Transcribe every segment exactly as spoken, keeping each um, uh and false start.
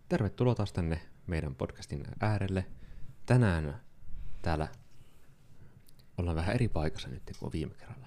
Tervetuloa taas tänne meidän podcastin äärelle. Tänään täällä ollaan vähän eri paikassa nyt kuin viime kerralla.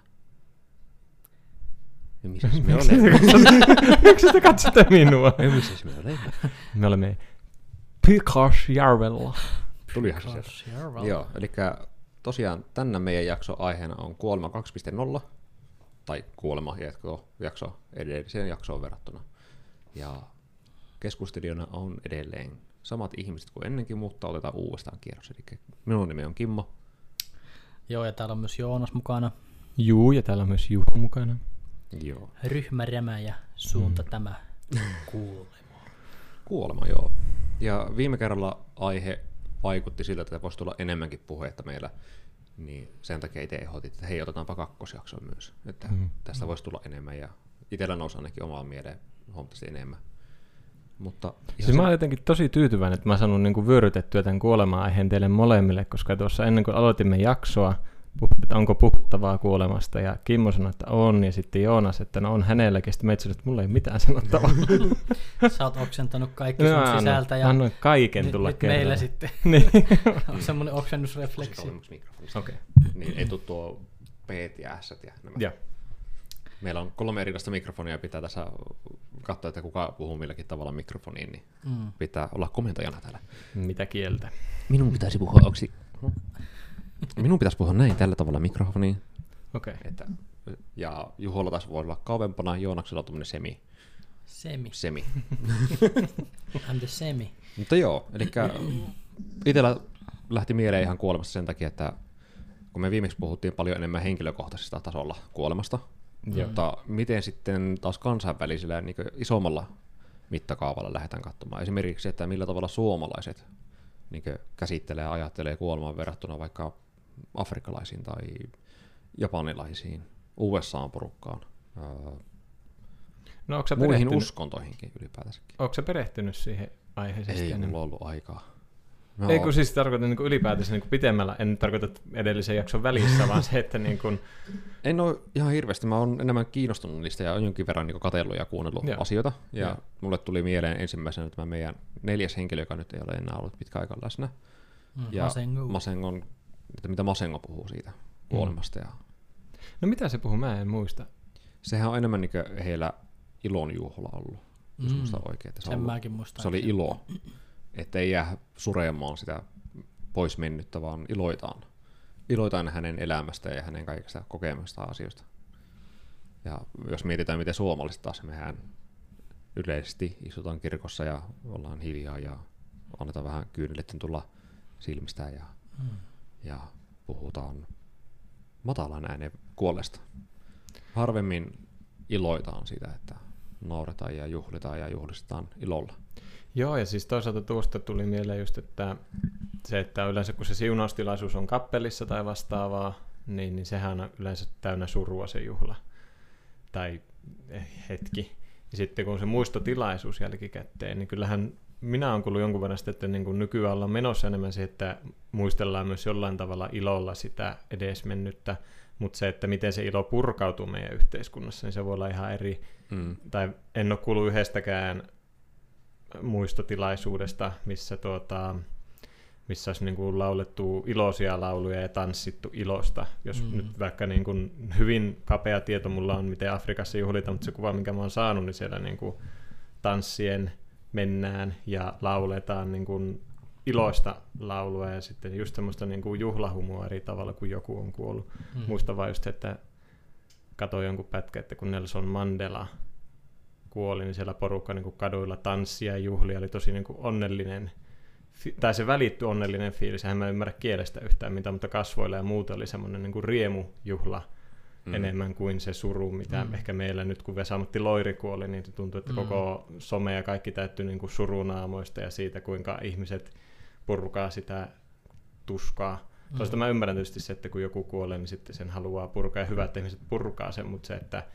Ja missä me olemme? Miksi te katsotte minua? Ja missä me olemme? Me olemme Pyykkösjärvellä. Tulihan se sieltä. Joo, eli tosiaan tänään meidän jakso aiheena on kuolema kaksi piste nolla. Tai kuolema jakso edelliseen jaksoon verrattuna. Ja keskustelijana on edelleen samat ihmiset kuin ennenkin, mutta otetaan uudestaan kierros. Eli minun nimi on Kimmo. Joo, ja täällä on myös Joonas mukana. Juu, ja täällä on myös Juho mukana. Joo. Ryhmärämä ja suunta mm. tämä kuolema. Kuolema, joo. Ja viime kerralla aihe vaikutti siltä, että voisi tulla enemmänkin puhetta meillä. Niin sen takia itse ehdotit, että hei, otetaanpa kakkosjakson myös. Että mm. tästä voisi tulla enemmän. Ja itsellä nousi ainakin omaan mieleen huomattavasti enemmän. Mutta siis se... mä olen jotenkin tosi tyytyväinen, että mä sanon niin kuin vyörytettyä tämän kuolema-aiheen teille molemmille, koska tuossa ennen kuin aloitimme jaksoa, puhuttiin, että onko puhuttavaa kuolemasta, ja Kimmo sanoi, että on, ja sitten Joonas, että no on hänelläkin, sitten meitä sanoi, että mulla ei mitään sanottavaa. Sä oot oksentanut kaikki no, sun annoin, sisältä, ja annoin kaiken tulla nyt kerran. meillä sitten niin. on semmoinen oksennusrefleksi. Okay. Niin ei tule tuo P ja S ja nämä. Ja. Meillä on kolme erilaista mikrofonia ja pitää tässä katsoa, että kuka puhuu milläkin tavalla mikrofoniin, niin mm. pitää olla komentajana täällä. Mitä kieltä? Minun pitäisi puhua oksi. Minun pitäisi puhua näin tällä tavalla mikrofoniin. Okei. Okay. Ja Juholla taas voi olla kauempana, Joonaksella on tuommoinen semi. Semi. Semi. I'm the semi. Mutta joo, eli itsellä lähti mieleen ihan kuolemasta sen takia, että kun me viimeksi puhuttiin paljon enemmän henkilökohtaisesta tasolla kuolemasta, mm. mutta miten sitten taas kansainvälisellä niin isommalla mittakaavalla lähdetään katsomaan. Esimerkiksi, että millä tavalla suomalaiset niin käsittelee ja ajattelee kuolemaan verrattuna vaikka afrikkalaisiin tai japanilaisiin, U S A-porukkaan, no, onko sä muihin perehtynyt? Uskontoihinkin ylipäätänsäkin. Onko sä perehtynyt siihen aiheeseen? Ei mulla ollut aikaa. No. Ei kun siis tarkoitan niin kuin ylipäätänsä niin kuin pitemmällä, en tarkoita edellisen jakson välissä, vaan se, että niin kuin... En ole ihan hirveästi, mä oon enemmän kiinnostunut niistä ja on jonkin verran niin katsellut ja kuunnellut Joo. asioita. Ja Joo. mulle tuli mieleen ensimmäisenä tämä meidän neljäs henkilö, joka nyt ei ole enää ollut pitkä aika läsnä. Mm, ja Masengo. Masengon, että mitä Masengo puhuu siitä kuolemasta. Mm. Ja... No mitä se puhuu, mä en muista. Sehän on enemmän niin kuin heillä ilon juhla ollut, jos mm. muistan oikein. Se, Sen mäkin muistan. Se oli ilo. Että ei jää sureamaan sitä pois mennyttä, vaan iloitaan. Iloitaan hänen elämästä ja hänen kaikista kokemista asioista. Ja jos mietitään, miten suomalaiset taas, mehän yleisesti istutaan kirkossa ja ollaan hiljaa ja annetaan vähän kyyneleiden tulla silmistä ja, hmm. ja puhutaan matalan ääneen kuolleesta. Harvemmin iloitaan siitä, että nauretaan ja juhlitaan ja juhlistetaan ilolla. Joo, ja siis toisaalta tuosta tuli mieleen just, että se, että yleensä kun se siunaustilaisuus on kappelissa tai vastaavaa, niin, niin sehän on yleensä täynnä surua se juhla tai hetki. Ja sitten kun se muistotilaisuus jälkikäteen, niin kyllähän minä olen kuullut jonkun verran sitä, että niin kuin nykyään ollaan menossa enemmän se, että muistellaan myös jollain tavalla ilolla sitä edesmennyttä, mutta se, että miten se ilo purkautuu meidän yhteiskunnassa, niin se voi olla ihan eri. Mm. Tai en ole kuullut yhdestäkään muistotilaisuudesta, missä, tuota, missä olisi niin kuin laulettu iloisia lauluja ja tanssittu ilosta. Jos mm. nyt vaikka niin kuin hyvin kapea tieto mulla on, miten Afrikassa juhlitaan, mutta se kuva, minkä mä oon saanut, niin siellä niin kuin tanssien mennään ja lauletaan niin kuin iloista laulua ja sitten just semmoista niin kuin juhlahumua eri tavalla, kun joku on kuollut. Mm. Muistan vaan just, että katsoin jonkun pätkä, että kun Nelson Mandela kuoli, niin siellä porukka niin kuin kaduilla tanssia ja juhlia, oli tosi niin kuin onnellinen, tai se välittyi onnellinen fiilis, en mä ymmärrä kielestä yhtään mitään, mutta kasvoilla ja muuta oli semmoinen niin kuin riemujuhla mm. enemmän kuin se suru, mitä mm. ehkä meillä nyt, kun Vesa-Matti Loiri kuoli, niin tuntuu, että mm. koko some ja kaikki täyttyi niin kuin surunaamoista ja siitä, kuinka ihmiset purkaa sitä tuskaa. Mm. Toisaalta mä ymmärrän tietysti se, että kun joku kuolee, niin sitten sen haluaa purkaa, ja hyvä, että ihmiset purkaa sen, mutta se, että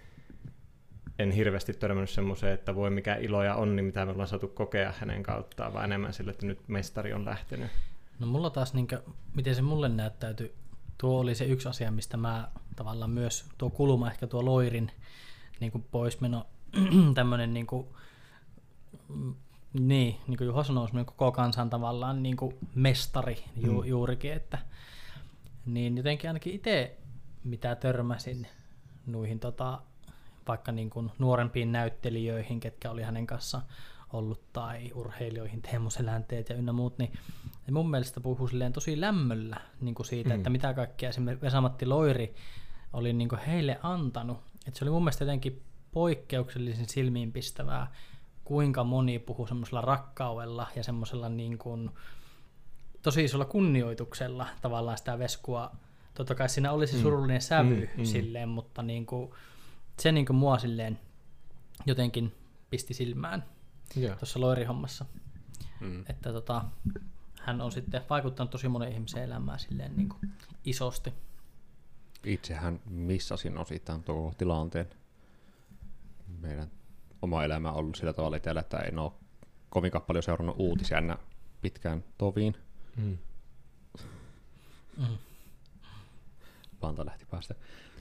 en hirveästi törmännyt semmoiseen, että voi mikä ilo ja onni, mitä me ollaan saatu kokea hänen kauttaan, vaan enemmän sille, että nyt mestari on lähtenyt. No mulla taas, niin kuin, miten se mulle näyttäytyi, tuo oli se yksi asia, mistä mä tavallaan myös, tuo kulma, ehkä tuo Loirin niin kuin poismeno, tämmöinen niin kuin Niin, niin kuin Juho sanoi, semmoinen koko kansan tavallaan niin kuin mestari ju, Mm. juurikin, että niin jotenkin ainakin itse, mitä törmäsin noihin tota, vaikka niin kuin nuorempiin näyttelijöihin, ketkä oli hänen kanssa ollut, tai urheilijoihin, Teemu Selänteet ja ynnä muut, niin ne mun mielestä puhuu silleen tosi lämmöllä niin kuin siitä, Mm. että mitä kaikkea esimerkiksi Vesa-Matti Loiri oli niin kuin heille antanut. Että se oli mun mielestä jotenkin poikkeuksellisen silmiinpistävää, kuinka moni puhuu semmoisella rakkaudella ja semmoisella niin kuin tosi isolla kunnioituksella tavallaan sitä Veskua. Totta kai siinä oli se Mm. surullinen sävy Mm, mm. silleen, mutta niin kuin, se niin kuin mua silleen jotenkin pisti silmään Joo. tuossa Loiri-hommassa. Mm. Että tota, hän on sitten vaikuttanut tosi monen ihmisen elämään silleen niin kuin isosti. Itsehän missasin osittain tuo tilanteen. Meidän oma elämä on ollut sillä tavalla itsellä, että en ole kovinkaan paljon seurannut uutisia enää pitkään toviin. Mm. Mm. Panta lähti päästä.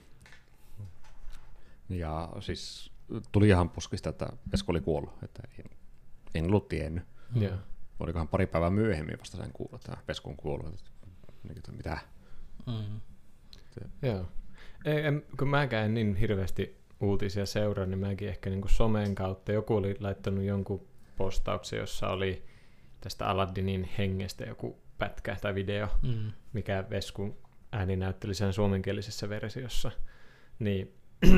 Ja siis tuli ihan puskista, että Vesko oli kuollut. Että en, en ollut tiennyt. Joo. Olikohan pari päivää myöhemmin vasta sen kuullut, että Vesko on kuollut. Että, että mitä? Mm. Joo. Ei, en, kun mäkään en niin hirveästi uutisia seuraa, niin mäkin ehkä niin kuin somen kautta. Joku oli laittanut jonkun postauksen, jossa oli tästä Aladdinin hengestä joku pätkä tai video, Mm. mikä Veskun ääni näytteli sen suomenkielisessä versiossa. Niin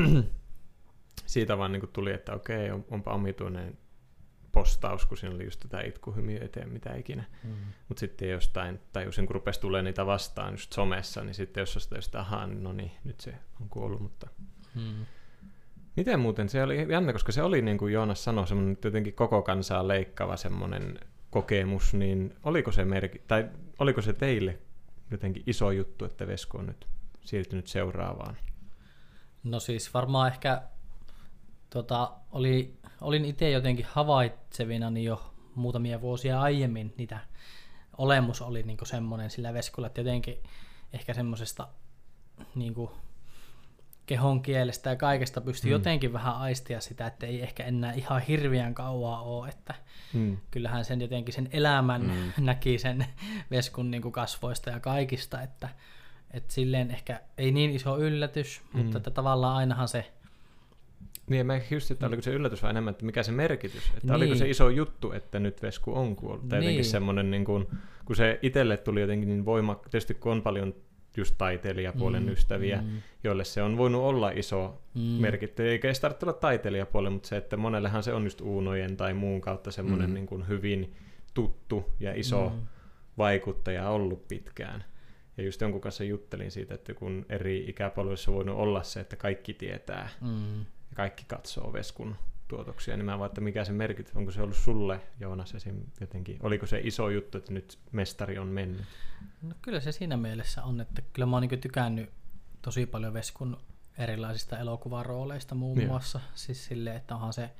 siitä vaan niin kuin tuli, että okei, on, onpa omituinen postaus, kun siinä oli just tätä itkuhymiä eteen, mitä ikinä. Mm. Mutta sitten jostain, tajusin, kun rupesi tulemaan niitä vastaan just somessa, niin sitten jos sitä just, ahaa, no niin, nyt se on kuollut, mutta Mm. miten muuten, se oli jännä, koska se oli niin kuin Joonas sanoi, semmoinen jotenkin koko kansaa leikkaava semmoinen kokemus, niin oliko se merki, tai oliko se teille jotenkin iso juttu, että Vesko on nyt siirtynyt seuraavaan? No siis varmaan ehkä tota, oli, olin itse jotenkin havaitsevinani jo muutamia vuosia aiemmin niitä olemus oli niinku semmoinen sillä Veskolla, että jotenkin ehkä semmoisesta niinku kehon kielestä ja kaikesta pystyi Mm. jotenkin vähän aistia sitä, että ei ehkä enää ihan hirveän kauaa ole, että Mm. kyllähän sen jotenkin sen elämän Mm. näki sen Veskun niinku kasvoista ja kaikista, että et silleen ehkä ei niin iso yllätys, Mm. mutta että tavallaan ainahan se Niin, mä just, että oliko se yllätys vai enemmän, että mikä se merkitys, että Niin. oliko se iso juttu, että nyt Vesku on kuollut, tai jotenkin Niin. semmoinen, niin kuin, kun se itselle tuli jotenkin niin voimakka, tietysti kun on paljon just taiteilijapuolen Mm, ystäviä, mm. joille se on voinut olla iso Mm. merkitys, eikä edes tarvitse olla taiteilijapuolelle, mutta se, että monellehan se on just Uunojen tai muun kautta semmoinen Mm. niin kuin hyvin tuttu ja iso Mm. vaikuttaja ollut pitkään. Ja just jonkun kanssa juttelin siitä, että kun eri ikäpolvissa on voinut olla se, että kaikki tietää Mm. ja kaikki katsoo Veskun tuotoksia, niin mä vaan, että mikä se merkitys, onko se ollut sulle, Joonas, esim. Jotenkin, oliko se iso juttu, että nyt mestari on mennyt? No kyllä se siinä mielessä on, että kyllä mä oon niin tykännyt tosi paljon Veskun erilaisista elokuvarooleista muun Joo. muassa. Siis silleen, että onhan se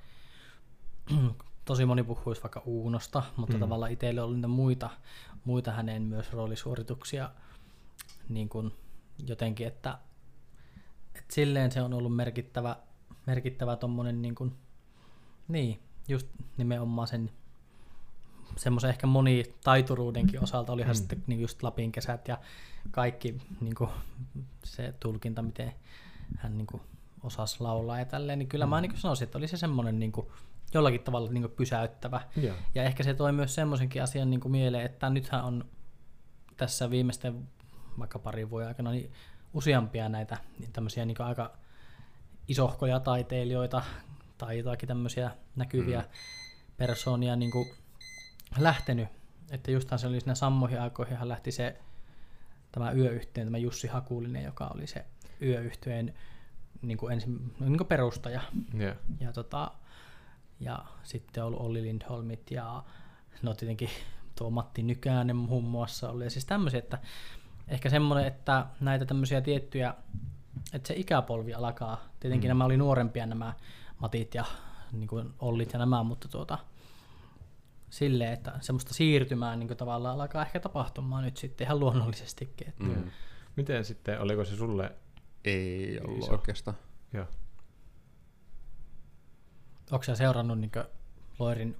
tosi moni puhuisi vaikka Uunosta, mutta Mm. mm. tavallaan itselle on niitä muita, muita hänen myös roolisuorituksia niin kuin jotenkin, että, että silleen se on ollut merkittävä, merkittävä tommonen niin kuin, niin, just nimenomaan sen semmoisen ehkä monitaituruudenkin osalta, olihan Mm. mm. sitten niin just Lapin kesät ja kaikki niin kuin se tulkinta, miten hän niin kuin osasi laulaa ja tälleen, niin kyllä mm. mä niin kuin sanoisin, että oli se semmoinen niin kuin jollakin tavalla niin kuin pysäyttävä. Joo. Ja ehkä se toi myös semmoisenkin asian niin kuin mieleen, että nythän on tässä viimeisten vaikka parin vuoden aikana niin useampia näitä niin tämmöisiä niin kuin aika isohkoja taiteilijoita tai jotakin tämmöisiä näkyviä mm. persoonia niin kuin lähtenyt. Että justhan se oli siinä sammoihin aikoihin, hän lähti se tämä yöyhtyeen, tämä Jussi Hakulinen, joka oli se yöyhtyeen niin kuin ensin, niin kuin perustaja. Yeah. Ja, tota, ja sitten on ollut Olli Lindholmit ja no tietenkin tuo Matti Nykänen muun muassa oli. Ja siis tämmöisiä, että ehkä semmoinen, että näitä tämmöisiä tiettyjä, että se ikäpolvi alkaa, tietenkin mm. nämä oli nuorempia nämä Matit ja niin kuin Ollit ja nämä, mutta tuota, silleen, että semmoista siirtymää niin kuin tavallaan alkaa ehkä tapahtumaan nyt sitten ihan luonnollisestikin. Että Mm. Miten sitten, oliko se sulle? Ei ollut Iso. oikeastaan. Joo. onko sä seurannut niin kuin Loirin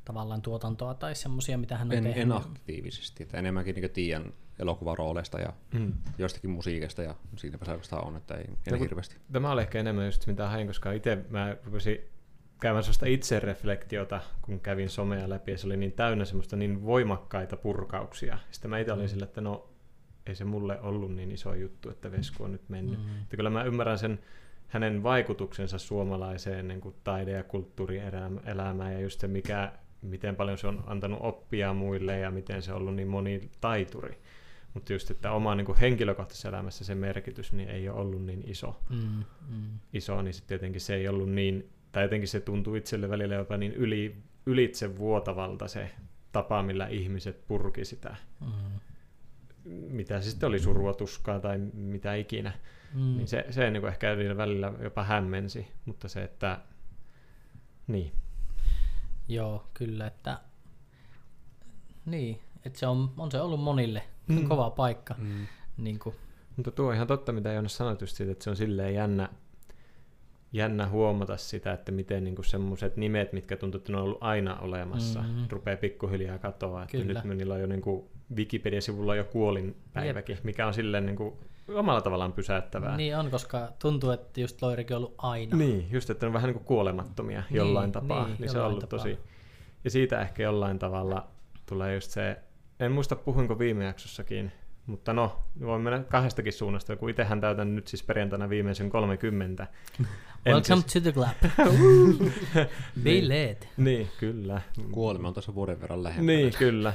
tavallaan tuotantoa tai semmoisia, mitä hän on en, tehnyt. en aktiivisesti, että enemmänkin niin tiedän elokuvarooleista ja mm. jostakin musiikista ja siinäpä se oikeastaan on, että ei, ei no, hirveästi. Tämä oli ehkä enemmän just mitä hain, koska itse mä rupesin käymään sellaista itsereflektiota, kun kävin somea läpi ja se oli niin täynnä semmoista niin voimakkaita purkauksia. Sitten mä itse olin sillä, että no ei se mulle ollut niin iso juttu, että Vesku on nyt mennyt. Mm. Että kyllä mä ymmärrän sen hänen vaikutuksensa suomalaiseen niin kuin taide- ja kulttuurielämään ja just se, mikä, miten paljon se on antanut oppia muille ja miten se on ollut niin moni taituri. Mutta just, että oma niin kuin henkilökohtaisessa elämässä se merkitys niin ei ole ollut niin iso, mm, mm. iso, niin sitten jotenkin se ei ollut niin, tai jotenkin se tuntuu itselle välillä jopa niin yli, ylitse vuotavalta se tapa, millä ihmiset purki sitä. Mm. Mitä se sitten oli, surua, tuskaa tai mitä ikinä. Mm. Niin se, se niin kuin ehkä välillä jopa hämmensi, mutta se, että niin. Joo, kyllä, että niin, että se on, on se ollut monille mm. kova paikka. Mm. Niin kuin. Mutta tuo on ihan totta, mitä Joonas sanoit just siitä, että se on silleen jännä, jännä huomata sitä, että miten niin semmoiset nimet, mitkä tuntuu, että ne on ollut aina olemassa, mm-hmm. rupeaa pikkuhiljaa katoa. Että nyt niillä on jo niin kuin Wikipedia-sivulla jo kuolinpäiväkin, Jep. mikä on silleen niin kuin omalla tavallaan pysäyttävää. Niin on, koska tuntuu, että just Loirikin on ollut aina. Niin, just, että ne on vähän niin kuin kuolemattomia niin, jollain tapaa. Niin, niin se on ollut tapaa. Tosi. Ja siitä ehkä jollain tavalla tulee just se, en muista puhuinko viime jaksossakin, mutta no, voi mennä kahdestakin suunnasta, kun itsehän täytän nyt siis perjantaina viimeisen kolmekymmentä. Welcome siis... to the club. Be led. Niin, kyllä. Kuolema on tuossa vuoden verran lähempänä. Niin, kyllä.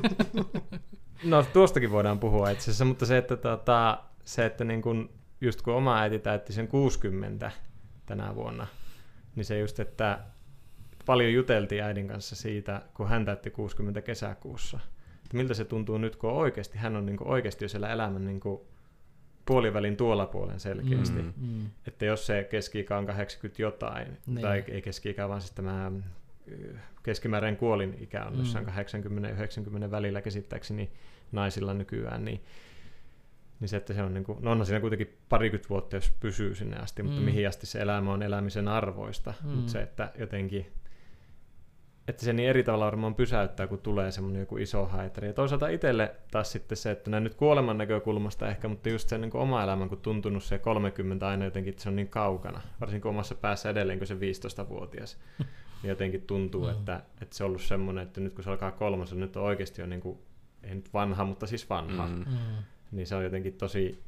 No, tuostakin voidaan puhua itse asiassa, mutta se, että, tota, se, että niin kun, just kun oma äiti täytti sen kuusikymmentä tänä vuonna, niin se just, että paljon juteltiin äidin kanssa siitä, kun hän täytti kuusikymmentä kesäkuussa. Että miltä se tuntuu nyt, kun oikeasti, hän on niin kuin oikeasti jo siellä elämän niin kuin puolivälin tuolla puolen selkeästi. Mm, mm. Että jos se keski-ikä on kahdeksankymmentä jotain, niin. tai ei keski-ikä, vaan siis tämä keskimääräinen kuolinikä on mm. jossain kahdeksankymmentä yhdeksänkymmentä välillä käsittääkseni naisilla nykyään, niin, niin se, että se on, niin kuin, no onhan siinä kuitenkin parikymmentä vuotta, jos pysyy sinne asti, mm. mutta mihin asti se elämä on elämisen arvoista. Mm. Mutta se, että jotenkin että se niin eri tavalla varmaan pysäyttää, kun tulee semmoinen joku iso haitari. Ja toisaalta itselle taas sitten se, että näin nyt kuoleman näkökulmasta ehkä, mutta just se niin kuin oma elämä, kun tuntunut se kolmekymmentä aina jotenkin, että se on niin kaukana. Varsinkin omassa päässä edelleen, kun se viisitoistavuotias. Niin jotenkin tuntuu, mm. että, että se on ollut semmoinen, että nyt kun se alkaa kolmas, nyt on oikeasti jo niin kuin, ei nyt vanha, mutta siis vanha. Mm. Niin se on jotenkin tosi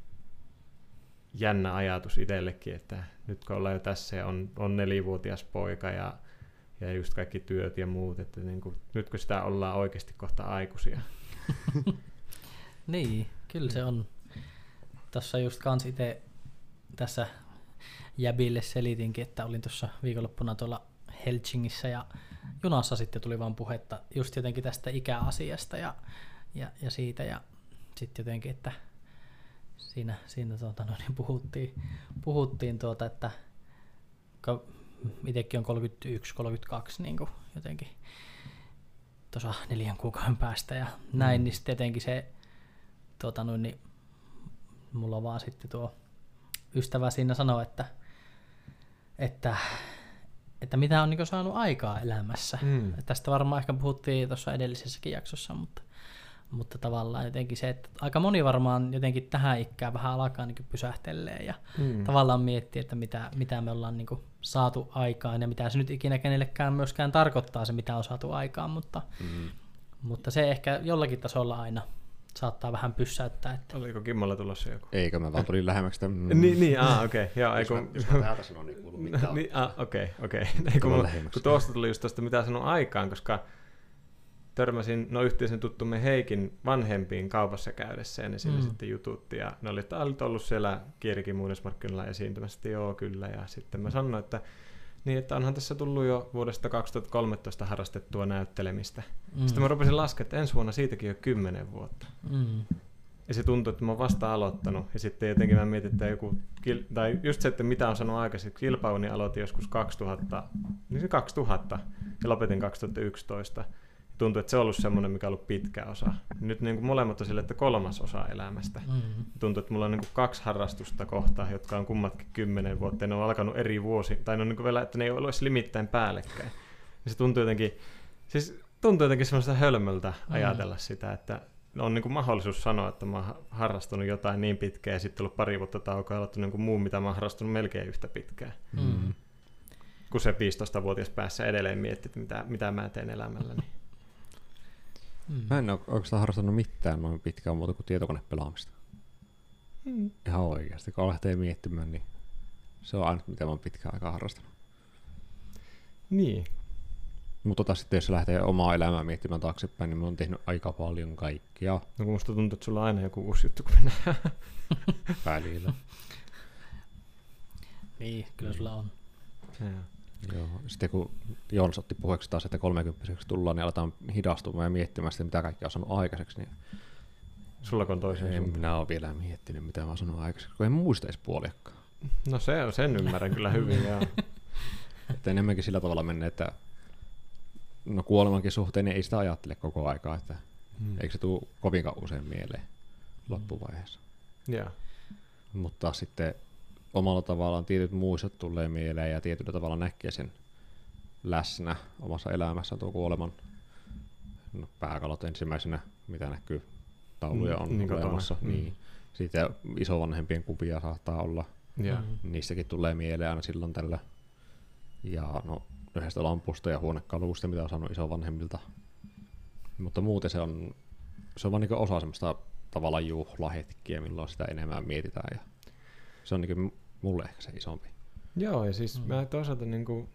jännä ajatus itsellekin, että nyt kun ollaan jo tässä ja on, on nelivuotias poika ja ja just kaikki työt ja muut, että niin kuin, nyt kun sitä ollaan oikeasti kohta aikuisia. Niin, kyllä se on. Tuossa just kans itse tässä jäbille selitinkin, että olin tuossa viikonloppuna tuolla Helsingissä ja junassa sitten tuli vaan puhetta just jotenkin tästä ikäasiasta ja, ja, ja siitä ja sitten jotenkin, että siinä, siinä tuota, no, niin puhuttiin, puhuttiin tuota, että itsekin on kolmekymmentäyksi kolmekymmentäkaksi niin kuin jotenkin tuossa neljän kuukauden päästä ja näin, mm. niin sitten jotenkin se, tuota, noin, niin mulla vaan sitten tuo ystävä siinä sanoi, että, että, että mitä on niin kuin saanut aikaa elämässä. Mm. Tästä varmaan ehkä puhuttiin tuossa edellisessäkin jaksossa, mutta, mutta tavallaan jotenkin se, että aika moni varmaan jotenkin tähän ikään vähän alkaa niin kuin pysähtelee ja mm. tavallaan miettii, että mitä, mitä me ollaan niin kuin saatu aikaan ja mitä se nyt ikinä kenellekään myöskään tarkoittaa se, mitä on saatu aikaan, mutta, mm. mutta se ehkä jollakin tasolla aina saattaa vähän pyssäyttää. Että... Oliko Kimmolla tulossa joku? Eikö, mä vaan tulin lähemmäksi tämän... Mm. Niin, niin, ah, okei. Okay. Jos, mä, jos mä täältä sanon, niin kuuluu mitään. Niin, ah, okei, okei. Kun, kun tuosta tuli just tuosta, mitä sanon aikaan, koska törmäsin no yhteisen tuttumme Heikin vanhempiin kaupassa käydessä ja ne siinä mm. sitten jututti ja ne oli, että olit ollut siellä Kierikin muinaismarkkinoilla esiintymässä, että joo kyllä ja sitten mä sanoin, että niin, että onhan tässä tullut jo vuodesta kaksituhattakolmetoista harrastettua näyttelemistä. Mm. Sitten mä rupesin laskemaan, että ensi vuonna siitäkin jo kymmenen vuotta. Mm. Ja se tuntui, että mä oon vasta aloittanut ja sitten jotenkin mä mietin, että joku, tai just se, että mitä on sanonut aikaisemmin, kilpailuni aloitin joskus kaksituhatta, niin se kaksituhatta ja lopetin kaksituhattayksitoista. Tuntuu, että se on ollut semmoinen, mikä on ollut pitkä osa. Nyt niin kuin molemmat on sille, että kolmas osa elämästä. Mm-hmm. Tuntuu, että mulla on niin kuin kaksi harrastusta kohta, jotka on kummatkin kymmenen vuotta. Ja ne on alkanut eri vuosi, tai ne on niin kuin vielä, että ne ei ole edes limittäin päällekkäin. Ja se tuntuu jotenkin, Siis tuntuu jotenkin semmoista hölmöltä Mm. ajatella sitä, että on niin kuin mahdollisuus sanoa, että mä oon harrastanut jotain niin pitkään ja sitten ollut pari vuotta taukoa ja aloittanut jonkun muun, mitä mä oon harrastanut melkein yhtä pitkään. Mm. Kun se viisitoistavuotias päässä edelleen miettii, että mitä, mitä mä teen elämälläni. Mm. Mä en ole oikeastaan harrastanut mitään noin pitkään muuta kuin tietokonepelaamista. Mm. Ihan oikeasti. Kun lähtee miettimään, niin se on aina, mitä mä oon pitkään aikaa harrastanut. Niin. Mutta tota sitten, jos lähtee omaa elämää miettimään taaksepäin, niin mä oon tehnyt aika paljon kaikkea No kun musta tuntuu, että sulla on aina joku uusi juttu, kun mennään. välillä. Niin, kyllä sulla on. Joo. Sitten kun Joons otti puheeksi taas, että kolmekymppiseksi tullaan, niin aletaan hidastumaan ja miettimään sitä, mitä kaikki on saanut aikaiseksi. Niin Sulla on toisen en suuntaan. minä ole vielä miettinyt, mitä mä oon sanonut aikaiseksi, kun en muista edes puoliakkaan. No se on, sen ymmärrän kyllä hyvin, joo. Että enemmänkin sillä tavalla mennä, että no kuolemankin suhteen niin ei sitä ajattele koko aikaa, että Mm. eikö se tule kovinkaan usein mieleen loppuvaiheessa. Joo. Mutta sitten omalla tavallaan tietyt muistot tulee mieleen ja tietyllä tavalla näkee sen läsnä omassa elämässä tuo kuoleman no, pääkalot ensimmäisenä, mitä näkyy, tauluja on Mm, niin kotona. olemassa. Mm. Niin. Sitten isovanhempien kuvia saattaa olla, Joo. Mm. niistäkin tulee mieleen aina silloin tällä. Ja no yhdestä lampusta ja huonekaluista, mitä on saanut isovanhemmilta. Mutta muuten se on, se on vaan niin osa semmoista tavallaan juhlahetkiä, milloin sitä enemmän mietitään. Ja se on niin mulle ehkä se isompi. Joo, ja siis Mm. mä toisaalta niinku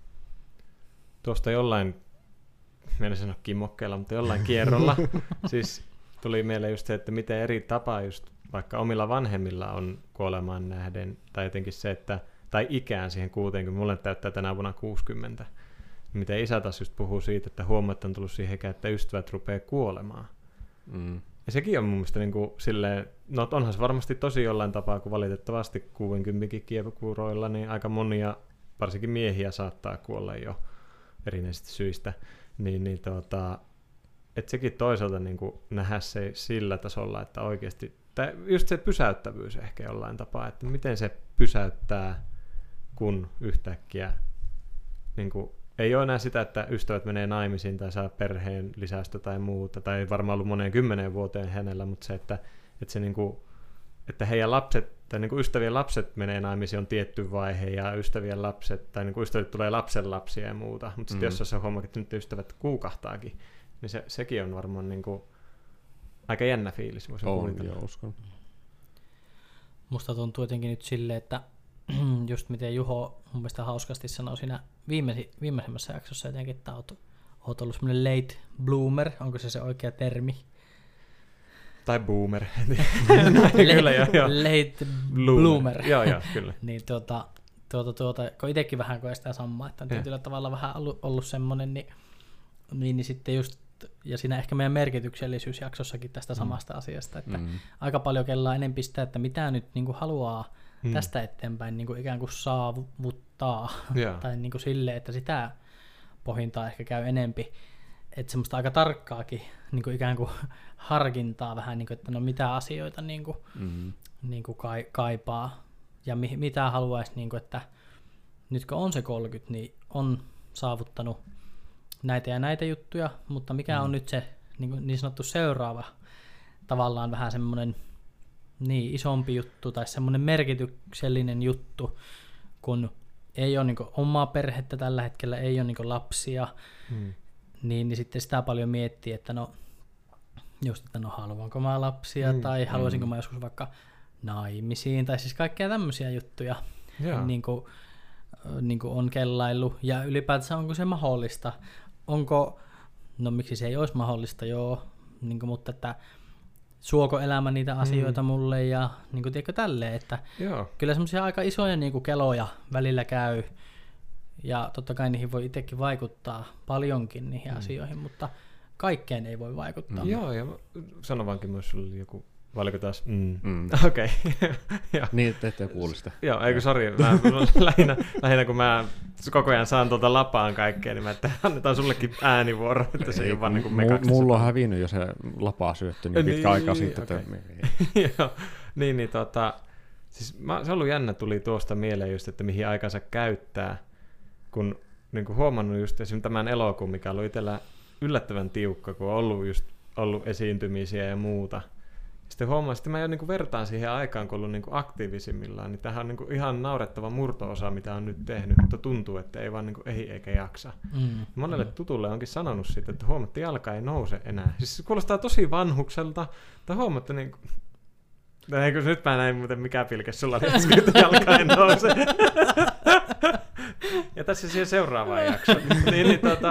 tuosta jollain, en sano kimmokkeella, mutta jollain kierrolla, siis tuli mieleen just se, että miten eri tapa just vaikka omilla vanhemmilla on kuolemaan nähden, tai jotenkin se, että, tai ikään siihen kuuteenkymmeneen, mulle täyttää tänä vuonna kuusikymmentä, miten isä taas just puhuu siitä, että huomaa, että on tullut siihen ikään, että ystävät rupeaa kuolemaan. Mm. Ja sekin on mun mielestä niin kuin silleen, no onhan se varmasti tosi jollain tapaa, kun valitettavasti kuusikymmentäkin kiepuroilla, niin aika monia, varsinkin miehiä saattaa kuolla jo erinäisistä syistä. Niin, niin tota, että sekin toisaalta niin kuin nähdä se sillä tasolla, että oikeasti, tai just se pysäyttävyys ehkä jollain tapaa, että miten se pysäyttää, kun yhtäkkiä niin kuin ei ole enää sitä, että ystävät menee naimisiin tai saa perheen lisäystä tai muuta, tai ei varmaan ollut moneen kymmeneen vuoteen hänellä, mutta se, että, että, se niinku, että heidän lapset, tai niinku ystävien lapset menee naimisiin on tietty vaihe, ja ystävien lapset, tai niinku ystävät tulee lapsenlapsia ja muuta, mutta sitten Mm. jos on huomaa, että nyt ystävät kuukahtaakin, niin se, sekin on varmaan niinku aika jännä fiilis, voisin On, kuvitella. joo, uskon. Musta tuntuu jotenkin nyt silleen, että just miten Juho mun mielestä hauskasti sanoi siinä viimeisi, viimeisimmässä jaksossa jotenkin, että oot, oot ollut semmoinen late bloomer, onko se se oikea termi? Tai boomer. Näin, kyllä, joo, joo. Late bloomer. Joo, joo, kyllä. Niin tuota, tuota, tuota, kun itsekin vähän koe sitä samaa, että on tietyllä tavalla vähän ollut, ollut semmoinen, niin, niin, niin sitten just, ja siinä ehkä meidän merkityksellisyysjaksossakin tästä samasta mm. asiasta, että Mm. aika paljon kellaan enempi sitä, että mitä nyt niin kuin haluaa Mm. tästä eteenpäin niin kuin ikään kuin saavuttaa, Joo. tai niin kuin silleen, että sitä pohdintaa ehkä käy enempi, että semmoista aika tarkkaakin niin kuin ikään kuin harkintaa vähän, niin kuin, että no mitä asioita niin kuin, Mm. niin kuin kai, kaipaa, ja mi, mitä haluaisi, niin kuin, että nyt kun on se kolmekymmentä, niin on saavuttanut näitä ja näitä juttuja, mutta mikä Mm. on nyt se niin, kuin niin sanottu seuraava, tavallaan vähän semmoinen niin, isompi juttu tai semmoinen merkityksellinen juttu, kun ei ole niin kuin omaa perhettä tällä hetkellä, ei ole niin kuin lapsia, Mm. niin, niin sitten sitä paljon miettii, että no, just, että no haluanko mä lapsia, Mm, tai haluaisinko mm. mä joskus vaikka naimisiin, tai siis kaikkea tämmöisiä juttuja, Joo. niin kuin, niin kuin on kellaillut, ja ylipäätänsä onko se mahdollista, onko, no miksi se ei olisi mahdollista, joo, niin kuin, mutta että suoko elämä niitä asioita mm. mulle, ja niin kuin, tiedätkö, tälleen, että Joo. kyllä semmoisia aika isoja niin kuin keloja välillä käy, ja totta kai niihin voi itsekin vaikuttaa paljonkin niihin Mm. asioihin, mutta kaikkeen ei voi vaikuttaa. Mm. Joo, ja sano vaankin myös sulla oli joku, vai oliko taas? Mm. Mm. Okei. Joo. Niin, että ette kuulu sitä. Joo, eikö sori, mä, lähinnä, lähinnä kun mä koko ajan saan tuolta lapaan kaikkea, niin mä että annetaan sullekin äänivuoro, että se ei ole vaan niin kuin me Mu- kaksi. Mulla on hävinnyt jo se lapaa syötty niin pitkä Niin, aika sitten. okei. Että me- Joo, niin, niin tota, siis mä, se on ollut jännä, tuli tuosta mieleen just, että mihin aikansa käyttää, kun niin kuin huomannut just esimerkiksi tämän elokuun, mikä oli itsellä yllättävän tiukka, kun on ollut just ollut esiintymisiä ja muuta. Sitten huomasin, että mä jo niin vertaan siihen aikaan, kun ollut niin aktiivisimmillaan, niin tämähän on niin ihan naurettava murto-osa, mitä on nyt tehnyt, mutta tuntuu, että ei vaan niin ehdi eikä jaksa. Mm. Monelle mm. tutulle onkin sanonut siitä, että huomatte, jalka ei nouse enää. Siis se kuulostaa tosi vanhukselta, tai huomatte niin kuin... Eikö nyt mä näin muuten mikä pilke sulla oli äsken, että jalka ei nouse. Ja tässä siihen seuraavaan jaksoon. niin, niin tota...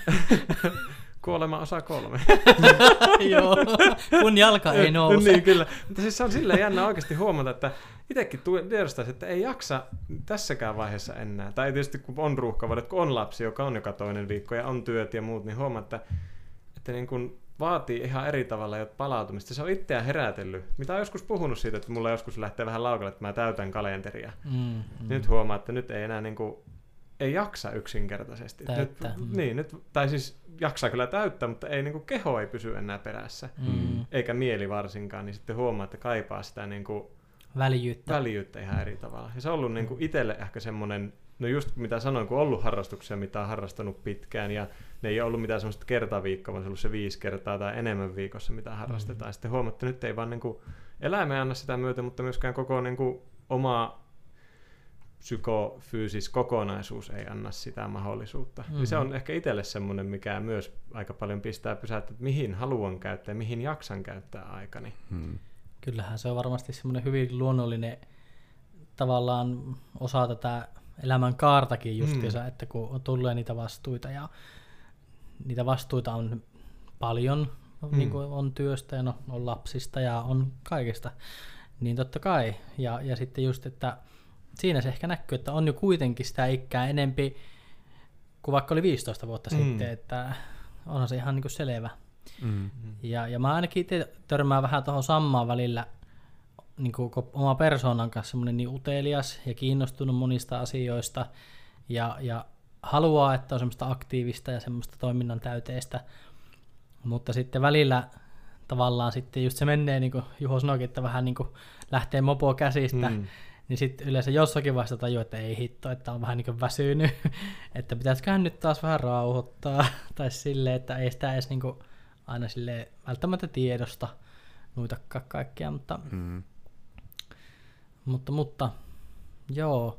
Kuolema osa kolme. Joo, kun jalka ei nouse. Niin, kyllä. Mutta siis se on silleen jännä oikeasti huomata, että itsekin tiedostaisi, että ei jaksa tässäkään vaiheessa enää. Tai tietysti kun on ruuhkavuodet, kun on lapsi, joka on joka toinen viikko ja on työt ja muut, niin huomaa, että, että niin kuin vaatii ihan eri tavalla jo palautumista. Se on itseään herätellyt. Mitä olen joskus puhunut siitä, että mulla joskus lähtee vähän laukalle, että mä täytän kalenteria. Mm, mm. Nyt huomaa, että nyt ei enää niin kuin ei jaksa yksinkertaisesti. Nyt, mm. niin, nyt, tai siis jaksaa kyllä täyttää, mutta ei, niin kuin, keho ei pysy enää perässä, mm. eikä mieli varsinkaan, niin sitten huomaa, että kaipaa sitä niin kuin, väljyyttä. väljyyttä ihan eri tavalla. Ja se on ollut niin kuin, itselle ehkä semmoinen, no just mitä sanoin, kun on ollut harrastuksia, mitä on harrastanut pitkään, ja ne ei ole ollut mitään semmoista kertaviikkoa, vaan se on ollut se viisi kertaa tai enemmän viikossa, mitä harrastetaan. Mm. Sitten huomaa, että nyt ei vaan niin kuin, eläimä anna sitä myöten, mutta myöskään koko niin kuin, omaa psykofyysis kokonaisuus ei anna sitä mahdollisuutta. Mm-hmm. Se on ehkä itselle semmoinen, mikä myös aika paljon pistää pysäyttää, että mihin haluan käyttää, mihin jaksan käyttää aikani. Hmm. Kyllähän se on varmasti semmoinen hyvin luonnollinen tavallaan osa tätä elämän kaartakin justiinsa, hmm. että kun tulee niitä vastuita ja niitä vastuita on paljon, hmm. niin kuin on työstä ja no, on lapsista ja on kaikesta, niin totta kai. Ja, ja sitten just, että siinä se ehkä näkyy, että on jo kuitenkin sitä ikää enempi kuin vaikka oli viisitoista vuotta mm. sitten, että onhan se ihan niin kuin selvä. Mm. Ja, ja mä ainakin itse törmään vähän tuohon samaan välillä niin kuin oma persoonan kanssa semmoinen niin utelias ja kiinnostunut monista asioista ja, ja haluaa, että on semmoista aktiivista ja semmoista toiminnan täyteistä, mutta sitten välillä tavallaan sitten just se menee, niin kuin Juho sanoikin, että vähän niin kuin lähtee mopo käsistä, mm. niin sitten yleensä jossakin vaiheessa tajuu, että ei hitto, että on vähän niin kuin väsynyt, että pitäisiköhän nyt taas vähän rauhoittaa, tai silleen, että ei sitä edes niin kuin aina silleen välttämättä tiedosta nuitakaan kaikkea, mutta, mm. mutta, mutta joo.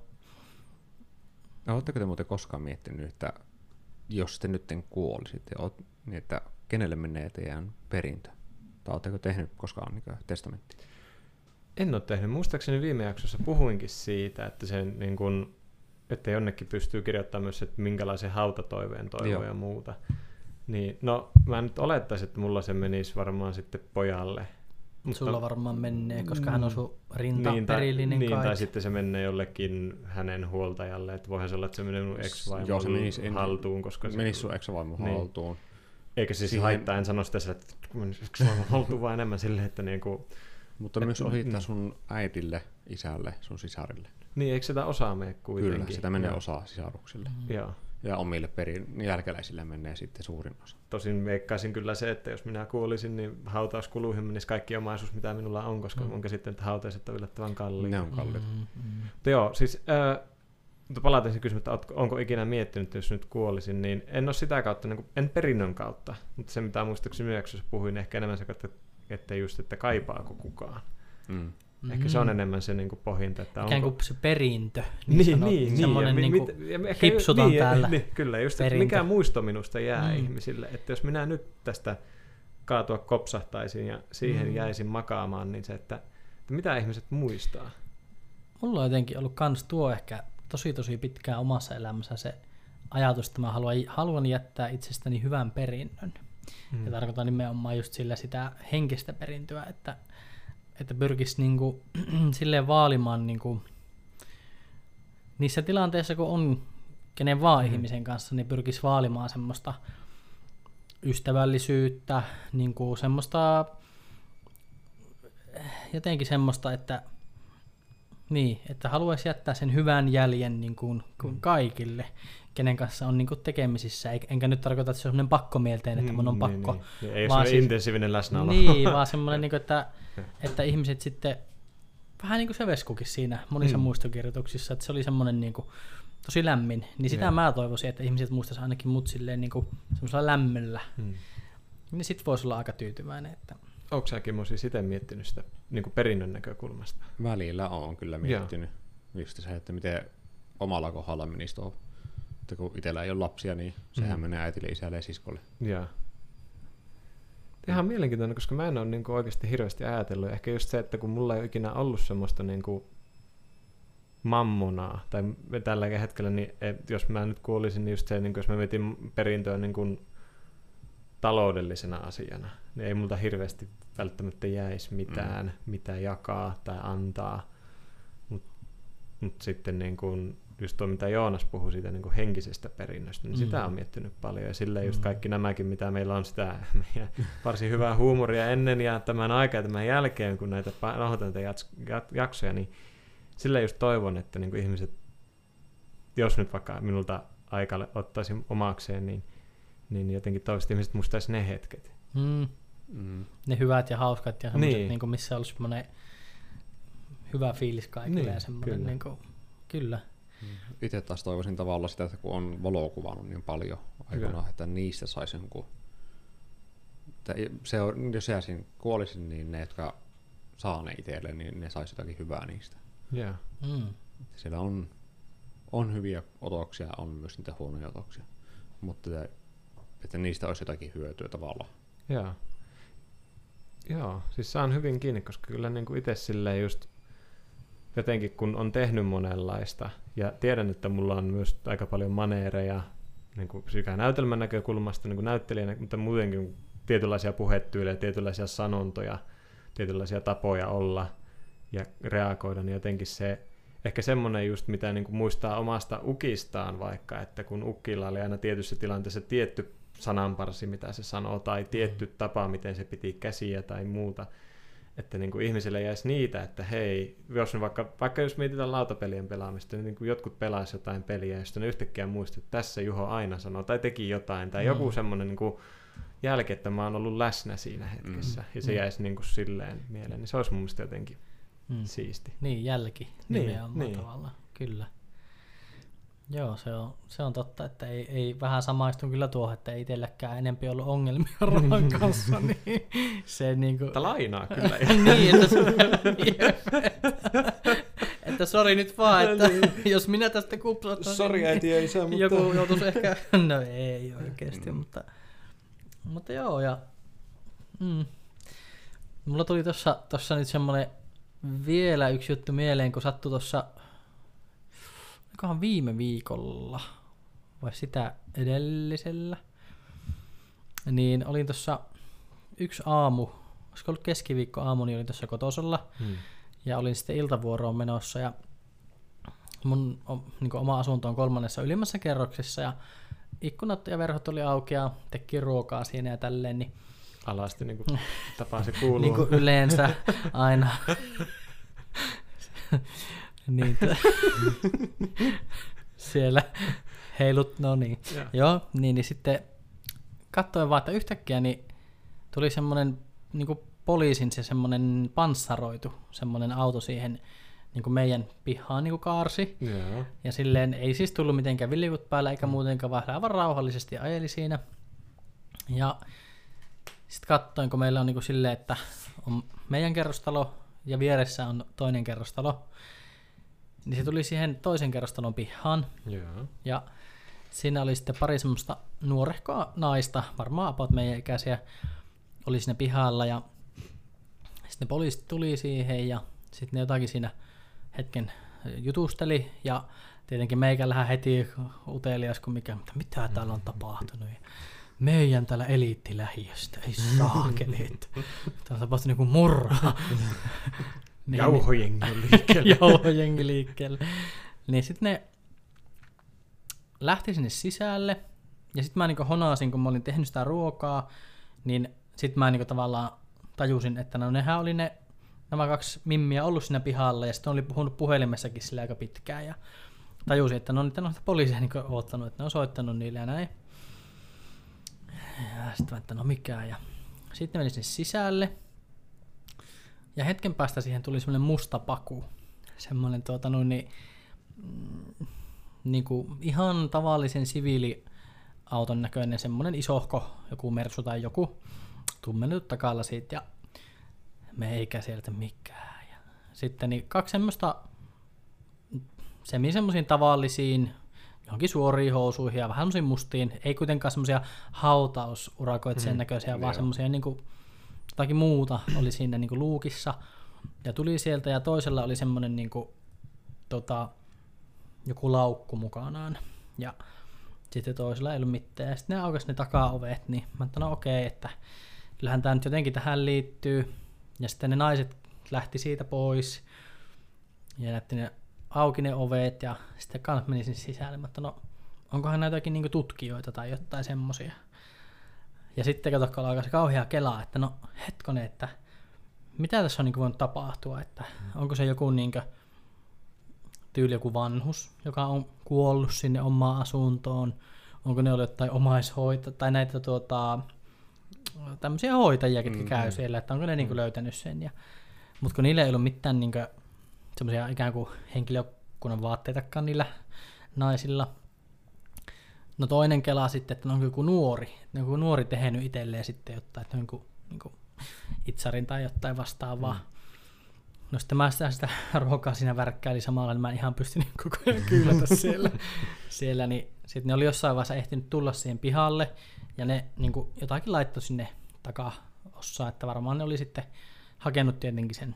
No, oletteko te muuten koskaan miettinyt, että jos te nyt kuolisitte, niin että kenelle menee teidän perintö? Tai oletteko tehnyt koskaan niin testamenttia? En ole tehnyt. Muistaakseni viime jaksossa puhuinkin siitä, että, sen, niin kun, että jonnekin pystyy kirjoittamaan myös, että minkälaisen hautatoiveen toivoo ja muuta. Niin, no, mä nyt olettaisin, että mulla se menisi varmaan sitten pojalle. Mutta sulla varmaan menee, koska hän on sun rintaperillinen niin, kai. Niin, tai sitten se menee jollekin hänen huoltajalle. Että voihan se olla, että se menee mun ex-vaimon haltuun. Koska se menisi sun ex-vaimon niin. haltuun. Eikä siis siihen haittaa, en sano sitä, että menisi ex-vaimon haltuun, vaan enemmän silleen, että niinku... Mutta et, myös ohittaa sun äidille, isälle, sun sisarille. Niin, eikö sitä osaa mene kuitenkin? Kyllä, sitä menee osa sisaruksille. Mm. Joo. Ja omille perin jälkeläisille menee sitten suurin osa. Tosin veikkaisin kyllä se, että jos minä kuolisin, niin hautauskuluihin menisi kaikki omaisuus, mitä minulla on, koska mm. on käsittänyt, että hautaiset on yllättävän kalliita. Ne on kalliita. Mm-hmm. Mutta joo, siis äh, mutta palataan siihen kysymään, että onko ikinä miettinyt, että jos nyt kuolisin, niin en ole sitä kautta, niin kuin, en perinnön kautta, mutta se mitä muistaakseni jaksossa puhuin, ehkä enemmän se kautta, että just, että kaipaako kukaan. Mm. Ehkä se on enemmän se niin kuin pohinta, että ikään kuin onko... se perintö, niin, niin, niin semmoinen niin, niin kuin hipsutaan niin, täällä. Niin, kyllä, just että mikä muisto minusta jää mm. ihmisille, että jos minä nyt tästä kaatua kopsahtaisin ja siihen mm. jäisin makaamaan, niin se, että, että mitä ihmiset muistaa. Mulla on jotenkin ollut kans tuo ehkä tosi tosi pitkään omassa elämässä se ajatus, että mä haluan, haluan jättää itsestäni hyvän perinnön. Mm. Ja tarkoitan nimenomaan just sillä sitä henkistä perintöä, että että pyrkisi niinku, silleen vaalimaan niinku, niissä tilanteissa, kun on kenen vaan mm. ihmisen kanssa, niin pyrkisi vaalimaan semmoista ystävällisyyttä, niinku semmoista, jotenkin semmoista, että, niin, että haluaisi jättää sen hyvän jäljen niinku, mm. kaikille, kenen kanssa on niinku tekemisissä, enkä nyt tarkoita, että se on semmoinen pakkomielteinen, että mun on pakko. Niin, niin. Ei ole siis, intensiivinen läsnäolo. Niin, vaan semmoinen, niinku, että, että ihmiset sitten, vähän niin kuin se Veskukin siinä monissa mm. muistokirjoituksissa, että se oli semmoinen, niinku, tosi lämmin, niin sitä Joo. mä toivoisin, että ihmiset muistaisi ainakin mut silleen niin kuin semmoisella lämmöllä. Hmm. Niin sit voisi olla aika tyytyväinen. Että... Onko sä Kimmo siis itse miettinyt sitä niin kuin perinnön näkökulmasta? Välillä on kyllä miettinyt. Just se, että miten omalla kohdalla menisi tuo. Että kun itsellä ei ole lapsia, niin sehän mm. menee äitille, isälle ja siskolle. Joo. Ihan mielenkiintoinen, koska mä en ole niin kuin oikeasti hirveästi ajatellut. Ehkä just se, että kun mulla ei ole ikinä ollut semmoista niin kuin mammonaa, tai tällä hetkellä, niin et, jos mä nyt kuulisin, niin just se, niin kuin jos mä mietin perintöä niin kuin taloudellisena asiana, niin ei multa hirveästi välttämättä jäisi mitään, mm. mitä jakaa tai antaa. Mutta mut sitten niin kun, just tuo, mitä Joonas puhui siitä niin kun henkisestä perinnöstä, niin mm. sitä on miettinyt paljon. Ja silleen just kaikki nämäkin, mitä meillä on sitä varsin hyvää huumoria ennen ja tämän aikaa ja tämän jälkeen, kun näitä nauhoitetaan jaksoja, niin silleen just toivon, että niin kun ihmiset, jos nyt vaikka minulta aikalle ottaisi omakseen, niin niin jotenkin toivottavasti ihmiset muistaisi ne hetket. Mm. Mm. Ne hyvät ja hauskat ja semmoiset, niin. Niin missä olisi semmoinen hyvä fiilis kaikille. Niin, ja semmoinen, kyllä. Niin kuin, kyllä. Itse taas toivoisin tavallaan sitä, että kun on valokuvannut niin paljon aikana, että niistä saisi jonkun... Se on, jos jääsin, kuolisin, niin ne, jotka saa ne itselle, niin ne saisi jotakin hyvää niistä. Yeah. Mm. Siellä on, on hyviä otoksia, on myös niitä huonoja otoksia. Mutta että niistä olisi jotakin hyötyä tavallaan. Joo. Joo, siis saan hyvin kiinni, koska kyllä niin kuin itse silleen just jotenkin kun on tehnyt monenlaista ja tiedän, että mulla on myös aika paljon maneereja niin kuin sekä näytelmän näkökulmasta niin kuin näyttelijänä, mutta muutenkin tietynlaisia puhetyylejä, tietynlaisia sanontoja, tietynlaisia tapoja olla ja reagoida, niin jotenkin se ehkä semmoinen just, mitä niin kuin muistaa omasta ukistaan vaikka, että kun ukilla oli aina tietyssä tilanteessa tietty sananparsi, mitä se sanoo, tai tietty tapa, miten se piti käsiä tai muuta, että niin kuin ihmisille jäisi niitä, että hei, jos vaikka, vaikka jos mietitään lautapelien pelaamista, niin, niin kuin jotkut pelaisivat jotain peliä, josta ne yhtäkkiä muistaa, että tässä Juho aina sanoo, tai teki jotain, tai mm. joku semmoinen niin kuin jälki, että mä oon ollut läsnä siinä hetkessä, mm. ja se jäisi niin kuin silleen mieleen, niin se olisi mun mielestä jotenkin mm. siisti. Niin, jälki niin, nimenomaan niin. tavallaan, kyllä. Joo, se on, se on totta, että ei, ei vähän samaistun kyllä tuohon, että ei itselläkään enempi ollut ongelmia rahan kanssa, niin se niinku... Mutta lainaa kyllä. niin, että, että sori nyt vaan, että jos minä tästä kupsatan... Sori äiti ei saa, mutta... Joku joutuisi ehkä... No ei oikeasti, mm. mutta... Mutta joo, ja... Mm. Mulla tuli tossa, tossa nyt semmonen vielä yksi juttu mieleen, kun sattui tossa... Olikohan viime viikolla, vai sitä edellisellä, niin olin tuossa yksi aamu, olisiko ollut keskiviikko aamu, niin olin tuossa kotosalla, hmm. ja olin sitten iltavuoroon menossa, ja mun niin oma asunto on kolmannessa ylimmässä kerroksessa, ja ikkunat ja verhot oli auki, ja teki ruokaa siinä ja tälleen, niin alasti niin kuin tapaa se kuuluu. niin kuin yleensä aina. Niin, t- siellä heilut, no niin. Ja. Joo, niin, niin sitten katsoin vaan, että yhtäkkiä niin tuli semmoinen niin kuin poliisin se semmoinen panssaroitu semmoinen auto siihen niin kuin meidän pihaan niin kuin kaarsi. Ja. Ja silleen ei siis tullut mitenkään villikut päällä eikä muutenkaan, vaan aivan rauhallisesti ajeli siinä. Ja sitten katsoin, kun meillä on niin kuin silleen, että on meidän kerrostalo ja vieressä on toinen kerrostalo. Niin se tuli siihen toisen kerrostalon pihaan. Yeah. Ja siinä oli sitten pari semmoista nuorehkoa naista, varmaan about meidän ikäisiä, oli siinä pihalla. Ja sitten poliisit tuli siihen ja sitten ne jotakin siinä hetken jutusteli. Ja tietenkin meikällähän heti utelias, kun mikä, mitä täällä on tapahtunut. Ja meidän täällä eliittilähiöstä, ei saakeli, että täällä on tapahtunut joku murha. Niin, Jauhojengi liikkeelle. Jauhojengi liikkeelle. Niin sitten ne lähti sinne sisälle. Ja sitten mä niinku honasin, kun mä olin tehnyt sitä ruokaa. Niin sitten mä niinku tavallaan tajusin, että no nehän oli ne, nämä kaksi mimmiä ollut siinä pihalla. Ja sitten oli puhunut puhelimessakin sille aika pitkään. Ja tajusin, että no niitä on poliisia niinku oottanut, että ne on soittanut niille ja näin. Ja sitten mä, että no mikään. Ja sitten meni sinne sisälle. Ja hetken päästä siihen tuli semmoinen musta paku. Semmoinen tuota, no, niin, mm, niin kuin ihan tavallisen siviiliauton näköinen semmoinen isohko, joku Mersu tai joku, tummennut takalla siitä ja me eikä sieltä mikään. Ja sitten niin kaksi semmoista semi semmoisiin tavallisiin, johonkin suoriin housuihin ja vähän semmoisiin mustiin, ei kuitenkaan semmoisia hautausurakoitseen mm, näköisiä, vaan semmoisia niinku jotakin muuta oli siinä niinku luukissa. Ja tuli sieltä ja toisella oli semmoinen niinku, tota, joku laukku mukanaan. Ja sitten toisella ei ollut mitään. Ja sitten ne aukasi ne takaovet, niin mä ajattelin, no okei, että kyllähän tää nyt jotenkin tähän liittyy. Ja sitten ne naiset lähti siitä pois ja näytti ne auki ne ovet ja sitten kans meni sinne sisälle, mutta no onkohan näitä jotakin niinku tutkijoita tai jotain semmosia. Ja sitten kato, kun alkaa se kauhea kelaa, että no hetkonen, että mitä tässä on niinku voinut tapahtua, että onko se joku niinku tyyli joku vanhus, joka on kuollut sinne omaan asuntoon, onko ne ollut jotain omaishoita tai näitä tuota, tämmöisiä hoitajia, ketkä mm, käy mm. siellä, että onko ne niinku löytänyt sen. Ja, mutta kun niillä ei ollut mitään niinku semmoisia ikään kuin henkilökunnan vaatteitakaan niillä naisilla. No toinen kelaa sitten, että on joku nuori, että on joku nuori tehnyt itselleen sitten jotain, että on joku niin kuin itsarin tai jotain vastaavaa. Mm. No sitten mä sitä, sitä ruokaa siinä värkkäili samalla, niin mä en ihan pystynyt koko ajan kyllätä siellä. siellä niin sitten ne oli jossain vaiheessa ehtinyt tulla siihen pihalle, ja ne niin kuin jotakin laittoi sinne takaossaan, että varmaan ne oli sitten hakenut tietenkin sen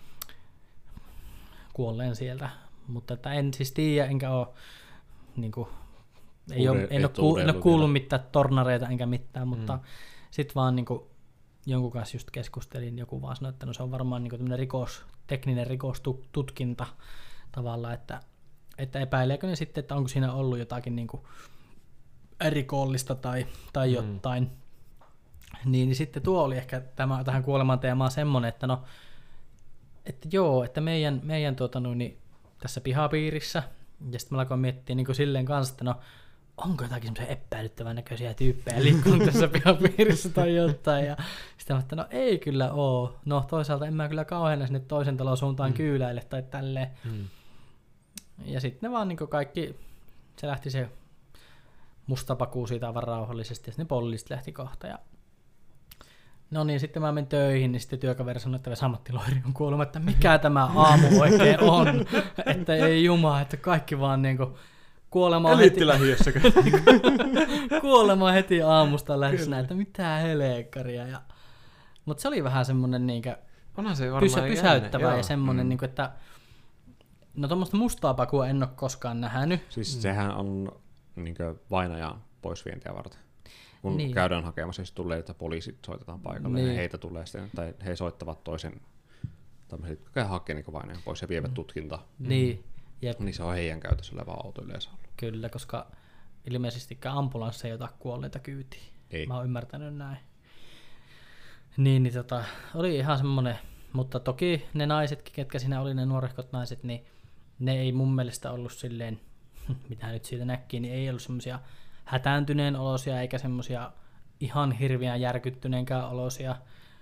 kuolleen sieltä, mutta että en siis tiedä, enkä ole, niin kuin, ei ole, en, ole kuullut, en ole kuullut mitään tornareita enkä mitään, mutta mm. sitten vaan niin kuin, jonkun kanssa just keskustelin, joku vaan sanoi, että no se on varmaan niin kuin tämmöinen rikos, tekninen rikostutkinta tavallaan, että, että epäileekö ne sitten, että onko siinä ollut jotakin niin kuin rikollista tai, tai mm. jotain. Niin, niin sitten tuo oli ehkä tämä, tähän kuoleman teemaan semmoinen, että no että joo, että meidän, meidän tuota, no, niin, tässä pihapiirissä, ja sitten mä alkoin miettiä niin kuin silleen kanssa, että no onko jotakin semmoisia epäilyttävän näköisiä tyyppejä liikkunut tässä pihapiirissä tai jotain, ja sitten mä että no ei kyllä oo. No toisaalta en mä kyllä kauheena sinne toisen talon suuntaan mm. kyyläille tai tälleen. Mm. Ja sitten ne vaan niin kuin kaikki, se lähti se musta pakuu siitä aivan rauhallisesti, ja sitten ne poliisit lähti kohta, ja no niin, sitten mä menin töihin, niin sitten työkaveri sanoi, että Vesa-Matti Loiri on kuollut, että mikä tämä aamu oikein on, että ei jumala, että kaikki vaan niinku kuolemaan heti, kuolemaan heti aamusta lähdössä, että mitä helekkaria. Ja mutta se oli vähän semmoinen niinku pysä, pysäyttävä ja, ja semmoinen, mm. niinku, että no tuommoista mustaa pakua en ole koskaan nähnyt. Siis mm. sehän on niinku vainajan poisvientiä varten. Kun niin. käydään hakemassa, jos tulee, että poliisit soitetaan paikalle, niin. ja heitä tulee sitten, tai he soittavat toisen, tämmöiset, jotka hakee niin vainajan pois ja vievät mm. tutkinta. Niin. Jep. Niin se on heidän käytössä oleva auto yleensä ollut. Kyllä, koska ilmeisestikään ambulanssi ei ota kuolleita kyytiin. Ei. Mä oon ymmärtänyt näin. Niin, niin tota, oli ihan semmoinen, mutta toki ne naisetkin, ketkä siinä oli, ne nuorehkot naiset, niin ne ei mun mielestä ollut silleen, mitä nyt siitä näkkiin, niin ei ollut semmoisia hätääntyneen olosia, eikä semmoisia ihan hirveän järkyttyneenkään olosia.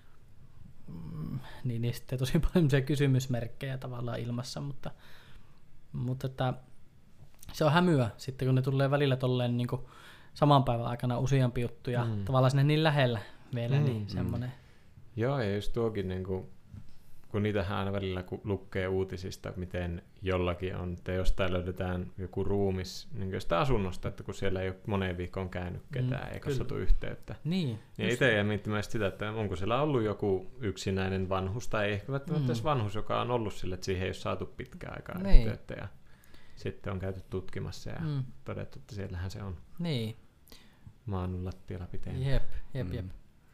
Mm, niin, niin sitten tosi paljon kysymysmerkkejä tavallaan ilmassa, mutta, mutta että se on hämyä sitten, kun ne tulee välillä tolleen niin kuin saman päivän aikana useampi juttu ja mm. tavallaan sinne niin lähellä vielä, mm, niin semmoinen. Mm. Joo, ja just tuokin, niin kuin, kun niitähän aina välillä lukee uutisista, miten jollakin on, että jostain löydetään joku ruumis niin jostain asunnosta, että kun siellä ei ole moneen viikkoon käynyt ketään, mm, eikä saatu yhteyttä. Niin. Niin itse jäin miettimään sitä, että onko siellä ollut joku yksinäinen vanhus, tai ehkä välttämättä mm. vanhus, joka on ollut sille, että siihen ei ole saatu pitkään aikaa niin. yhteyttä, ja sitten on käyty tutkimassa ja mm. todettu, että siellähän se on. Niin. Maannut lattialla piteen. Jep, jep, jep. Mm.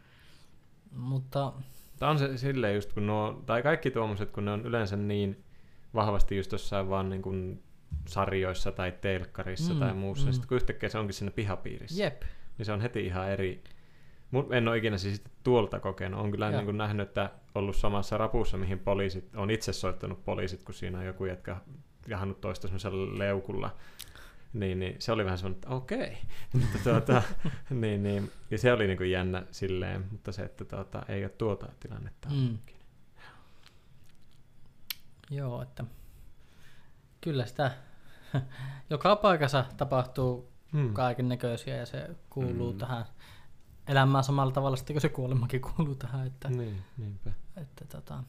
Mutta tämä on se silleen just, kun nuo, tai kaikki tuommoiset, kun ne on yleensä niin vahvasti just jossain vaan niin kuin sarjoissa tai telkkarissa mm, tai muussa, mm. sitten kun yhtäkkiä se onkin siinä pihapiirissä, Jep. niin se on heti ihan eri. En ole ikinä siis tuolta kokenut. Olen kyllä niin kuin nähnyt, että ollut samassa rapussa, mihin poliisit, on itse soittanut poliisit, kun siinä on joku jätkä jahannut toista semmoisella leukulla. Niin, niin, se oli vähän semmoinen, että okei. mutta tuota, niin, niin, ja se oli niin kuin jännä silleen, mutta se, että tuota, ei ole tuota tilannetta. Mm. Joo, että kyllä sitä joka paikassa tapahtuu Hmm. kaiken näköisiä ja se kuuluu Mm. tähän elämään samalla tavalla, sitten kun se kuolemakin kuuluu tähän. Että, Niin, niinpä. että tota,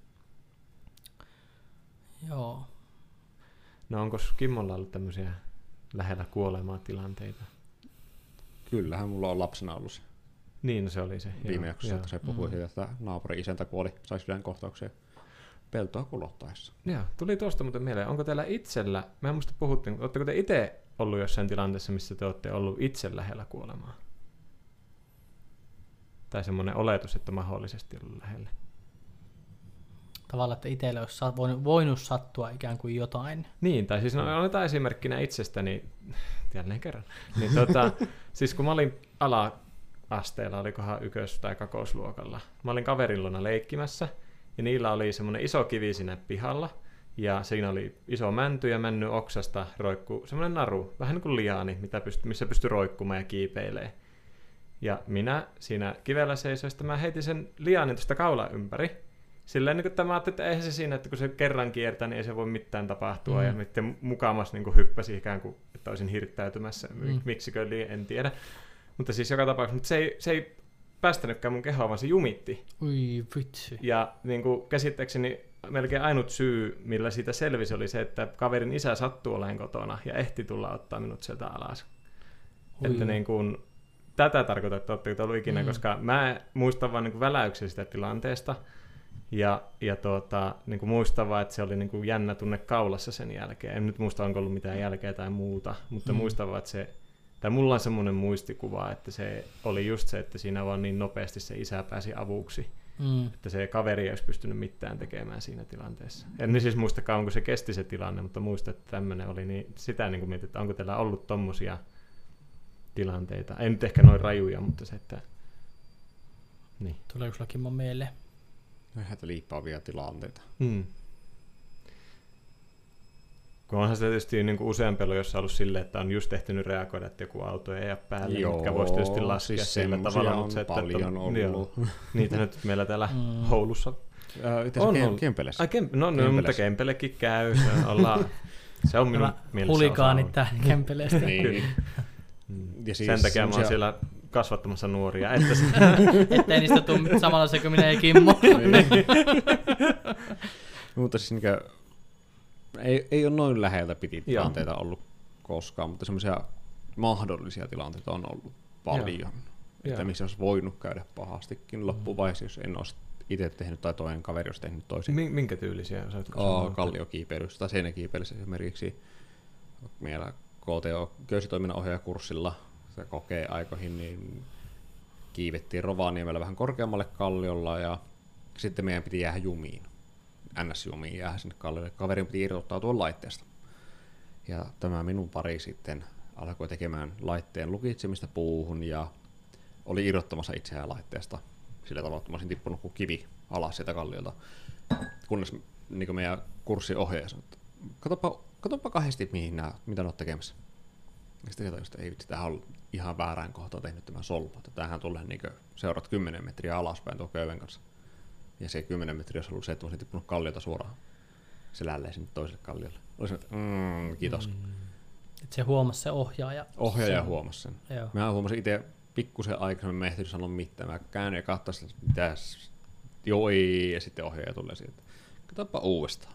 joo. No onko Kimmolla ollut tämmöisiä lähellä kuolemaa tilanteita? Kyllähän mulla on lapsena ollut se. Niin, no se oli se. Viime joo, jaksossa, joo. että se puhui siitä, että naapurin isäntä kuoli, sai sydänkohtauksia peltoa kulottaessa. Joo, tuli tuosta muuten mieleen. Onko teillä itsellä, mä en muista puhuttiin, oletteko te itse ollut jossain tilanteessa, missä te olette ollut itse lähellä kuolemaa? Tai semmoinen oletus, että mahdollisesti ollut lähellä. Tavallaan, että itselle olisi sa- voinut, voinut sattua ikään kuin jotain. Niin, tai siis no, otetaan esimerkkinä itsestäni, jälleen kerran. Niin, tota, siis kun mä olin ala-asteella, olikohan ykkös- tai kakosluokalla, mä olin kaverin luona leikkimässä, ja niillä oli semmoinen iso kivi siinä pihalla, ja siinä oli iso mänty ja männy oksasta roikkuu semmoinen naru, vähän niin kuin liaani, mitä pysty, missä pystyi roikkumaan ja kiipeilee. Ja minä siinä kivellä seisoista, mä heitin sen liaanin tuosta kaulan ympäri. Silleen niin kuin mä ajattelin, että eihän se siinä, että kun se kerran kiertää, niin ei se voi mitään tapahtua. Mm. Ja sitten mukamas niin kuin hyppäsi ikään kuin, että olisin hirttäytymässä. Mm. Miksikö, en tiedä. Mutta siis joka tapauksessa, mutta se ei, se ei päästänytkään mun kehoa, vaan se jumitti. Ui vitsi. Ja niin kuin käsittääkseni melkein ainut syy, millä siitä selvisi, oli se, että kaverin isä sattui olemaan kotona ja ehti tulla ottaa minut sieltä alas. Ui. Että niin kuin, tätä tarkoittaa, että oletteko ollut ikinä, mm. koska mä muistan vaan niin kuin väläyksen sitä tilanteesta. Ja, ja tuota, niin kuin muistan vaan, että se oli niin kuin jännä tunne kaulassa sen jälkeen. En nyt muista, onko ollut mitään jälkeä tai muuta, mutta mm. muistan vaan, että se, tai mulla on semmoinen muistikuva, että se oli just se, että siinä vaan niin nopeasti se isä pääsi avuksi. Mm. Että se kaveri ei olisi pystynyt mitään tekemään siinä tilanteessa. En siis muistakaan, onko se kesti se tilanne, mutta muistan, että tämmöinen oli. Niin sitä niin kuin mietin, että onko teillä ollut tommosia tilanteita. Ei nyt ehkä noin rajuja, mutta se, että... Niin. Tuleeko sulla Kimmo mieleen? Näitä liippaavia tilanteita. Hmm. Kun onhan se tietysti niin kuin useampi ollut, jossa on ollut silleen, että on just ehtinyt reagoida, että joku auto ei jää päälle, Joo, mitkä voisi tietysti laskea siis sillä tavalla. on Mutta se, että, paljon että, ollut. Joo, niitä nyt meillä täällä Mm. Oulussa Äh, on ollut. Kempelässä. Ai, kem- no, no, mutta Kempelekin käy. Se, ollaan, se on minun Nämä mielessä hulikaanit tää Kempeleestä. Niin. Mm. Ja siis Sen takia mä oon semmosia- siellä kasvattamassa nuoria. Että se... Ettei niistä tule samalla se kuin minä ja Kimmo. Mutta siis niinkö, ei, ei ole noin läheltä piti Joo. tilanteita ollut koskaan, mutta semmoisia mahdollisia tilanteita on ollut paljon. Joo. Että Joo. missä olisi voinut käydä pahastikin loppuvaiheessa, jos en olisi itse tehnyt tai toinen kaveri olisi tehnyt toisin. Mi- minkä tyylisiä? Osaatko Oh, sanoa? kalliokiipeilyssä tai seinäkiipeilyssä esimerkiksi. Meillä K T O-köysitoiminnan ohjaajakurssilla se kokee aikoihin, niin kiivettiin Rovaniemellä vähän korkeammalle kalliolla ja sitten meidän piti jäädä jumiin. N S-jumiin jäädä sinne kalliolle. Kaverin piti irrottautua laitteesta. Ja tämä minun pari sitten alkoi tekemään laitteen lukitsemista puuhun ja oli irrottamassa itseään laitteesta. Sillä tavalla, että mä olisin tippunut kuin kivi alas sieltä kalliolta. Kunnes niin meidän kurssin ohjaaja sanoi, että katsopa, katsopa kahdesti, mihin nää, mitä ne oot tekemässä. Ja sitten katsoin, että ei vitsi, tämähän on ihan väärään kohtaan tehnyt tämä solmu. Että tämähän tulee niin seuraat kymmenen metriä alaspäin tuon köyven kanssa. Ja se kymmenen metriä olisi ollut se, että mä olisin tippunut kalliolta suoraan selälleen sinne toiselle kalliolle. Olisin, että mm, kiitos. Mm. Että se huomasi se ohjaaja. Ohjaaja se, huomasi sen. Joo. Mä huomasin itse pikkusen aikaisemmin, mä en ehtinyt sanoa mitään. Mä käyn ja katsoin, että mitäs, joo ei, ja sitten ohjaaja tulee siitä. Katsopa uudestaan.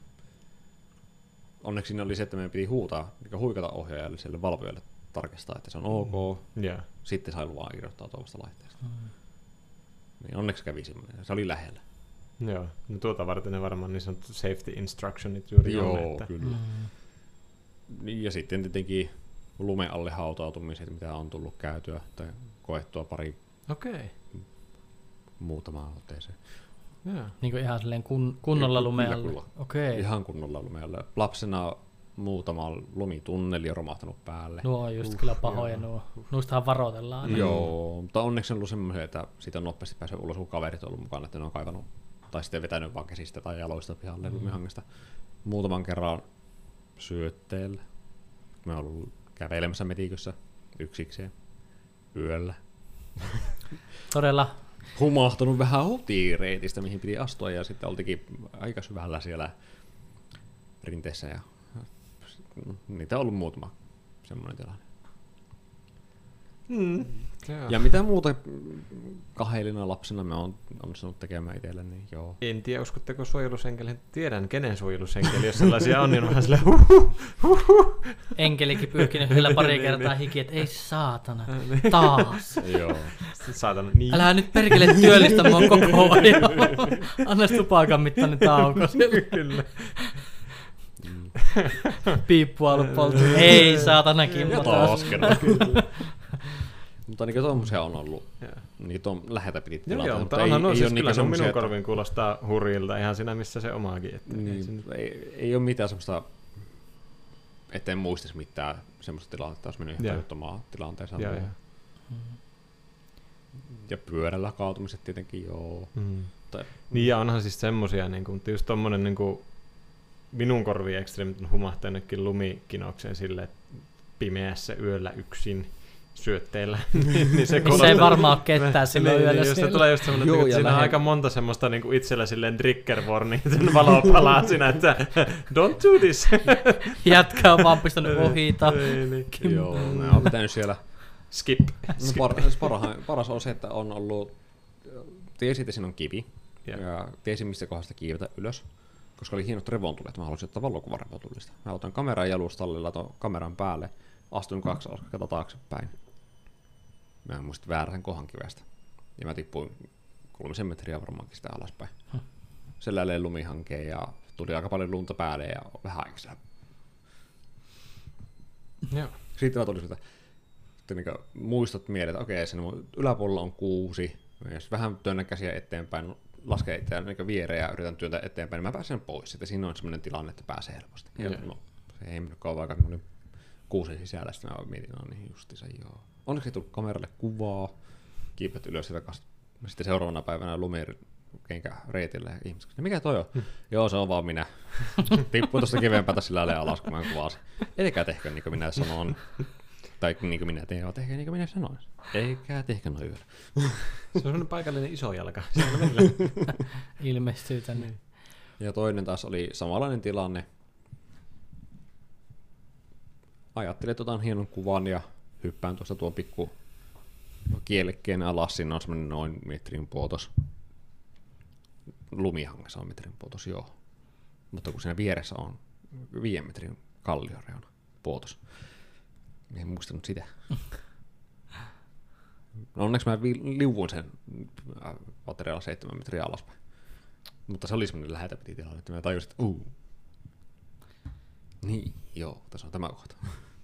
Onneksi siinä oli se, että meidän piti huutaa, niin huikata ohjaajalle, sille valvojalle tarkistaa, että se on ok. Mm. Yeah. Sitten sai luvan irrottaa tuosta laitteesta. Mm. Niin onneksi kävi semmoinen, se oli lähellä. Joo, no tuota varten ne varmaan niin sanottu safety instructionit juuri Joo, on. Että... kyllä. Mm. Ja sitten tietenkin lumen alle hautautumiset, mitä on tullut käytyä tai koettua pari okay. muutamaan otteeseen. Yeah. Niin kuin ihan silleen kun, kunnolla lumeen alle. Kyllä. Okay. Ihan kunnolla lumeen alle. Lapsena muutama lumitunneli on romahtanut päälle. Nuo on just uh, kyllä pahoja, nuo. Nuistahan varoitellaan. Mm. Joo, mutta onneksi on ollut semmoisia, että siitä on nopeasti päässyt ulos, kun kaverit on ollut mukana, että ne on kaivannut tai sitten vetänyt vaan käsistä tai jaloista pihalle mm. lumihangesta. Muutaman kerran syötteellä. Me on ollut kävelemässä metikössä yksikseen yöllä. Todella. Humahtunut vähän hutiireitistä, mihin piti astua, ja sitten oltikin aika syvällä siellä rinteessä ja niitä on ollut muutama semmoinen tilanne. Mm. Ja mitä muuta kahelina lapsena me on onnistunut tekemään itselle, niin joo. En tiedä, uskotteko suojelusenkeliin? Tiedän, kenen suojelusenkeli, jos sellaisia on, niin on vähän silleen huhuh, huhuh. Enkelikin pyyhkinyt kyllä pari kertaa hiki, että ei saatana, taas. Joo. Sitten saatana, niin. Älä nyt perkele työllistä mua koko ajan. Anna tupakan mittainen tauko siellä. Kyllä. Piippua ollut polttu. Ei saatana kimmo Ja taas. taas kerran. Mutta niin tommosia on ollut. Niitä on lähetä piti Joo, tilata. joo, mutta onhan ei, no, ei siis ole kyllä se on minun että... korviin kuulostaa hurjilta, ihan siinä missä se omaakin. Että Niin, ei, se... ei, ei ole mitään semmoista, etten muistisi mitään semmoista tilannetta, jos mennyt ihan tajuttomaan tilanteeseen. Ja, ja. ja pyörällä kaatumiset tietenkin, joo. Mm. Tai... Niin ja onhan siis semmosia, niin kuin, just tommonen niin kuin, minun korviin ekstreemit on humahtaa jonnekin lumikinokseen silleen, että pimeässä yöllä yksin syötteillä. niin se Missä ei varmaan ole ketään silloin niin, yöllä niin, siellä. tulee just semmoinen, Joo, että ja siinä on lähe... aika monta semmoista niin kuin itsellä silleen trigger warning, että valo palaa siinä, että don't do this. Jätkä on vaan pistänyt ohita. niin. Joo, mä oon pitänyt siellä. Skip. No, par, parha, paras on se, että on ollut, tiesin, että siinä on kivi, yeah. ja tiesin, mistä kohdasta kiivetä ylös, koska oli hienot revontulet, mä halusin ottaa valokuvan revontulista. Mä otan kameran jalustallilla tuon kameran päälle, astuin kaksi askelta taaksepäin. Mä en muista väärän kohan kivestä. Ja mä tippuin kolmisen metriä varmaankin sitä alaspäin. Huh. Sen läleen lumihankeen ja tuli aika paljon lunta päälle ja vähän aikaa. Joo. Sitten mä tulin sitä, niin muistot mieleen, että okei, siinä yläpuolella on kuusi. Jos vähän työnnän käsiä eteenpäin, laskee itseään niin viereen ja yritän työntää eteenpäin, niin mä pääsen pois. Sitten siinä on sellainen tilanne, että pääsee helposti. Ja no, se ei mennyt kauan aikaa, kun mä olin kuusen sisällä, sitten mä mietin, no niin justiinsa joo. Onneksi ei tullut kameralle kuvaa, kiipet ylös ja takaisin. Sitten seuraavana päivänä lumikenkä reitillä ja ihmiset, mikä toi on? Hmm. Joo, se on vaan minä. Tippuin tuosta kiveen päätä sillä lailla alas, kun mä kuvasin. Eikä tehkö niin kuin minä sanon. Tai niin kuin minä teen, vaan tehkö niin kuin minä sanoin. Eikä tehkö noin yöllä. Se on sellainen paikallinen iso jalka. Ilmestyy tänne. Ja toinen taas oli samanlainen tilanne. Ajattelin, että otan hienon kuvan ja hyppään tuosta tuon pikku kielekkeen alas. Siinä on semmoinen noin metrin puotos. Lumihangessa on metrin puotos, joo. Mutta kun siinä vieressä on viiden metrin kallioreuna puotos. En muistanut sitä. No onneksi mä liuvuin sen materiaalilla seitsemän metriä alaspäin. Mutta se oli semmoinen lähetä piti tilanne, että mä tajusin, että uu. Niin, joo, tässä on tämä kohta.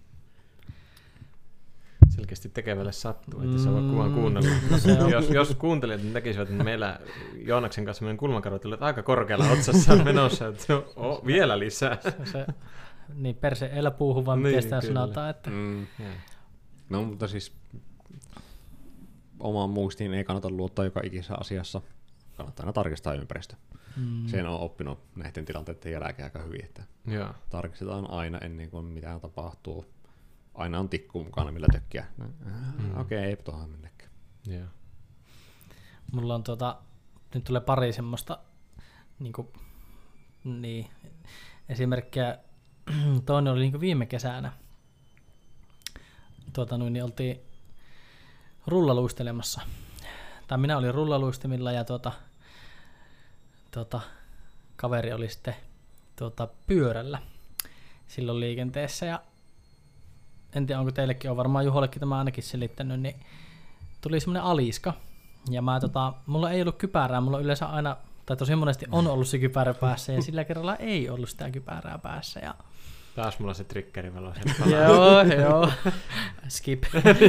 Selkeästi tekevälle sattuu, että sä voi kuvan kuunnella. No jos, jos kuuntelijat niin tekisivät, niin meillä Joonaksen kanssa meidän kulmakarvat olivat aika korkealla otsassa menossa, että oh, vielä lisää. Se, se, niin perse elä puuhun, vaan miten sitä sanotaan. Että... Mm. No mutta siis omaan muistiin ei kannata luottaa joka ikisessä asiassa. Kannattaa aina tarkistaa ympäristö. Mm. Sen on oppinut näiden tilanteiden jälkeen aika hyvin, että ja. Tarkistetaan aina ennen kuin mitään tapahtuu. Aina on tikku mukana, millä tökkiä. Mm. Okei, okay, ei tuohon mennäkään. Yeah. Mulla on tuota, nyt tulee pari semmoista niin kuin, niin, esimerkkiä. Toinen oli niin kuin viime kesänä. Tuota, noin, niin oltiin rullaluistelemassa. Tai minä olin rullaluistimilla ja tuota, tuota, kaveri oli sitten tuota, pyörällä silloin liikenteessä. Ja en tiedä, onko teillekin, on varmaan Juhollekin tämä ainakin selittänyt, niin tuli semmoinen aliska. Ja mä, tota, mulla ei ollut kypärää, mulla yleensä aina, tai tosi monesti on ollut se kypärä päässä, ja sillä kerralla ei ollut sitä kypärää päässä. Ja... Taas mulla se triggeri valo. Joo, joo. Skip.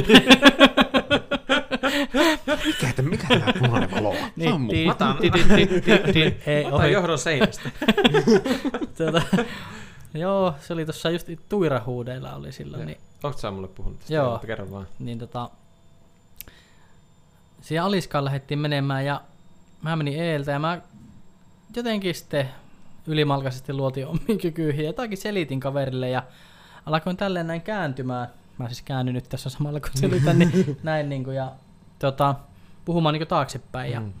Mikä, että mikä tämä punainen valo on? Niin, Sammu. ti, Otan. ti, ti, ti, ti, ti, ei, Ota ohi. johdon seinästä. Tuota, joo, se oli tuossa just tuirahuudeilla oli silloin. Niin, Oletko sä mulle puhunut tästä? joo. Kerro vaan. Niin tota, siihen aliskaan lähdettiin menemään ja mä menin eeltä ja mä jotenkin sitten ylimalkaisesti luotiin omiin kykyihin ja jotakin selitin kaverille ja alkoin tälleen näin kääntymään. Mä siis käännyn nyt tässä samalla kun selitän, niin näin niin kuin, ja tota, puhumaan niin kuin taaksepäin. Ja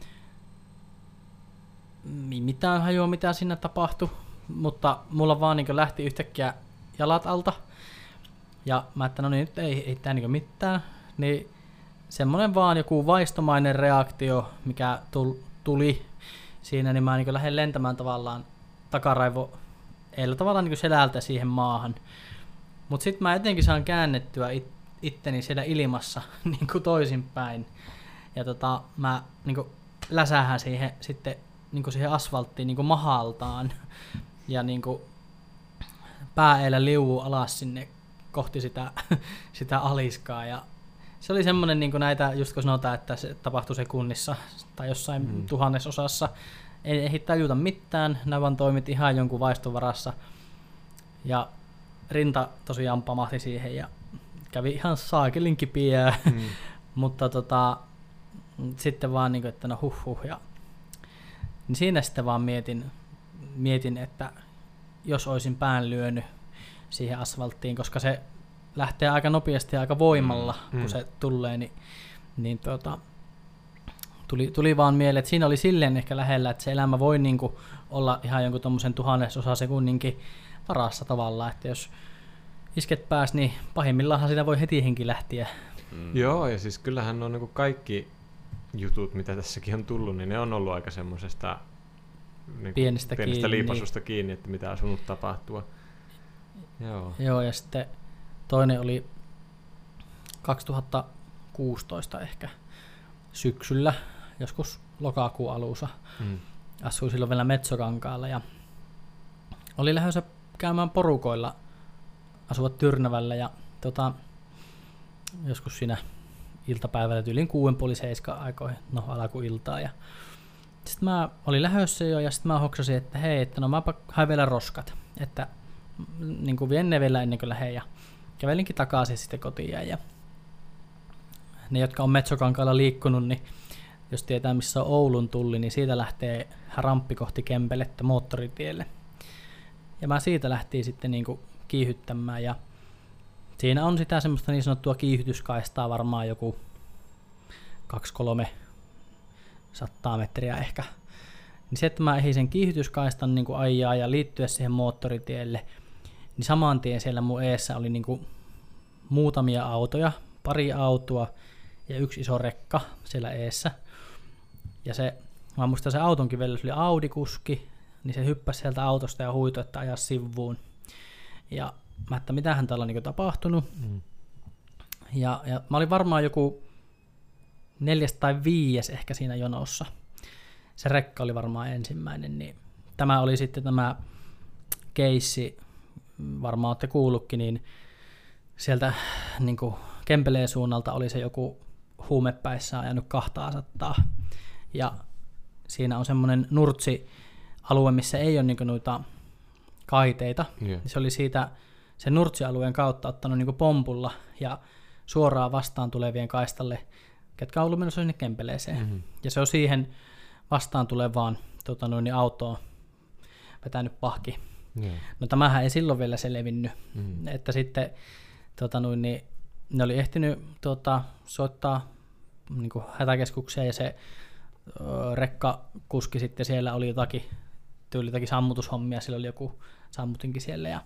mm. mitään hajua mitä siinä tapahtui, mutta mulla vaan niin kuin lähti yhtäkkiä jalat alta. Ja mä että no niin, nyt ei, ei tää niin mitään. Niin semmonen vaan joku vaistomainen reaktio, mikä tuli siinä, niin mä niin lähden lentämään tavallaan takaraivo eillä tavallaan niin selältä siihen maahan. Mut sit mä etenkin saan käännettyä it, itteni siellä ilmassa niin toisinpäin. Ja tota, mä niin läsähän siihen sitten niin siihen asfalttiin niin mahaltaan. Ja niin pää-eellä liuu alas sinne kohti sitä, sitä aliskaa. Ja se oli semmoinen, niin näitä, just kun sanotaan, että se tapahtui sekunnissa tai jossain mm. tuhannesosassa. Ei ehdi tajuta mitään, nämä vaan toimit ihan jonkun vaiston varassa. Ja rinta tosiaan pamahti siihen ja kävi ihan saakelin kipiää. Mm. Mutta tota, sitten vaan, niin kuin, että no huh huh. Ja, niin siinä sitten vaan mietin, mietin, että jos olisin pään lyönyt siihen asfalttiin, koska se lähtee aika nopeasti ja aika voimalla, mm. kun se tulee, niin, niin tuota, tuli, tuli vaan mieleen, että siinä oli silleen ehkä lähellä, että se elämä voi niinku olla ihan jonkun tommosen tuhannesosa sekunninkin varassa tavallaan, että jos isket pääs, niin pahimmillaan siinä voi heti henki lähteä. Mm. Joo, ja siis kyllähän on niinku kaikki jutut, mitä tässäkin on tullut, niin ne on ollut aika semmosesta niin pienestä, pienestä kiinni, liipasusta niin. kiinni, että mitä on asunut tapahtua. Joo. Joo, ja sitten toinen oli kaksituhattakuusitoista ehkä syksyllä, joskus lokakuun alussa. Mm. Asuin silloin vielä Metsokankaalla ja oli lähdössä käymään porukoilla, asuvat Tyrnävällä ja tota, joskus siinä iltapäivällä tyylin kuuden puoli seiskan aikoihin, no alkuiltaa. Ja sitten mä olin lähdössä jo ja sitten mä hoksasin, että hei, että no mä hain vielä roskat, että niin kuin vien ne vielä ennen kuin lähden ja kävelinkin takaisin sitten kotiin ja ne, jotka on Metsokankaalla liikkunut, niin jos tietää missä on Oulun tulli, niin siitä lähtee ramppi kohti Kempelettä moottoritielle. Ja mä siitä lähtiin sitten niin kuin kiihyttämään ja siinä on sitä semmoista niin sanottua kiihytyskaistaa varmaan joku kaksi kolme sataa metriä ehkä. Niin se, että mä ehdin sen kiihytyskaistan niin kuin ajaa ja liittyä siihen moottoritielle, niin saman tien siellä mun eessä oli niin kuin muutamia autoja, pari autoa ja yksi iso rekka siellä eessä. Ja se, mä muistan se autonkin vielä, se oli Audi-kuski, niin se hyppäsi sieltä autosta ja huitoi, että ajaa sivuun. Ja mä että mitähän täällä on niin kuin tapahtunut. Mm. Ja, ja mä olin varmaan joku neljäs tai viides ehkä siinä jonossa. Se rekka oli varmaan ensimmäinen. Niin tämä oli sitten tämä keissi, varmaan olette kuullutkin, niin sieltä niin kuin Kempeleen suunnalta oli se joku huumepäissään ajanut kaksisataa. Ja siinä on semmoinen nurtsi-alue, missä ei ole niin kuin noita kaiteita. Yeah. Se oli siitä sen nurtsialueen kautta ottanut niin kuin pompulla ja suoraan vastaan tulevien kaistalle, ketkä on ollut menossa sinne Kempeleeseen. Mm-hmm. Ja se on siihen vastaan tulevaan tota noin, autoon vetänyt pahki. Yeah. No tämähän ei silloin vielä selvinnyt, mm-hmm. että sitten tota noin, niin, ne oli ehtinyt tota, soittaa niin kuin hätäkeskukseen ja se ö, rekkakuski sitten siellä oli jotakin, tyyli jotakin sammutushommia, sillä oli joku sammutinkin siellä ja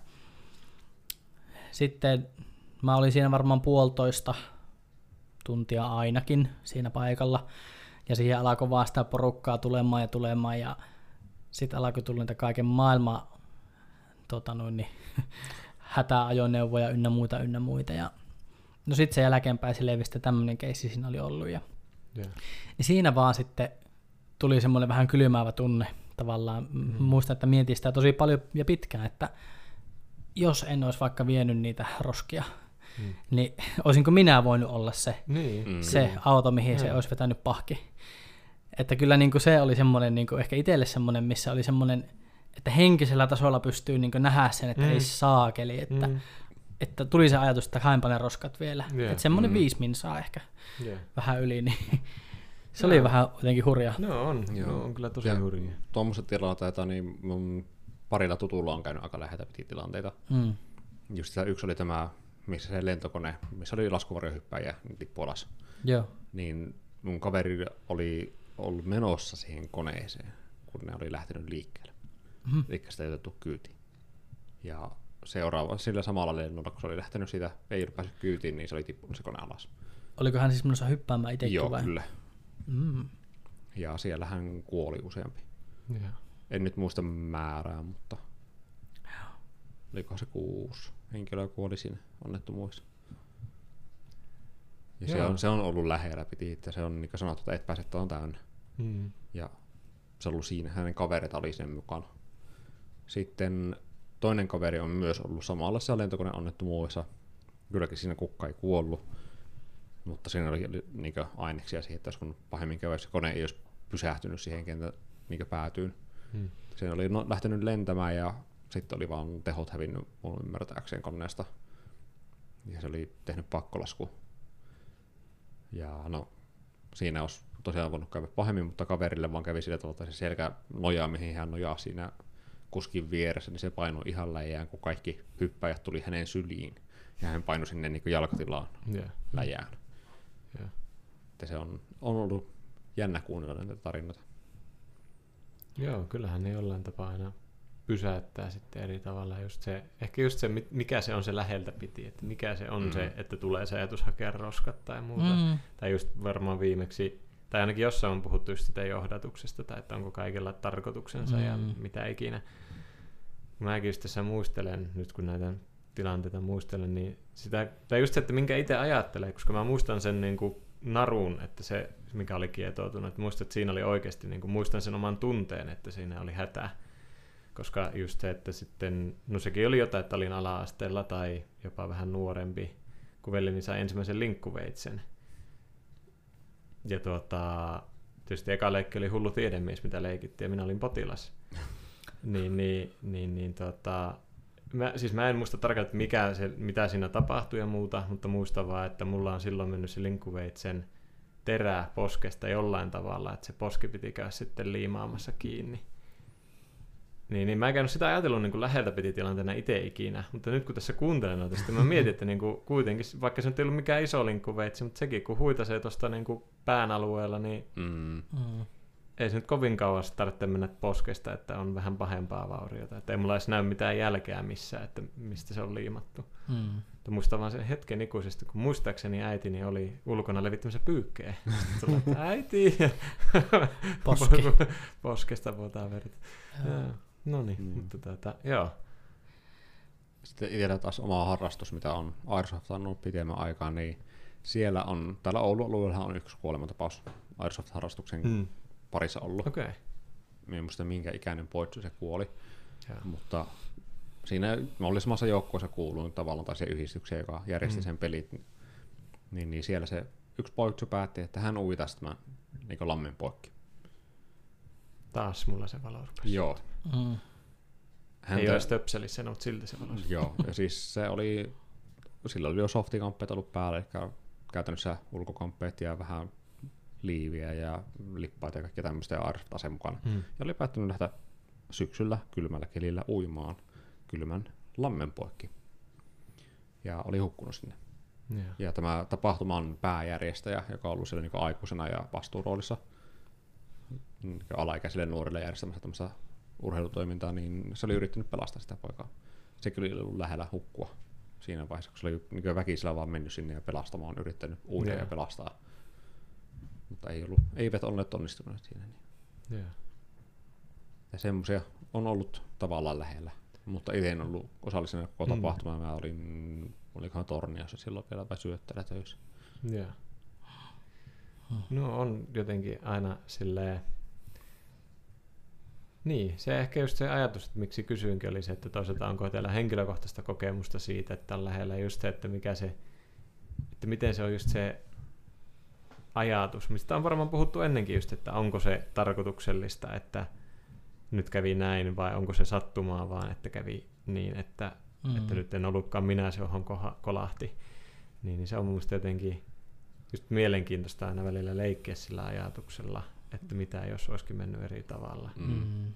sitten mä olin siinä varmaan puolitoista tuntia ainakin siinä paikalla ja siihen alkoi vaan sitä porukkaa tulemaan ja tulemaan ja sitten alkoi tulla niitä kaiken maailman tota noin, niin, hätäajoneuvoja ynnä muita ynnä muita ja no sitten se jälkeenpäin se levistä tämmöinen keissi siinä oli ollut ja yeah. Niin siinä vaan sitten tuli semmoinen vähän kylmäävä tunne tavallaan. Mm-hmm. Muistan, että mietin sitä tosi paljon ja pitkään, että jos en olisi vaikka vienyt niitä roskia, mm. niin olisinko minä voinut olla se, mm. se auto, mihin mm. se olisi vetänyt pahki. Että kyllä niin kuin se oli semmoinen, niin kuin ehkä itselle semmoinen, missä oli semmoinen, että henkisellä tasolla pystyy niin kuin nähdä sen, että mm. ei saakeli, että, mm. että tuli se ajatus, että hain paljon roskat vielä. Yeah. Että semmoinen mm. viisi minsaa ehkä yeah. vähän yli, niin se no. oli vähän jotenkin hurjaa. No on, Joo. on kyllä tosi ja hurjaa. Tuommoiset tilanteet, niin mun parilla tutulla on käynyt aika läheltä piti tilanteita. Mm. Just sitä yksi oli tämä, missä se lentokone, missä oli laskuvarjohyppäjä, niin tippui alas. Joo. Niin mun kaveri oli ollut menossa siihen koneeseen, kun ne oli lähtenyt liikkeelle. Mm-hmm. Eli sitä ei otettu kyytiin. Ja seuraava sillä samalla lennolla, kun se oli lähtenyt siitä, ei ollut päässyt kyytiin, niin se oli tippunut se kone alas. Oliko hän siis menossa hyppäämään itsekin Joo, vai? kyllä. Mm. Ja siellä hän kuoli useampi. Ja. En nyt muista määrää, mutta oliko se kuusi henkilöä kuoli siinä onnettomuudessa. Ja se on, se on ollut lähellä, piti itse. Se on niin kuin sanottu, että et pääse tuohon täynnä. Mm. Ja se on ollut siinä, hänen kavereita oli sen mukana. Sitten toinen kaveri on myös ollut samalla lentokoneonnettomuudessa. Kylläkin siinä kukka ei kuollut, mutta siinä oli niin kuin aineksia siihen, että jos kun pahemmin käy, se kone ei olisi pysähtynyt siihen kentän niin päätyyn. Mm. Se oli no, lähtenyt lentämään ja sitten oli vaan tehot hävinnyt mun ymmärtääkseen koneesta. Ja se oli tehnyt pakkolasku. Ja no, siinä olisi tosiaan voinut käydä pahemmin, mutta kaverille vaan kävi sillä tavalla, että se selkä nojaa, mihin hän nojaa siinä kuskin vieressä, niin se painoi ihan läjään, kun kaikki hyppäjät tuli hänen syliin. Ja hän painoi sinne niin kuin jalkatilaan yeah. läjään. Yeah. Että se on, on ollut jännä kuunnella näitä tarinoita. Joo, kyllähän ne jollain tapaa aina pysäyttää sitten eri tavalla. Just se, ehkä just se, mikä se on se läheltä piti, että mikä se on mm. se, että tulee se ajatus hakea roskat tai muuta. Mm. Tai just varmaan viimeksi, tai ainakin jossain on puhuttu just sitä johdatuksesta, tai että onko kaikilla tarkoituksensa mm. ja mitä ikinä. Mäkin just tässä muistelen, nyt kun näitä tilanteita muistelen, niin sitä, tai just se, että minkä itse ajattelee, koska mä muistan sen niin kuin narun, että se, mikä oli kietoutunut, että muistan, että siinä oli oikeasti, niin kuin muistan sen oman tunteen, että siinä oli hätä. Koska just se, että sitten, no sekin oli jotain, että olin ala-asteella tai jopa vähän nuorempi, kun veljeni sai ensimmäisen linkkuveitsen. Ja tuota, tietysti eka leikki oli hullu tiedemies, mitä leikittiin, ja minä olin potilas. niin, niin, niin, niin tuota, mä, siis mä en muista tarkalleen, että mikä se, mitä siinä tapahtui ja muuta, mutta muistan vaan, että mulla on silloin mennyt se linkkuveitsen terä poskesta jollain tavalla, että se poski piti käydä sitten liimaamassa kiinni. Niin, niin mä en käynyt sitä ajatellut niin kuin läheltä piti tilanteena itse ikinä, mutta nyt kun tässä kuuntelen noita, sitten mä mietin, että niin kuin kuitenkin, vaikka se nyt ei ollut mikään iso linkkuveitsi, mutta sekin kun huitasee tuosta niin kuin pään alueella, niin mm. ei se nyt kovin kauas tarvitse mennä poskesta, että on vähän pahempaa vauriota. Että ei mulla edes näy mitään jälkeä missään, että mistä se on liimattu. Mm. Mutta muistan vaan sen hetken ikuisesti, kun muistaakseni äitini oli ulkona levittämässä pyykkejä. Sitten tuli, äiti! Poski. Poskesta vuotaa verta. No niin, mm. mutta tätä, joo. Sitten itsellä taas oma harrastus, mitä on Airsoftannut pitemmän aikaa, niin siellä on, täällä Oulun alueella on yksi kuolemantapaus Airsoft-harrastuksen mm. parissa ollut. Okei. Okay. Mä en muista minkä ikäinen poitsu se kuoli, ja. Mutta siinä mä olin samassa joukkueessa kuuluin tavallaan tai se yhdistykseen, joka järjesti mm. sen pelit, niin, niin siellä se yksi poitsu päätti, että hän ui tästä tämän niin lammen poikki. Taas mulla se valo rupesi. Joo. Mm. Häntä... Ei ole stöpselissä, mutta silti se valo. Joo, ja siis se oli, sillä oli jo softikamppeet ollut päällä, eli käytännössä ulkokamppeet ja vähän liiviä ja lippaita ja kaikkea tämmöistä ja Airsoft-ase mukana. Mm. Ja oli päättänyt lähteä syksyllä kylmällä kelillä uimaan kylmän lammen poikki. Ja oli hukkunut sinne. Yeah. Ja tämä tapahtuman pääjärjestäjä, joka on ollut siellä niin aikuisena ja vastuuroolissa niin alaikäisille nuorille järjestämässä tämmöistä urheilutoimintaa, niin se oli yrittänyt pelastaa sitä poikaa. Sekin oli ollut lähellä hukkua siinä vaiheessa, kun se oli niin väkisellä vaan mennyt sinne ja pelastamaan, yrittänyt uida yeah. ja pelastaa. Mutta ei ollut, eivät olleet onnistuneet siinä. Niin. Yeah. Ja semmoisia on ollut tavallaan lähellä. Mutta itse en ollut osallisena koko mm. tapahtumaan. Mä olin, olikohan Torniossa silloin vielä vai syöttäjällä töissä. Yeah. No on jotenkin aina silleen, niin, se ehkä just se ajatus, että miksi kysyinkin oli se, että toisaalta onko teillä henkilökohtaista kokemusta siitä, että on lähellä just se, että mikä se, että miten se on just se ajatus, mistä on varmaan puhuttu ennenkin just, että onko se tarkoituksellista, että nyt kävi näin, vai onko se sattumaa vaan, että kävi niin, että, mm. että nyt en ollutkaan minä se, johon kolahti. Niin, niin se on mun mielestä jotenkin just mielenkiintoista aina välillä leikkiä sillä ajatuksella, että mitä jos olisikin mennyt eri tavalla. Mm.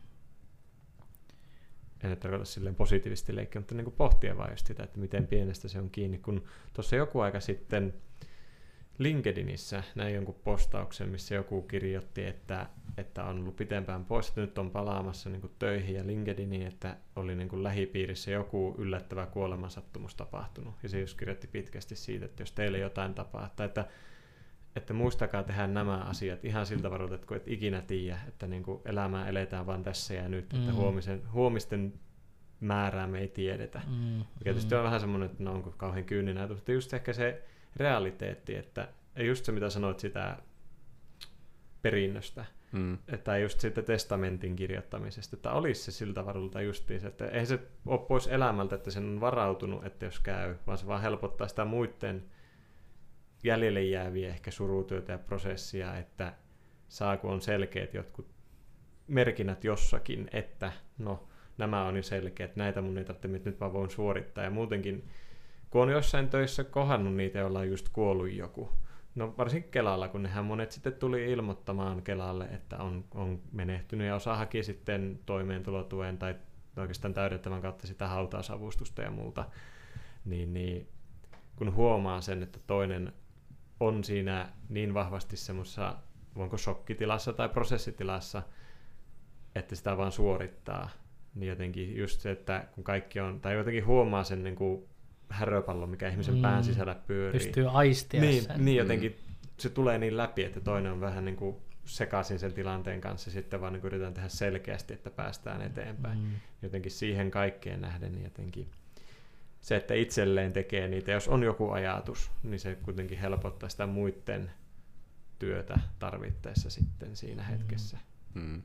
En tarkoita silleen positiivisesti leikkiä, mutta niin kuin pohtia vaan just sitä, että miten pienestä se on kiinni. Kun tuossa joku aika sitten LinkedInissä näin jonkun postauksen, missä joku kirjoitti, että että on ollut pitempään pois, että nyt on palaamassa niin kuin töihin ja LinkedIniin, että oli niin kuin lähipiirissä joku yllättävä kuolemansattumus tapahtunut. Ja se just kirjoitti pitkästi siitä, että jos teille jotain tapahtuu, että, että muistakaa tehdä nämä asiat ihan siltä varalta, että kun et ikinä tiedä, että niin kuin elämää eletään vaan tässä ja nyt, että mm. huomisen, huomisten määrää me ei tiedetä. Mm. Mikä tietysti mm. on vähän semmoinen, että no onko kauhean kyyninen ajatus, mutta just ehkä se realiteetti, että just se mitä sanoit sitä perinnöstä, mm. että just siitä testamentin kirjoittamisesta, että olisi se siltä varalta justiinsa, että ei se ole pois elämältä, että sen on varautunut, että jos käy, vaan se vaan helpottaa sitä muiden jäljelle jääviä ehkä surutyötä ja prosessia, että saa kun on selkeät jotkut merkinnät jossakin, että no nämä on jo selkeät, näitä mun ei tarvitse, nyt mä voin suorittaa ja muutenkin kun on jossain töissä kohannut niitä, joilla on just kuollut joku. No varsinkin Kelalla, kun nehän monet sitten tuli ilmoittamaan Kelalle, että on, on menehtynyt ja osa haki sitten toimeentulotuen tai oikeastaan täydentävän kautta sitä hautausavustusta ja muuta. Niin, niin kun huomaa sen, että toinen on siinä niin vahvasti semmoisessa, voinko shokkitilassa tai prosessitilassa, että sitä vaan suorittaa, niin jotenkin just se, että kun kaikki on, tai jotenkin huomaa sen niin kuin häröpallo, mikä ihmisen mm. pään sisällä pyörii. Pystyy aistia niin, sen. Niin jotenkin mm. se tulee niin läpi, että toinen on vähän niin kuin sekaisin sen tilanteen kanssa, sitten vaan niin kuin yritetään tehdä selkeästi, että päästään eteenpäin. Mm. Jotenkin siihen kaikkeen nähden, niin jotenkin se, että itselleen tekee niitä, jos on joku ajatus, niin se kuitenkin helpottaa sitä muiden työtä tarvittaessa sitten siinä hetkessä. Mm.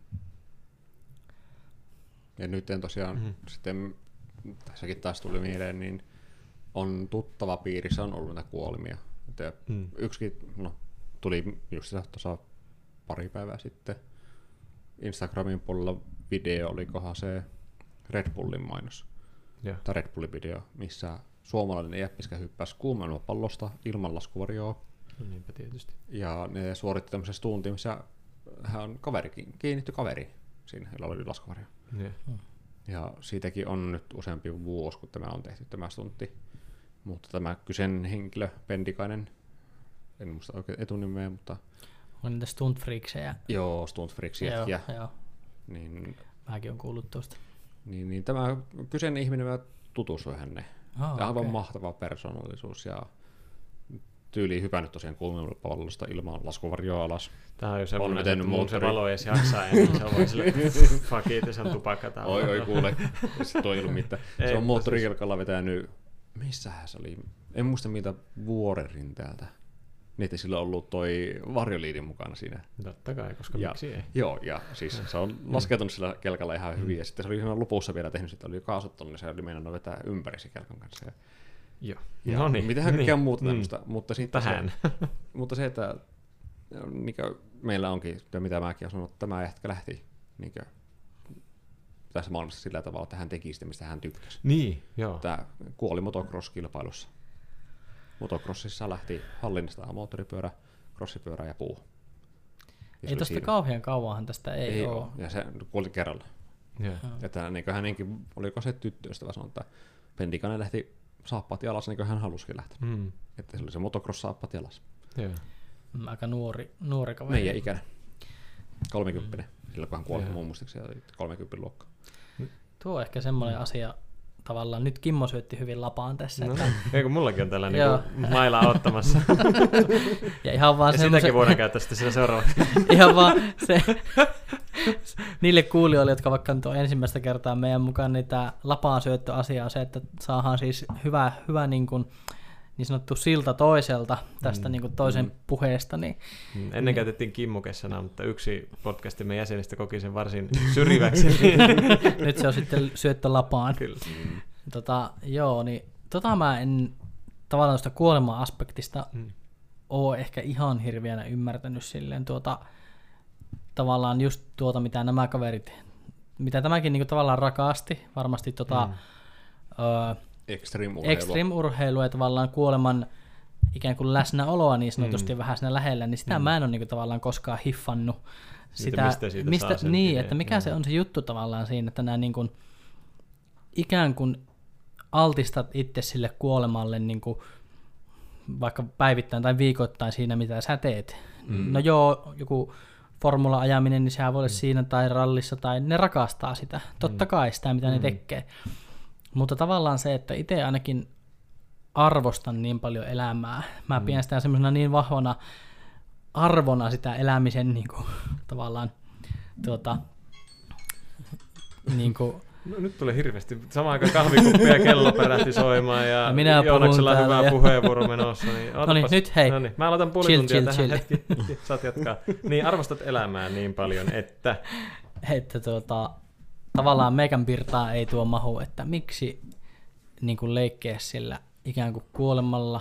Ja nyt tosiaan mm. sitten, tässäkin taas tuli mieleen, niin on tuttava piirissä on ollut näitä kuolemia. Mm. Yksikin no, tuli just tuossa pari päivää sitten Instagramin puolella video, olikohan se Red Bullin mainos. Yeah. Tai Red Bullin video, missä suomalainen jäppiskä hyppäsi kuumenopallosta ilman laskuvarjoa. No niinpä tietysti. Ja ne suoritti tämmöisen stuntin, missä hän on kaveri, kiinnitty kaveri siinä, jolla oli laskuvarjo. Yeah. Mm. Ja siitäkin on nyt useampi vuosi, kun tämä on tehty tämä stuntti. Mutta tämä kyseinen henkilö, Pendikainen, en muista oikein etunimeä, mutta... On niitä stuntfreaksejä. Joo, stuntfreaksejä. Joo, joo. Niin, mäkin olen kuullut tuosta. Niin, niin tämä kyseinen ihminen, mä tutustuin hänne. Oh, aivan okay. mahtava persoonallisuus ja tyyliin hypännyt tosiaan kulmipallosta ilman laskuvarjoa alas. Tämä on jo semmoinen, että mun se valo edes jaksaa ennen. Se on vaan silleen, fuck it, se on tupakka täällä. Oi, oi, kuule. Sitten ei ollut mitään. Se ei, on moottorikelkalla vetänyt, missähän se oli, en muista miltä vuoren rinteeltä. Niitä sillä on ollut toi varjoliidin mukana siinä. Totta kai, koska ja, miksi ei. Joo, ja siis se on laskeutunut sillä kelkalla ihan hyvin. Ja sitten se oli ihan lopussa vielä tehnyt, että oli jo kaasuttanut, niin se oli meinannut vetää ympäri se kelkan kanssa. Ja, joo. Ja no niin. mitähän kaikkea niin. muuta tämmöistä. Mm. Mutta, Tähän. Se, mutta se, että niin meillä onkin, mitä mäkin olen sanonut, että tämä jätkä lähti niin tässä maailmassa sillä tavalla, että hän teki sitä, mistä hän tykkäsi. Niin, joo. Tämä kuoli motocross-kilpailussa. Motocrossissa lähti hallinnasta moottoripyörä, crossipyörä ja puu. Ja ei tosta kauhean kauanhan tästä ei, ei ole. ole. Ja se kuoli kerralla. Yeah. Että niin hänenkin, oliko se tyttöystävä sanoi, että Pendikainen lähti saappaat jalas, niin kuin hän halusikin lähteä. Mm. Että se oli se motocross-saappaat jalas. Yeah. Aika nuori, nuori kaveri. Meidän ikäinen. kolmekymppinen. Mm. Silloin kun hän kuoli, yeah. mun muistaakseni oli kolmekymmentä luokkaa. Tuo on ehkä semmoinen mm. asia, tavallaan nyt Kimmo syötti hyvin lapaan tässä. No, että... Ei kun mullakin on tällainen niin maila ottamassa. ja ihan vaan ja semmoisen... sitäkin voidaan käyttää sitten siinä seuraavaksi. ihan vaan se... Niille kuulijoille, jotka vaikka nyt on ensimmäistä kertaa meidän mukaan, niin tämä lapaan syöttöasia on se, että saadaan siis hyvä, hyvä niin, kuin, niin sanottu silta toiselta tästä mm. niin kuin toisen mm. puheesta. Niin, Ennen niin. käytettiin Kimmuke-sanaa, mutta yksi podcastimme jäsenistä koki sen varsin syrjiväksi. Nyt se on sitten syöttö lapaan. Kyllä. Mm. Tota, joo, niin tota mä en tavallaan tuosta kuolema-aspektista mm. ole ehkä ihan hirveänä ymmärtänyt silleen tuota, tavallaan just tuota, mitä nämä kaverit, mitä tämäkin niinku tavallaan rakasti, varmasti tota, mm. ö, extreme-urheilua. extreme-urheilua ja tavallaan kuoleman ikään kuin läsnäoloa niin sanotusti mm. vähän siinä lähellä, niin sitä mm. mä en ole niinku tavallaan koskaan hiffannut. Sitä, mistä siitä mistä, saa sen niin, idea. että mikä ja. se on se juttu tavallaan siinä, että nämä niinku, ikään kuin altistat itse sille kuolemalle niinku, vaikka päivittäin tai viikoittain siinä, mitä sä teet. Mm. No joo, joku formula-ajaminen, niin sehän voi olla mm. siinä tai rallissa, tai ne rakastaa sitä, totta kai sitä, mitä mm. ne tekee. Mutta tavallaan se, että itse ainakin arvostan niin paljon elämää. Mä mm. pidän sitä semmoisena niin vahvana arvona sitä elämisen niin kuin, tavallaan tuota, niin kuin, no, nyt tuli hirveästi. Samaan aikaan kahvikuppi ja kello perähti soimaan ja, ja Joonaksella on hyvä ja... puheenvuoro menossa. Niin no niin, nyt hei. Noniin, mä aloitan puoli chill, tuntia chill, tähän chill. hetki. Saat jatkaa. Niin, arvostat elämää niin paljon, että... että tuota, tavallaan meikän pirtaa ei tuo mahu, että miksi niin kuin leikkeä sillä ikään kuin kuolemalla.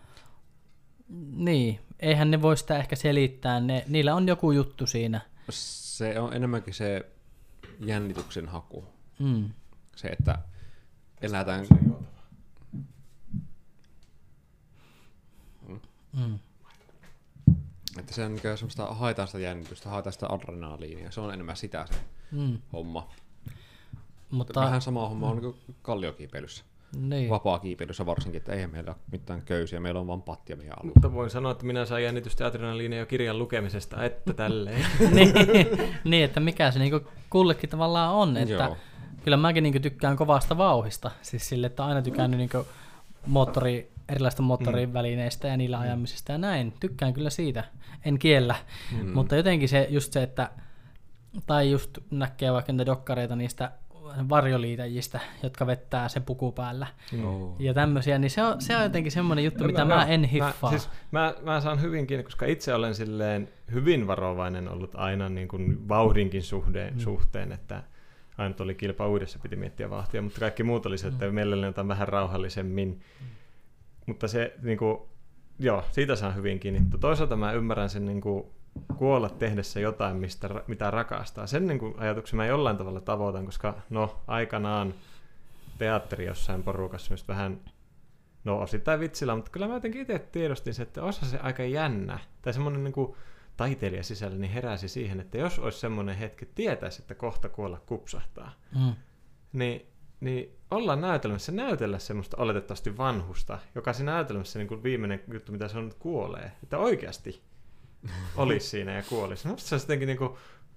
Niin, eihän ne voi sitä ehkä selittää. Ne, niillä on joku juttu siinä. Se on enemmänkin se jännityksen haku. Mm. Se, että elätään... Mm. Että se on niin semmoista, haetaan sitä jännitystä, haetaan sitä adrenaliinia. Se on enemmän sitä se mm. homma. Mutta... Vähän sama homma on niin kalliokiipeilyssä. Niin. Vapaa-kiipeilyssä varsinkin, että eihän meillä ole mitään köysiä, meillä on vaan pattia meidän alueella. Mutta voin sanoa, että minä saan jännitystä ja adrenaliinia jo kirjan lukemisesta, että tälleen. niin, niin, että mikä se niinku kullekin tavallaan on. Että joo. Kyllä mäkin niinku tykkään kovasta vauhista, siis sille, että aina tykännyt niinku moottori, erilaista moottorivälineistä ja niillä ajamisesta ja näin. Tykkään kyllä siitä, en kiellä, mm. mutta jotenkin se just se, että tai just näkee vaikka niitä dokkareita niistä varjoliitäjistä, jotka vettää sen puku päällä. Oh. Ja tämmöisiä, niin se on, se on jotenkin semmoinen juttu, no, mitä mä, mä en hiffaa. Mä, siis mä, mä saan hyvin kiinni, koska itse olen silleen hyvin varovainen ollut aina niin kuin vauhdinkin suhteen, mm. suhteen, että aina oli kilpa uudessa, piti miettiä vauhtia, mutta kaikki muut oli se, että mm. mielelläni otan vähän rauhallisemmin. Mm. Mutta se, niin kuin, joo, siitä saan hyvin kiinni. Toisaalta mä ymmärrän sen niin kuin, kuolla tehdessä jotain, mistä, mitä rakastaa. Sen niin kuin, ajatuksen mä jollain tavalla tavoitan, koska no aikanaan teatteri jossain porukassa myös vähän, no osittain vitsillä, mutta kyllä mä jotenkin itse tiedostin se, että osa se aika jännä, tai semmoinen niin kuin taiteilija sisällä niin heräsi siihen, että jos olisi semmoinen hetki, tietäisi, että kohta kuolla kupsahtaa, mm. niin, niin ollaan näytelmässä, näytellä semmoista oletettavasti vanhusta, joka siinä näytelmässä niin kuin viimeinen juttu, mitä se on, että kuolee, että oikeasti olisi siinä ja kuolisi. Musta se olisi jotenkin niin kuin,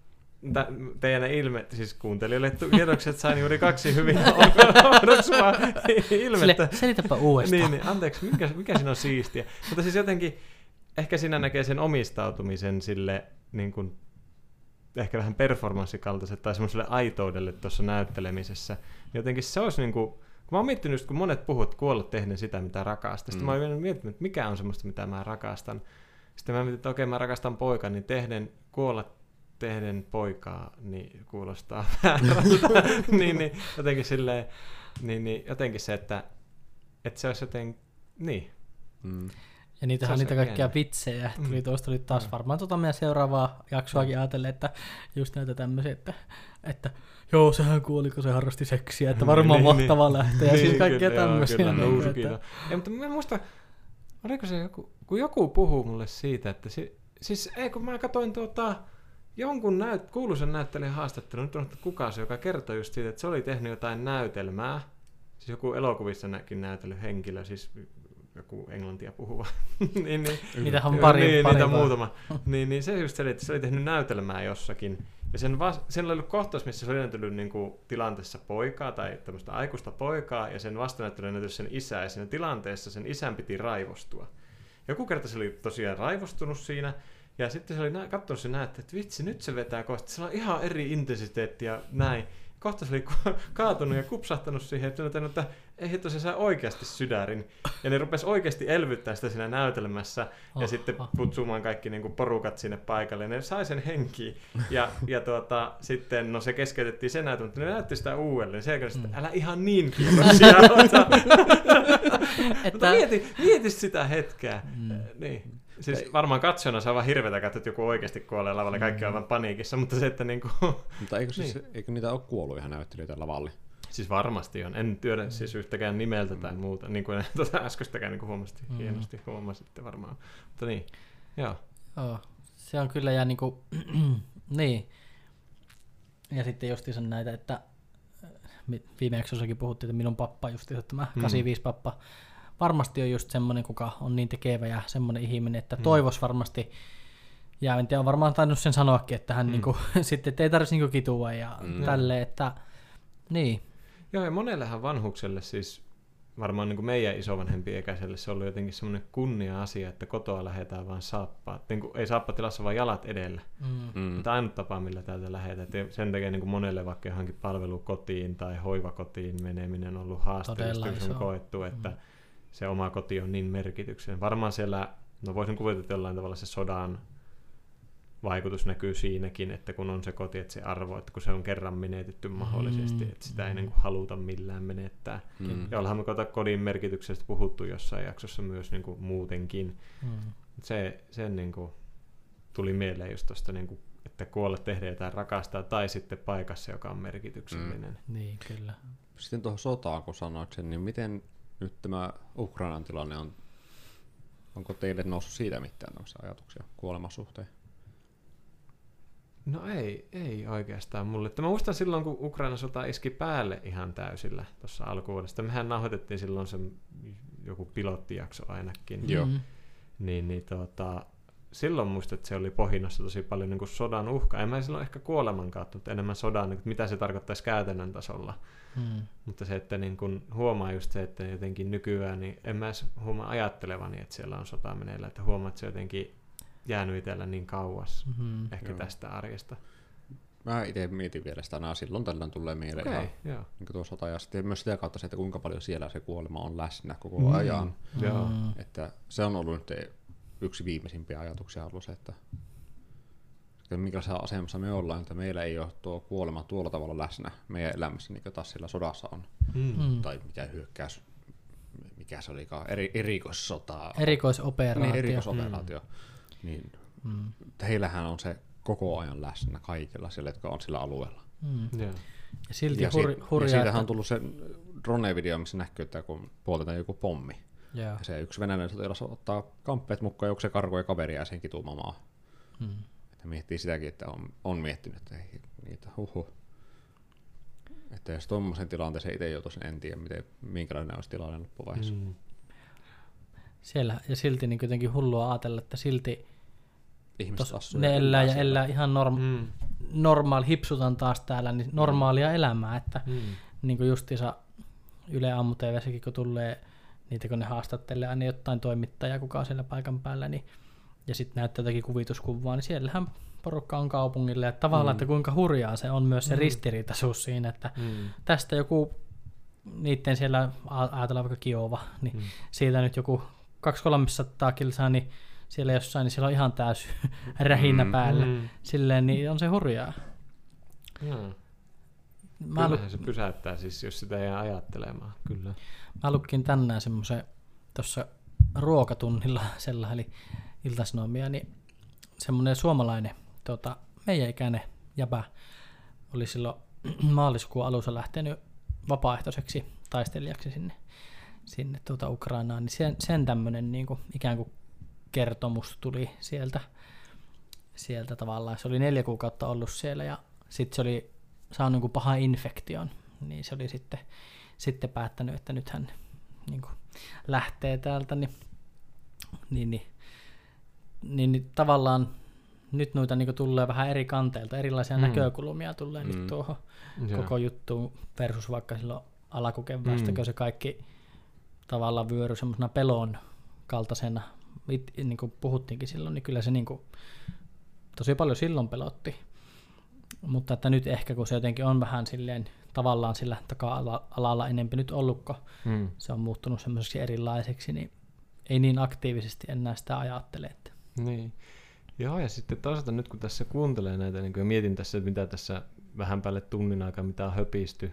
teidän ilme, siis kuuntelijoille tiedoksi, että sain juuri kaksi hyvin odoksuvaa ilmettä. Selitäpä uudestaan. Niin, niin, anteeksi, mikä, mikä siinä on siistiä. Mutta siis jotenkin, ehkä siinä näkee sen omistautumisen sille niin kuin, ehkä vähän performanssikaltaiselle tai semmoiselle aitoudelle tuossa näyttelemisessä. Jotenkin se olisi niin kuin, kun mä oon miettinyt, kun monet puhut kuolla tehden sitä, mitä rakastaa. Sitten mm. mä oon miettinyt, että mikä on semmoista, mitä mä rakastan. Sitten mä mietin, että okei, mä rakastan poikaa, niin tehden, kuolla tehden poikaa, niin kuulostaa väärältä. niin, niin, jotenkin silleen, niin, niin, jotenkin se, että, että se olisi jotenkin, niin. Mm. Ja niitähän on niitä kaikkia jännä. Vitsejä. Tuli, tuosta tuli taas mm. varmaan tuota meidän seuraavaa jaksoakin mm. ajatellen, että just näitä tämmöisiä, että, että joo, sehän kuoli, kun se harrasti seksiä, että varmaan niin, mahtava niin, lähteä. Ja niin, siis kaikkia kyllä, tämmöisiä. Kyllä, niin, että... Ei, mutta mä muistan, oliko se joku, kun joku puhuu mulle siitä, että si, siis ei kun mä katsoin tuota, jonkun näyt, kuuluisen näyttelijän haastattelun, nyt on kuka se, joka kertoi just siitä, että se oli tehnyt jotain näytelmää, siis joku elokuvissa näkin näytellyt henkilö, siis joku englantia puhuva. niin, niin, niitä on pari, niin, pari niitä muutama. niin, niin se just selitti, se oli tehnyt näytelmää jossakin. Ja sen vas, sen oli ollut kohtaus, missä se oli näytellyt niin kuin tilanteessa poikaa tai tämmöistä aikuista poikaa, ja sen vastanäyttely näytellyt sen isää, ja siinä tilanteessa sen isän piti raivostua. Joku kerta se oli tosiaan raivostunut siinä, ja sitten se oli nä- katsonut se näyttää, että vitsi, nyt se vetää kohta. Se on ihan eri intensiteetti ja näin. Kohta se oli kaatunut ja kupsahtanut siihen, että, että ei hitto, se saa oikeasti sydärin. Ja ne rupesi oikeasti elvyttää sitä siinä näytelmässä ja oh, sitten oh. putsumaan kaikki niin kuin porukat sinne paikalle. Ja ne sai sen henkiin. Ja, ja tuota, sitten no se keskeytettiin sen näytelmä, mutta ne näytti sitä uudelleen. Se eikä sitten, älä ihan niin kiinnosia. Mutta mieti, mieti sitä hetkeä. Mm. Niin. Siis varmaan katsojana saa vaan hirveätä katsoa, että joku oikeasti kuolee lavalle, kaikki on aivan paniikissa, mutta se, että niinku... Mutta eikö, siis, niin. eikö niitä ole kuollut ihan näyttelijöitä lavalle? Siis varmasti on. En tiedä mm. siis yhtäkään nimeltä tai mm. muuta, niin kuin tuota äskeistäkään niin kuin huomasitte, mm. hienosti huomasitte varmaan. Mutta niin, joo. Joo, se on kyllä ja niin kuin, niin. Ja sitten justiinsa näitä, että viime jaksossakin puhuttiin, että minun pappa justiinsa, tämä mm. kahdeksankymmentäviisi pappa, varmasti on just semmoinen, kuka on niin tekevä ja semmoinen ihminen, että mm. toivoisi varmasti Ja en tiedä, on varmaan tainnut sen sanoakin, että hän mm. niinku, sitten et ei tarvitsisi niinku kitua ja Mm. tälleen, että niin. Joo, ja monellehan vanhukselle siis, varmaan niin kuin meidän isovanhempien ikäiselle se on ollut jotenkin semmoinen kunnia-asia, että kotoa lähdetään vaan saappaat. Niin kuin, ei saappatilassa vaan jalat edellä. Mm. Mm. Mutta ainut tapa, millä täältä lähdetään. Et sen takia niin kuin monelle vaikka johonkin palvelukotiin tai hoivakotiin meneminen on ollut haasteellista, Todella kun se on iso. koettu, että Mm. se oma koti on niin merkityksellinen. Varmaan siellä, no voisin kuvitella, että jollain tavalla se sodan vaikutus näkyy siinäkin, että kun on se koti, että se arvo, että kun se on kerran menetetty mahdollisesti, Mm. että sitä ei niin kuin haluta millään menettää. Mm. Ja ollaan me kota kodin merkityksestä puhuttu jossain jaksossa myös niin kuin muutenkin. Mm. Se, se niin kuin tuli mieleen just tuosta, niin kuin, että kuolla tehdä jotain rakastaa, tai sitten paikassa, joka on merkityksellinen. Niin, kyllä. Sitten tuohon sotaan, kun sanoit sen, niin miten nyt tämä Ukrainan tilanne on, onko teille noussut siitä mitään noissa ajatuksia kuoleman suhteen? No ei, ei oikeastaan mulle. Että mä muistan silloin, kun Ukrainan sota iski päälle ihan täysillä tuossa alkuvuodesta. Mehän nauhoitettiin silloin se joku pilottijakso ainakin. Joo. Mm. Niin, niin tota, silloin muistan, että se oli pohjinnassa tosi paljon niin kuin sodan uhka. En mä silloin ehkä kuoleman kautta, mutta enemmän sodan, niin mitä se tarkoittaisi käytännön tasolla. Mm. Mutta se, että niin kun huomaa just se, että jotenkin nykyään, niin en mä edes huomaa ajattelevani, että siellä on sota meneillä. Että huomaa, että se jotenkin jäänyt itsellä niin kauas Mm. ehkä Joo. tästä arjesta. Mä itse mietin vielä sitä, nää silloin tällöin tulee mieleen Okei, ihan joo. niin tuo sota, ja sitten myös sitä kautta se, että kuinka paljon siellä se kuolema on läsnä koko Mm. ajan. Joo. Mm. Että se on ollut nyt yksi viimeisimpiä ajatuksia ollut se, että että minkälaisessa asemassa me ollaan, että meillä ei ole tuo kuolema tuolla tavalla läsnä meidän elämässä, niin kuin taas siellä sodassa on. Mm. Mm. Tai mikä hyökkäys, mikä se olikaan, eri, erikoissota. Erikoisoperaatio. Niin, erikoisoperaatio. Niin, Mm. heillähän on se koko ajan läsnä kaikilla siellä, jotka on sillä alueella. Mm. Joo. Ja silti Ja, hur, si- ja hurjaa, siitähän että... on tullut se drone-video, missä näkyy, että kun poltetaan joku pommi. Joo. Ja se yksi venäläinen sotilas ottaa kamppeet mukaan, joku se karkoi kaveria ja sen kitumamaan. Mm. Että miettii sitäkin, että on, on miettinyt, että ei niitä huhu. Että jos tuommoisen tilanteeseen itse joutuisin, en tiedä, miten, minkälainen olisi tilanne loppuvaiheessa. Mm. Mm. Siellä, ja silti niin jotenkin hullua ajatella, että silti Ihmiset tos, asuu ne elää ja siellä. elää ihan norm, Mm. normaali, hipsutan taas täällä, niin normaalia elämää, että Mm. niin kuin justiinsa Yle Aamu T V:ssäkin, kun tulee niitä, kun ne haastattelee aina jotain toimittajaa, kuka on siellä paikan päällä, niin, ja sitten näyttää jotakin kuvituskuvaa, niin siellähän porukka on kaupungille, ja tavallaan, Mm. että kuinka hurjaa se on myös se Mm. ristiriitaisuus siinä, että Mm. tästä joku, niitten siellä, a- ajatellaan vaikka Kiova, niin Mm. siitä nyt joku kaksi kolmesataa kilsaa, niin siellä jossain, niin siellä on ihan täys rähinnä Mm. päällä. Mm. Silleen, niin on se hurjaa. Joo. Mä, lu- Kyllähän se pysäyttää siis, jos sitä jää ajattelemaan. Kyllä. mä lukkin tänään semmoisen tuossa ruokatunnilla sellainen, eli Ilta-Sanomia, niin semmoinen suomalainen tota, meidän ikäinen jäbä oli silloin maaliskuun alussa lähtenyt vapaaehtoiseksi taistelijaksi sinne, sinne tuota Ukrainaan, niin sen, sen tämmöinen niin kuin, ikään kuin kertomus tuli sieltä, sieltä tavallaan. Se oli neljä kuukautta ollut siellä ja sitten se oli saanut niin kuin pahan infektion, niin se oli sitten, sitten päättänyt, että nyt hän niin kuin lähtee täältä, niin, niin, niin, niin, niin tavallaan nyt noita niin kuin tulee vähän eri kanteilta, erilaisia Mm. mm. näkökulmia tulee mm. Mm. nyt tuohon Joo. koko juttuun versus vaikka silloin alkukeväästä, Mm. kun se kaikki tavallaan vyöry semmoisena pelon kaltaisena, it, niin kuin puhuttiinkin silloin, niin kyllä se niin kuin, tosi paljon silloin pelotti. Mutta että nyt ehkä, kun se jotenkin on vähän silleen tavallaan sillä taka-alalla enempi nyt ollut, kun Mm. se on muuttunut semmoiseksi erilaiseksi, niin ei niin aktiivisesti enää sitä ajattele. Että. Niin. Joo, ja sitten toisaalta nyt kun tässä kuuntelee näitä, niin kun mietin tässä, että mitä tässä vähän päälle tunnin aikaa, mitä on höpisty,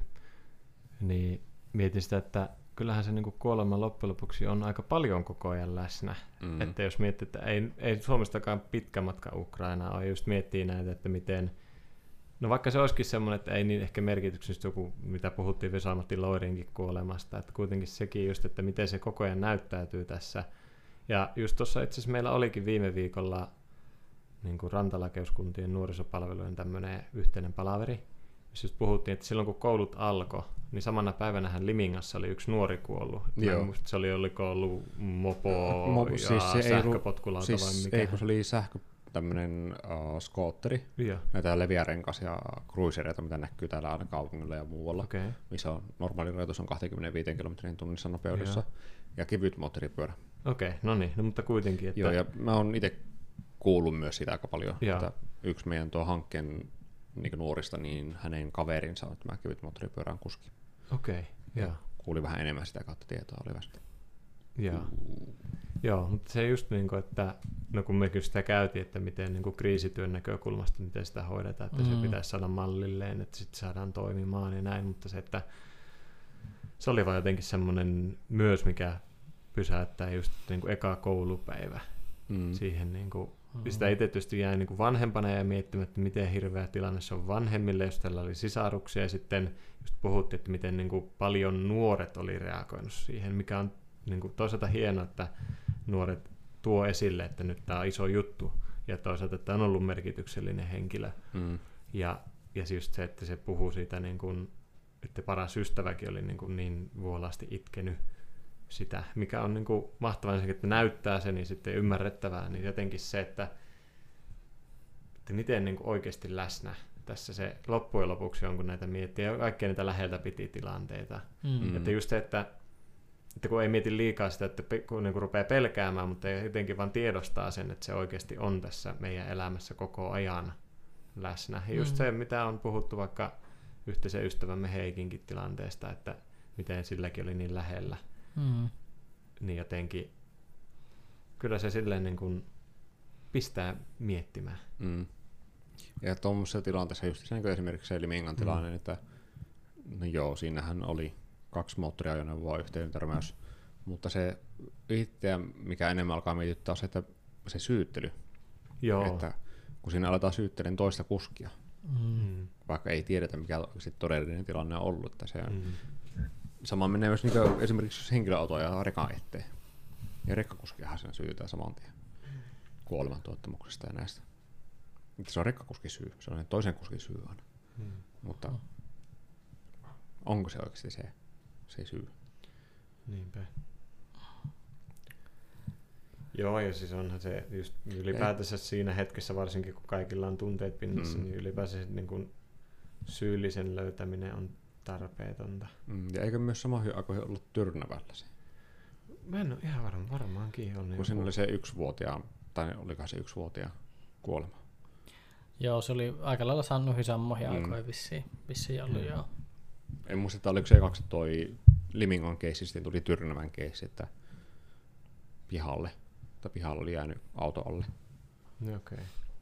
niin mietin sitä, että kyllähän se niin kuin kuolema loppujen lopuksi on aika paljon koko ajan läsnä. Mm. Että jos miettii, että ei, ei Suomestakaan pitkä matka Ukrainaan ole, just miettii näitä, että miten, no vaikka se olisikin semmoinen, että ei niin ehkä merkityksellistä joku, mitä puhuttiin Vesa-Matti Loirinkin kuolemasta, että kuitenkin sekin just, että miten se koko ajan näyttäytyy tässä. Ja just tuossa itse asiassa meillä olikin viime viikolla niin kuin Rantalakeuskuntien nuorisopalvelujen tämmöinen yhteinen palaveri, jossa just puhuttiin, että silloin kun koulut alkoi, niin samana päivänähän Limingassa oli yksi nuori kuollut. Mä en muista, se oli oliko ollut mopo Mo- ja siis se ei sähköpotkulauta ollut, vai siis mikä. ei, kun se oli sähkö, tämmöinen uh, skootteri, Joo. näitä leviärenkaisia cruisereita, mitä näkyy täällä aina kaupungilla ja muualla, Okay. missä on normaali rajoitus on kaksikymmentäviisi kilometrin tunnissa nopeudessa, Joo. ja kevyt moottoripyörä. Okei, okay, no niin, no, mutta kuitenkin. Että... Joo, ja mä oon itse kuullut myös sitä aika paljon, Joo. että yksi meidän tuo hankkeen niin nuorista, niin hänen kaverinsa on tämä kevyt moottoripyörän kuski. Okei, okay, joo. Kuuli vähän enemmän sitä kautta tietoa olivasta. Joo. Joo, mutta se just niin kuin, että no kun me kyllä sitä käytiin, että miten niin kuin kriisityön näkökulmasta, miten sitä hoidetaan, että mm. se pitäisi saada mallilleen, että sitten saadaan toimimaan ja näin, mutta se, että se oli vaan jotenkin semmoinen myös, mikä pysäyttää just niin kuin eka koulupäivä mm. siihen niin kuin, mm. sitä itse tietysti jäi niin kuin vanhempana ja miettimään, että miten hirveä tilanne se on vanhemmille, jos tällä oli sisaruksia ja sitten just puhuttiin, että miten niin kuin paljon nuoret oli reagoinut siihen, mikä on niin kuin toisaalta hienoa, että nuoret tuo esille, että nyt tämä on iso juttu, ja toisaalta, että on ollut merkityksellinen henkilö. Mm. Ja, ja just se, että se puhuu siitä, niin kuin, että paras ystäväkin oli niin, kuin niin vuolaasti itkenyt sitä, mikä on niin kuin mahtavaa, että näyttää sen niin sitten ymmärrettävää, niin jotenkin se, että, että miten niin kuin oikeasti läsnä tässä se loppujen lopuksi on, kun näitä miettii, ja kaikkia niitä läheltä piti tilanteita. Mm. Että just se, että Että kun ei mieti liikaa sitä, että kun niin rupeaa pelkäämään, mutta jotenkin vaan tiedostaa sen, että se oikeasti on tässä meidän elämässä koko ajan läsnä. Ja just mm. se, mitä on puhuttu vaikka yhteisen ystävämme Heikinkin tilanteesta, että miten silläkin oli niin lähellä. Mm. Niin jotenkin, kyllä se silleen niin kuin pistää miettimään. Mm. Ja tuommoisessa tilanteessa just niin kuin esimerkiksi se Limingan tilanne, mm. että no joo, siinähän oli kaksi moottoriajoneuvoa yhteen törmäys, mutta se itseä, mikä enemmän alkaa mietittää, on se, että se syyttely. Joo. Että kun siinä aletaan syyttelemään toista kuskia, mm. vaikka ei tiedetä, mikä sit todellinen tilanne on ollut. Että se mm. sama menee myös niin esimerkiksi jos henkilöauto ja rekan eteen. Ja rekkakuskiahan siinä syytetään saman tien kuolemantuottamuksesta ja näistä. Että se on rekkakuskin syy, se on toisen kuskin syy aina. Mm. Mutta onko se oikeasti se? Se syy. Niinpä. Joo, ja siis onhan se just ylipäätänsä siinä hetkessä, varsinkin kun kaikilla on tunteet pinnassa, mm. niin ylipäänsä niin kuin syyllisen löytäminen on tarpeetonta. Mm, ja eikö myös samoihin aikoihin ollut Tyrnävällä se? Mä en ole ihan varma, varmaankin on. Kun siinä oli se yksivuotiaan, tai olikohan se yksivuotiaan kuolema? Joo, se oli aika lailla saanut samoihin mm. aikoihin vissiin, vissiin ollut, mm. joo. En muista, että oliko se kaksi toi Limingan keissi, sitten tuli Tyrnävän keissi, että pihalle, tai pihalla oli jäänyt auto alle. Okei. Okay.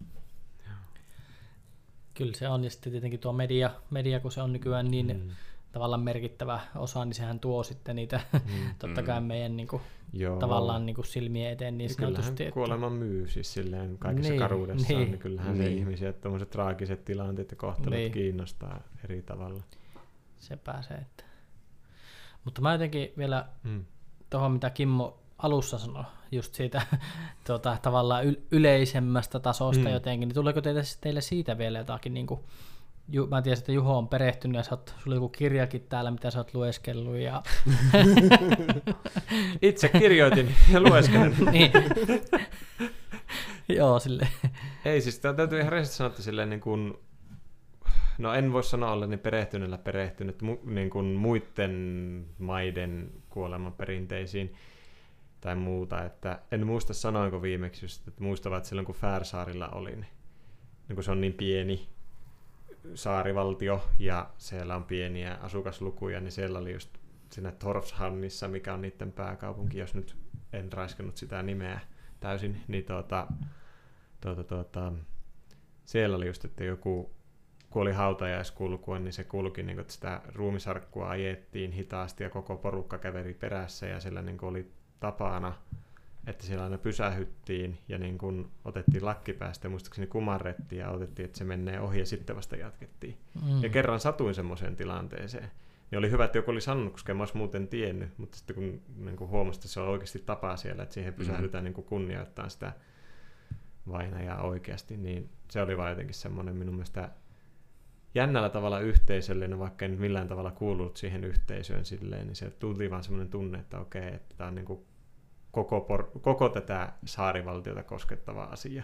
Kyllä se on, ja sitten tietenkin tuo media, media kun se on nykyään niin mm. tavallaan merkittävä osa, niin sehän tuo sitten niitä mm. totta kai meidän niin kuin, tavallaan niin kuin silmien eteen niin sanotusti. Kyllähän kuolema myy siis silleen kaikessa niin, karuudessaan, niin, niin kyllähän niin. Se ihmisiä, tuommoiset traagiset tilanteet ja kohtalot niin. kiinnostaa eri tavalla. Se pääsee. Että. Mutta mä jotenkin vielä mm. tuohon, mitä Kimmo alussa sanoi, just siitä tuota, tavallaan y- yleisemmästä tasosta mm. jotenkin, niin tuleeko teille, teille siitä vielä jotakin, niin kuin, ju, mä tiedän, että Juho on perehtynyt ja sä oot, sulla on joku kirjakin täällä, mitä sä oot lueskellut. Ja... Itse kirjoitin ja lueskelin. Niin. Joo, silleen. Ei, siis täytyy ihan rehellisesti sanoa, että silleen niin kuin no en voi sanoa olleni perehtyneellä perehtynyt mu- niin kuin muiden maiden kuolemanperinteisiin tai muuta, että en muista sanoinko viimeksi just, että muistavat että silloin kun Färsaarilla olin, niin kun se on niin pieni saarivaltio ja siellä on pieniä asukaslukuja, niin siellä oli just siinä Torfshamnissa, mikä on niiden pääkaupunki, jos nyt en raiskannut sitä nimeä täysin, niin tuota, tuota, tuota, siellä oli just, että joku kun oli hautajaiskulkua, niin se kulki, niin kuin, että sitä ruumisarkkua ajettiin hitaasti ja koko porukka käveli perässä ja siellä niin kuin oli tapana, että siellä aina pysähyttiin ja niin kuin otettiin lakki päästä ja muistaakseni kumarrettiin ja otettiin, että se menee ohi ja sitten vasta jatkettiin. Mm. Ja kerran satuin semmoiseen tilanteeseen. Ja oli hyvä, että joku oli sanonut, koska en olisi muuten tiennyt, mutta sitten kun niin kuin huomasi, että se on oikeasti tapa siellä, että siihen pysähdytään mm. niin kuin kunnioittaa sitä vainajaa oikeasti, niin se oli vaan jotenkin semmoinen minun mielestä jännällä tavalla yhteisöllinen, vaikka en millään tavalla kuulunut siihen yhteisöön silleen, niin se tuli vaan semmoinen tunne, että okei, että tämä on niin kuin koko, por- koko tätä saarivaltiota koskettava asia.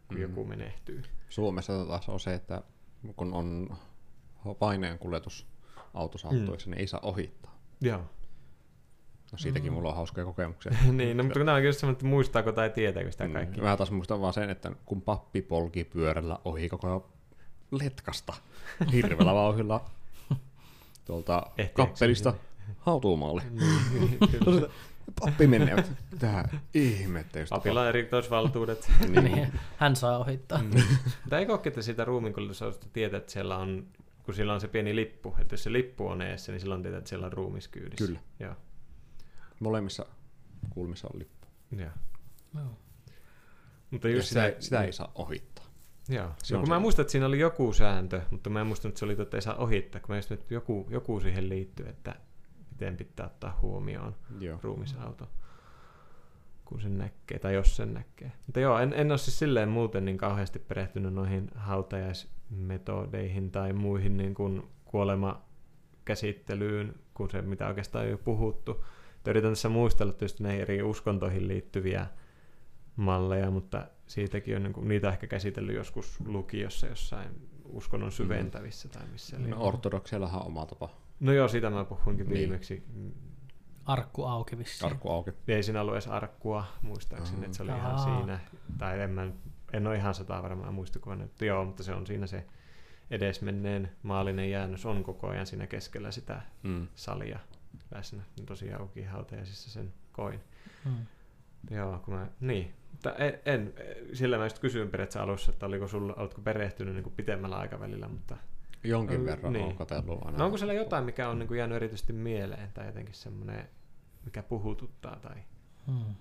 kun mm. joku menehtyy. Suomessa taas on se, että kun on paineen kuljetus autosaattuissa, mm. niin ei saa ohittaa. Joo. No siitäkin mm. mulla on hauskoja kokemuksia. Niin, no, mutta kun tämä on just semmoinen, että muistaako tai tietääkö sitä kaikki. Mm. Mä taas muistan vaan sen, että kun pappi polki pyörällä ohi koko ajan letkasta hirveällä vauhdilla tuolta kappelista hautuumaalle. Niin. Pappi menee, tää ihmettä. Papilla on erikoisvaltuudet. Niin. Hän saa ohittaa. Mm. Mutta eikö ole siitä ruumiinkuljetusautosta tietää, että siellä on, kun sillä on se pieni lippu, että jos se lippu on eessä, niin silloin tietää, että siellä on ruumis kyydissä. Kyllä. Joo. Molemmissa kulmissa on lippu. Joo. No. Mutta just sitä, sitä, sitä ei saa ohittaa. Joo. No, kun mä muistan, että siinä oli joku sääntö, mutta mä en muistanut, että se oli, että ei saa ohittaa, kun mä just, että joku, joku siihen liittyy, että miten pitää ottaa huomioon joo. ruumisauto, kun sen näkee, tai jos sen näkee. Mutta joo, en, en ole siis silleen muuten niin kauheasti perehtynyt noihin hautajaismetodeihin tai muihin niin kuin kuolemakäsittelyyn, kuin se, mitä oikeastaan on jo puhuttu. Ja yritän tässä muistella tietysti näihin eri uskontoihin liittyviä malleja, mutta siitäkin on niin kuin, niitä ehkä käsitellyt joskus lukiossa jossain uskonnon syventävissä tai missä. No ortodoksiallahan on oma tapa. No joo, sitä mä puhuinkin viimeksi. Arkku auki vissiin. Arkku auki. Ei siinä ollut edes arkkua, muistaakseni, mm. että se oli Aa. ihan siinä. Tai en, mä, en ole ihan sata varmaan muistikuvan, että joo, mutta se on siinä se edesmenneen maallinen jäännös on koko ajan siinä keskellä sitä mm. salia läsnä. Tosiaan Ukin hautajaisissa sen koin. Mm. Joo, kun mä, niin. Mutta en, en, sillä mä just kysyin periaatteessa alussa, että oliko sulla, oletko perehtynyt niin kuin pitemmällä aikavälillä, mutta jonkin no, verran niin. on katsellut aina. No onko siellä jotain, mikä on niin kuin jäänyt erityisesti mieleen tai jotenkin semmoinen, mikä puhututtaa? Tai hmm.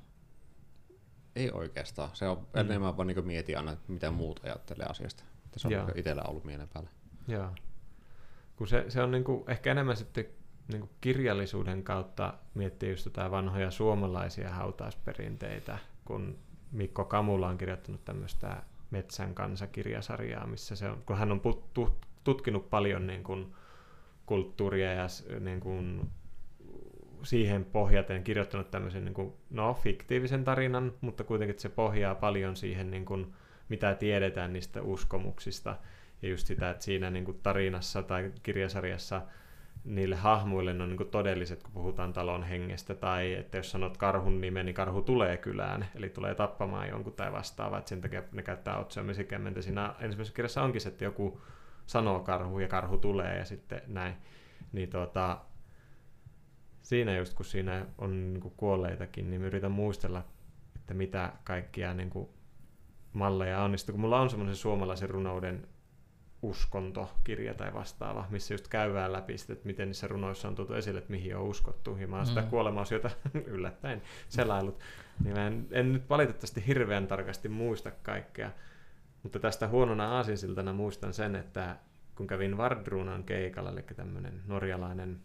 Ei oikeastaan. Se on hmm. enemmän vaan niin mietin aina, mitä muut ajattelee asiasta. Se on niin itsellä ollut mielen päällä. Joo. Kun se, se on niin kuin, ehkä enemmän sitten niin kuin kirjallisuuden kautta miettii just jotain vanhoja suomalaisia hautausperinteitä, kun Mikko Kamula on kirjoittanut tämmöistä Metsän kansakirjasarjaa, missä se on, kun hän on put, tutkinut paljon niin kuin kulttuuria ja niin kuin siihen pohjaten kirjoittanut tämmöisen niin kuin, no, fiktiivisen tarinan, mutta kuitenkin se pohjaa paljon siihen, niin kuin, mitä tiedetään niistä uskomuksista. Ja just sitä, että siinä niin kuin tarinassa tai kirjasarjassa niille hahmoille ne on niin kuin todelliset, kun puhutaan talon hengestä, tai että jos sanot karhun nimen, niin karhu tulee kylään, eli tulee tappamaan jonkun tai vastaavaa, että sen takia ne käyttää otsioimisikemmentä. Siinä ensimmäisessä kirjassa onkin se, että joku sanoo karhu ja karhu tulee ja sitten näin. Niin tuota, siinä just kun siinä on niin kuin kuolleitakin, niin yritän muistella, että mitä kaikkia niin kuin malleja on. Sitten kun mulla on semmoinen suomalaisen runouden uskontokirja tai vastaava, missä just käydään läpi sitä, että miten niissä runoissa on tuotu esille, että mihin on uskottu. Ja mä oon sitä mm. kuolemaosiota yllättäen selailut. Niin mä en, en nyt valitettavasti hirveän tarkasti muista kaikkea. Mutta tästä huonona aasinsiltana muistan sen, että kun kävin Vardrunan keikalla, eli tämmöinen norjalainen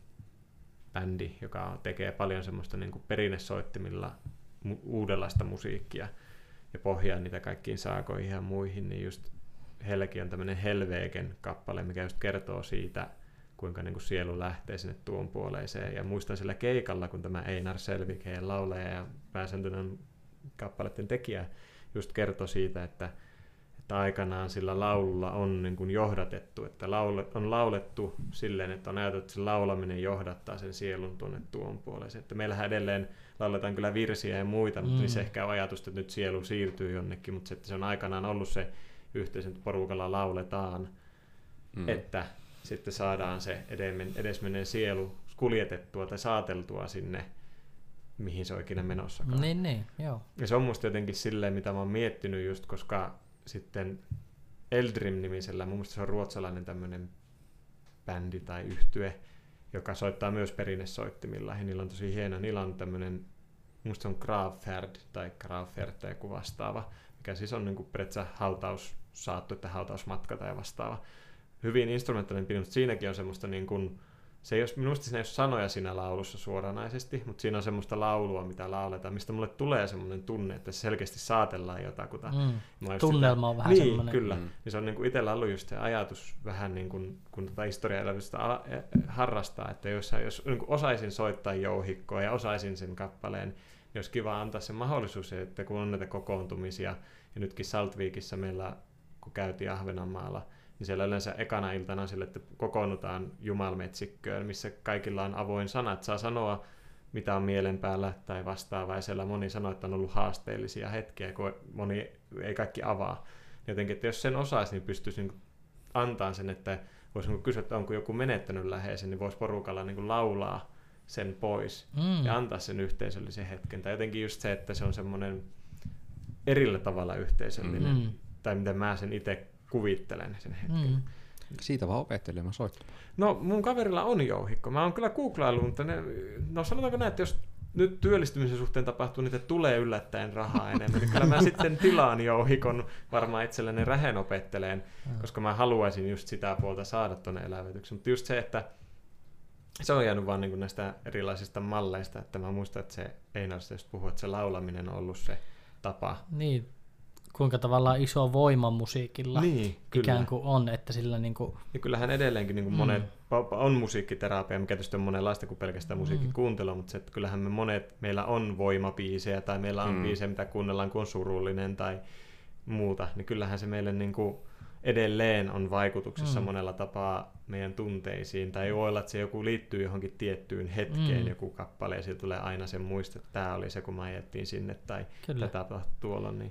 bändi, joka tekee paljon semmoista niin kuin perinnesoittimilla mu- uudenlaista musiikkia ja pohjaa niitä kaikkiin saakoihin ja muihin, niin just heilläkin on tämmöinen Helvegen kappale, mikä just kertoo siitä, kuinka niin kuin sielu lähtee sinne tuon puoleiseen. Ja muistan sillä keikalla, kun tämä Einar Selvik, heidän laulaja ja pääsääntöinen kappaleiden tekijä, just kertoi siitä, että, että aikanaan sillä laululla on niin kuin johdatettu, että laule, on laulettu silleen, että on ajateltu, että se laulaminen johdattaa sen sielun tuonne tuon puoleiseen. Että meillähän edelleen lauletaan kyllä virsiä ja muita, mutta mm. niin se ehkä on ajatus, että nyt sielu siirtyy jonnekin, mutta se, että se on aikanaan ollut se yhteisen porukalla lauletaan, mm. että sitten saadaan se edesmenneen sielu kuljetettua tai saateltua sinne, mihin se on ikinä menossakaan. Niin, niin, joo. Ja se on musta jotenkin silleen, mitä mä oon miettinyt just, koska sitten Eldrim-nimisellä, mun mielestä se on ruotsalainen tämmöinen bändi tai yhtye, joka soittaa myös perinnesoittimilla, ja niillä on tosi hieno, niillä on tämmöinen, mun mielestä se on Gravfärd tai Gravfärd tai joku vastaava, mikä siis on niin kuin periaatteessa hautaussaattu, että hautausmatka tai vastaava. Hyvin instrumentaalinen peli, mutta siinäkin on semmoista, niin kuin, se ei ole, minusta siinä ei ole sanoja siinä laulussa suoranaisesti, mutta siinä on semmoista laulua, mitä lauletaan, mistä mulle tulee semmoinen tunne, että se selkeästi saatellaan jotakuta. Mm. Tunnelma sitä, on vähän niin, semmoinen. Kyllä. Mm. Niin se on niin kuin itsellä ollut just se ajatus vähän niin kuin, kun tätä historiaelämystä harrastaa, että jos, jos niin kuin osaisin soittaa jouhikkoa ja osaisin sen kappaleen, olisi kiva antaa se mahdollisuus, että kun on näitä kokoontumisia, ja nytkin Saltvikissa meillä, kun käytiin Ahvenanmaalla, niin siellä yleensä ekana iltana sille, että kokoonnutaan Jumalmetsikköön, missä kaikilla on avoin sana, että saa sanoa, mitä on mielen päällä tai vastaavaa, ja siellä moni sanoo, että on ollut haasteellisia hetkiä, kun moni ei kaikki avaa. Jotenkin, että jos sen osaisi, niin pystyisi niin antaa sen, että voisi niin kysyä, että onko joku menettänyt läheisen, niin voisi porukalla niin laulaa sen pois mm. ja antaa sen yhteisöllisen hetken. Tai jotenkin just se, että se on semmoinen erillä tavalla yhteisöllinen, mm. tai miten mä sen itse kuvittelen sen hetken. Mm. Siitä vaan opettelemaan soittamaan. No mun kaverilla on jouhikko. Mä oon kyllä googlaillut, mutta ne, no sanotaanko näin, että jos nyt työllistymisen suhteen tapahtuu, niin tulee yllättäen rahaa enemmän. Niin kyllä mä sitten tilaan jouhikon varmaan itselleni rähen opetteleen, koska mä haluaisin just sitä puolta saada tuonne elävytykseen. Mutta just se, että se on jäänyt vaan niin näistä erilaisista malleista, että mä muistan, että se Einar just puhui, että se laulaminen on ollut se tapa. Niin, kuinka tavallaan iso voima musiikilla niin, ikään kuin on, että sillä niin kuin... Ja kyllähän edelleenkin niin kuin mm. monet, on musiikkiterapia, mikä tietysti on monenlaista kuin pelkästään musiikin kuuntelua, mutta se, että kyllähän me monet, meillä on voimabiisejä tai meillä on mm. biisejä, mitä kuunnellaan, kun on surullinen tai muuta, niin kyllähän se meille niin kuin edelleen on vaikutuksessa mm. monella tapaa meidän tunteisiin, tai voi olla, että se joku liittyy johonkin tiettyyn hetkeen, mm. joku kappale, ja siitä tulee aina se muisto, että tämä oli se, kun me ajettiin sinne, tai Kyllä. tätä tapahtui tuolla, niin...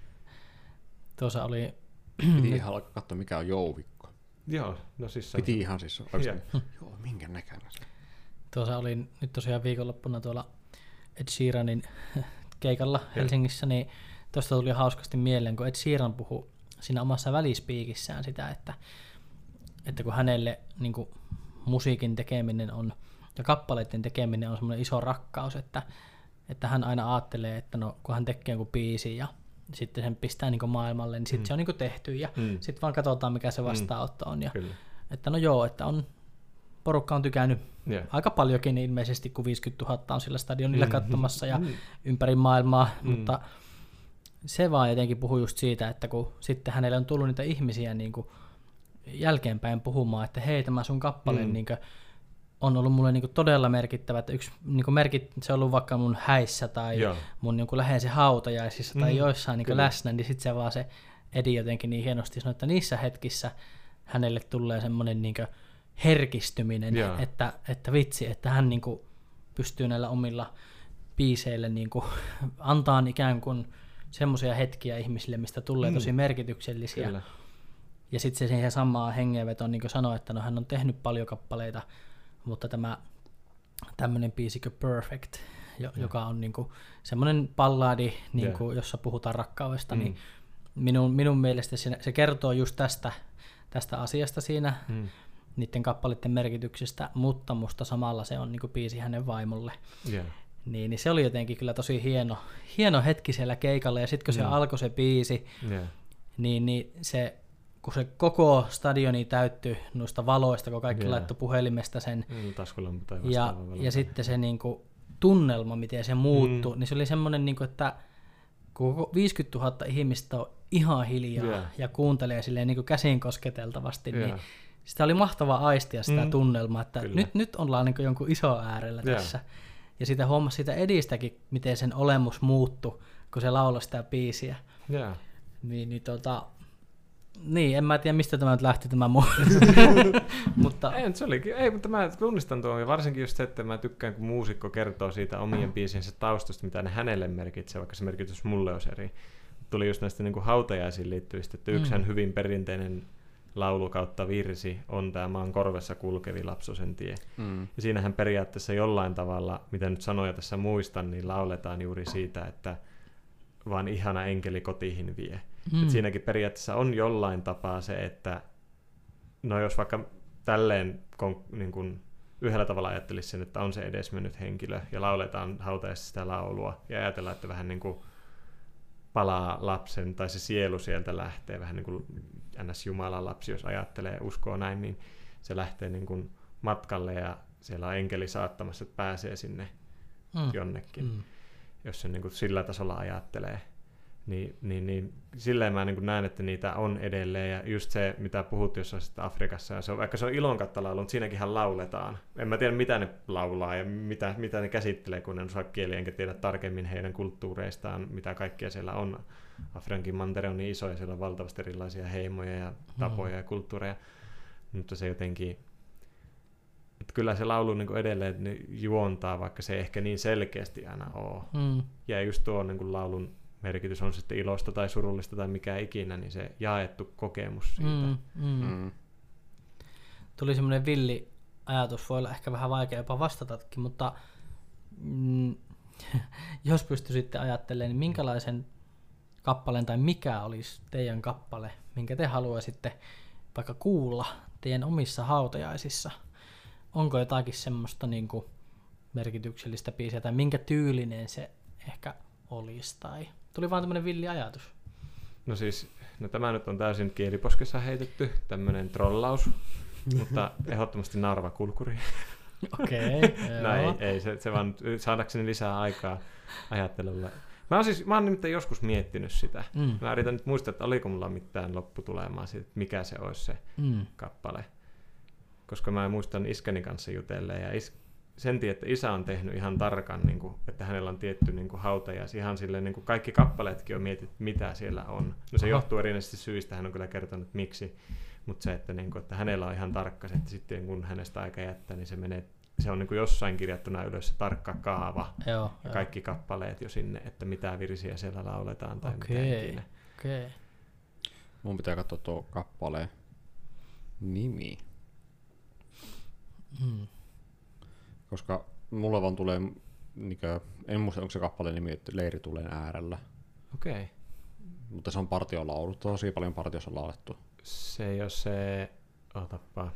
Tuossa oli... Piti ihan alkaa katsoa, mikä on jouhikko. Joo, no siis... Piti on... ihan siis oikeasti. Joo, minkä näköinen se. Tuossa oli nyt tosiaan viikonloppuna tuolla Ed Sheeranin keikalla Helsingissä, niin tuosta tuli hauskasti mieleen, kun Ed Sheeran puhui siinä omassa välispiikissään sitä, että, että kun hänelle niin kuin musiikin tekeminen on ja kappaleiden tekeminen on semmoinen iso rakkaus, että, että hän aina ajattelee, että no, kun hän tekee jonkun biisin ja sitten sen pistää niin kuin maailmalle, niin sitten mm. se on niin kuin tehty ja mm. sitten vaan katsotaan, mikä se vastaanotto on. Ja, että no joo, että on, porukka on tykännyt yeah. aika paljonkin ilmeisesti, kun viisikymmentätuhatta on sillä stadionilla mm. katsomassa ja mm. ympäri maailmaa, mm. mutta se vaan jotenkin puhuu just siitä, että kun sitten hänelle on tullut niitä ihmisiä niin kuin jälkeenpäin puhumaan, että hei, tämä sun kappale mm. niin kuin on ollut mulle niin kuin todella merkittävä, että yksi niin kuin merkit, se on ollut vaikka mun häissä tai Joo. mun niin kuin läheisen hautajaisissa mm. tai joissain niin kuin läsnä, niin sitten se vaan se Edi jotenkin niin hienosti sanoi, että niissä hetkissä hänelle tulee semmoinen niin kuin herkistyminen, että, että vitsi, että hän niin kuin pystyy näillä omilla biiseillä niin kuin antaa ikään kuin semmoisia hetkiä ihmisille, mistä tulee mm. tosi merkityksellisiä. Kyllä. Ja sitten se siihen samaan hengenvetoon niin kuin sanoi, että no hän on tehnyt paljon kappaleita, mutta tämä tämmöinen biisi kuin Perfect, jo, joka on niin kuin semmoinen balladi, niin kuin, jossa puhutaan rakkaudesta, mm. niin minun, minun mielestä se, se kertoo just tästä, tästä asiasta siinä, mm. niiden kappaleiden merkityksestä, mutta musta samalla se on niin kuin biisi hänen vaimolle. Yeah. Niin, niin se oli jotenkin kyllä tosi hieno, hieno hetki siellä keikalla, ja sitten kun se mm. alkoi se biisi, yeah. niin, niin se, kun se koko stadioni täyttyi noista valoista, kun kaikki yeah. laittoi puhelimesta sen, mm, tai ja, ja sitten se niin kuin, tunnelma, miten se muuttui, mm. niin se oli semmoinen, niin kuin, että kun viisikymmentätuhatta ihmistä on ihan hiljaa yeah. ja kuuntelee silleen niin kuin käsin kosketeltavasti, yeah. niin sitä oli mahtava aistia sitä mm. tunnelmaa, että nyt, nyt ollaan niin kuin jonkun iso äärellä yeah. tässä. Ja sitä huomasi siitä Edistäkin, miten sen olemus muuttui, kun se lauloi sitä biisiä. Yeah. Niin, niin, tota, niin, en mä tiedä, mistä tämä nyt lähti tämä muu. mutta... Ei, se olikin, ei, mutta mä tunnistan tuon, ja varsinkin just se, että mä tykkään, kun muusikko kertoo siitä omien biisinsä taustasta, mitä ne hänelle merkitsee, vaikka se merkitys mulle olisi eri. Tuli just näistä niin kuin hautajaisiin liittyvistä, että yksihän mm. hyvin perinteinen laulu kautta virsi on tämä maan korvessa kulkevi lapsosen tie. Mm. Ja siinähän periaatteessa jollain tavalla, mitä nyt sanoja tässä muistan, niin lauletaan juuri siitä, että vaan ihana enkeli kotiin vie. Mm. Et siinäkin periaatteessa on jollain tapaa se, että no jos vaikka tälleen niin kun yhdellä tavalla ajattelisi sen, että on se edesmennyt henkilö ja lauletaan hautajaisissa sitä laulua ja ajatellaan, että vähän niin kuin palaa lapsen tai se sielu sieltä lähtee vähän niin kuin ns. Jumalan lapsi, jos ajattelee uskoo näin, niin se lähtee niin kuin matkalle ja siellä on enkeli saattamassa, että pääsee sinne mm. jonnekin, mm. jos se niin kuin sillä tasolla ajattelee. Niin, niin, niin silleen mä niin näen, että niitä on edelleen. Ja just se, mitä puhut jossain sitten Afrikassa, ja se on, vaikka se on ilonkatto-laulu, mutta siinäkinhän lauletaan. En mä tiedä, mitä ne laulaa ja mitä, mitä ne käsittelee, kun en osaa kieliä, enkä tiedä tarkemmin heidän kulttuureistaan, mitä kaikkea siellä on. Afrikankin mantere on niin iso, ja siellä on valtavasti erilaisia heimoja ja tapoja ja kulttuureja. Mutta se jotenkin... Että kyllä se laulu niin edelleen niin juontaa, vaikka se ei ehkä niin selkeästi aina ole. Mm. Ja just tuo niin laulun merkitys on sitten ilosta tai surullista tai mikä ikinä, niin se jaettu kokemus siitä. Mm, mm. Mm. Tuli semmoinen villi ajatus, voi olla ehkä vähän vaikea jopa vastatakin, mutta mm, jos pystyisitte ajattelemaan, niin minkälaisen kappaleen tai mikä olisi teidän kappale, minkä te haluaisitte vaikka kuulla teidän omissa hautajaisissa? Onko jotakin semmoista niin kuin merkityksellistä biisiä tai minkä tyylinen se ehkä olisi? Tai... Tuli vaan tämmöinen villi ajatus. No siis, no tämä nyt on täysin kieliposkessa heitetty, tämmöinen trollaus, mutta ehdottomasti naurava kulkuri. Okei, okay, no ei, ei se, se vaan saadakseni lisää aikaa ajattelulle. Mä oon, siis, mä oon nimittäin joskus miettinyt sitä. Mm. Mä yritän nyt muistaa, että oliko mulla mitään lopputulemaa siitä, että mikä se olisi se mm. kappale. Koska mä muistan iskäni kanssa jutelleen, ja is, sen tiedä, että isä on tehnyt ihan tarkan, niin kuin, että hänellä on tietty niin kuin hautajais, ihan silleen, niin kuin kaikki kappaleetkin on mietitty, mitä siellä on. No se Aha. johtuu erinäisesti syistä, hän on kyllä kertonut miksi, mutta se, että, niin kuin, että hänellä on ihan tarkka se, että sitten kun hänestä aika jättää, niin se menee, se on niin kuin jossain kirjattuna ylös se tarkka kaava, joo, ja jo. kaikki kappaleet jo sinne, että mitä virsiä siellä lauletaan tai okay. mitä ikinä. Okay. Mun pitää katsoa tuo kappaleen nimi. Hmm. Koska mulle vaan tulee, niinkö, en muista onko se kappaleen nimi, että Leiri tulen äärellä. Okei. Okay. Mutta se on partiolaulu, tosi paljon partiossa on laulettu. Se ei ole se, otapa,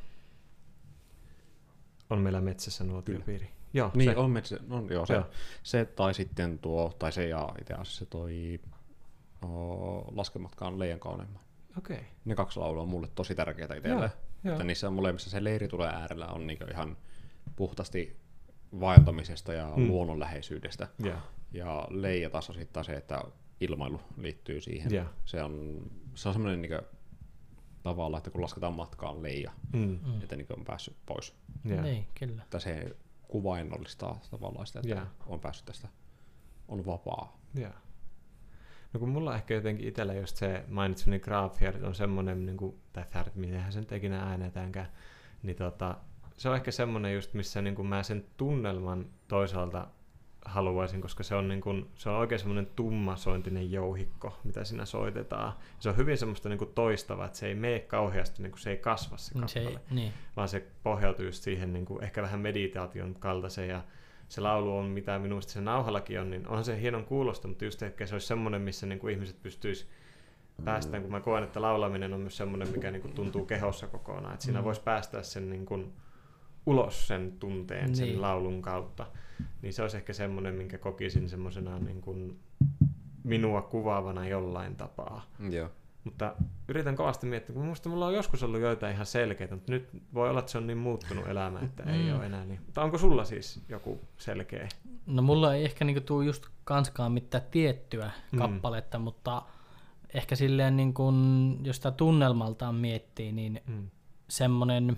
on meillä metsässä nuotiopiiri. Joo, niin, se. on metsässä, on, joo, se, joo. se tai sitten tuo, tai se ja itse asiassa se toi o, Laskematkaan Leijan kauneimman. Okei. Okay. Ne kaksi laulua on mulle tosi tärkeitä itselle. Että niissä on molemmissa se Leiri tulee äärellä on niinku ihan puhtaasti vaeltamisesta ja mm. luonnonläheisyydestä. Yeah. Ja Leija taas on sitten se, että ilmailu liittyy siihen. Yeah. Se on, se on semmoinen niinku tavalla, että kun lasketaan matkaan Leija, mm. että niinku on päässyt pois. Yeah. Niin, kyllä. Että se kuvainnollistaa tavallaan sitä, että yeah. on päässyt tästä, on vapaa. Yeah. No kun mulla ehkä jotenkin itsellä just se mainitsemani Graveyard on semmoinen, niin kuin, tai Fjärd, mitenhän se nyt ikinä äänetäänkään, niin tota, se on ehkä semmoinen just, missä niin kuin mä sen tunnelman toisaalta haluaisin, koska se on, niin kuin, se on oikein semmoinen tummasointinen jouhikko, mitä siinä soitetaan. Se on hyvin semmoista niin kuin toistavaa, että se ei mene kauheasti, niin kuin se ei kasva se kappale, se ei, niin. vaan se pohjautuu just siihen niin kuin, ehkä vähän meditaation kaltaiseen, ja se laulu on, mitä minusta se nauhallakin on, niin onhan se hienon kuulosta, mutta just ehkä se olisi semmoinen, missä niin kuin ihmiset pystyisi päästään, kun mä koen, että laulaminen on myös semmoinen, mikä niin kuin tuntuu kehossa kokonaan, että siinä mm. voisi päästää sen niin kuin ulos sen tunteen niin. sen laulun kautta, niin se olisi ehkä semmoinen, minkä kokisin semmoisena niin kuin minua kuvaavana jollain tapaa. Joo. Mutta yritän kovasti miettiä, kun minusta mulla on joskus ollut joitain ihan selkeitä, mutta nyt voi olla, että se on niin muuttunut elämä, että ei mm. ole enää niin. Mutta onko sulla siis joku selkeä? No mulla ei ehkä niinku tule just kanskaan mitään tiettyä mm. kappaletta, mutta ehkä silleen niin kun, jos sitä tunnelmaltaan miettii, niin mm. semmoinen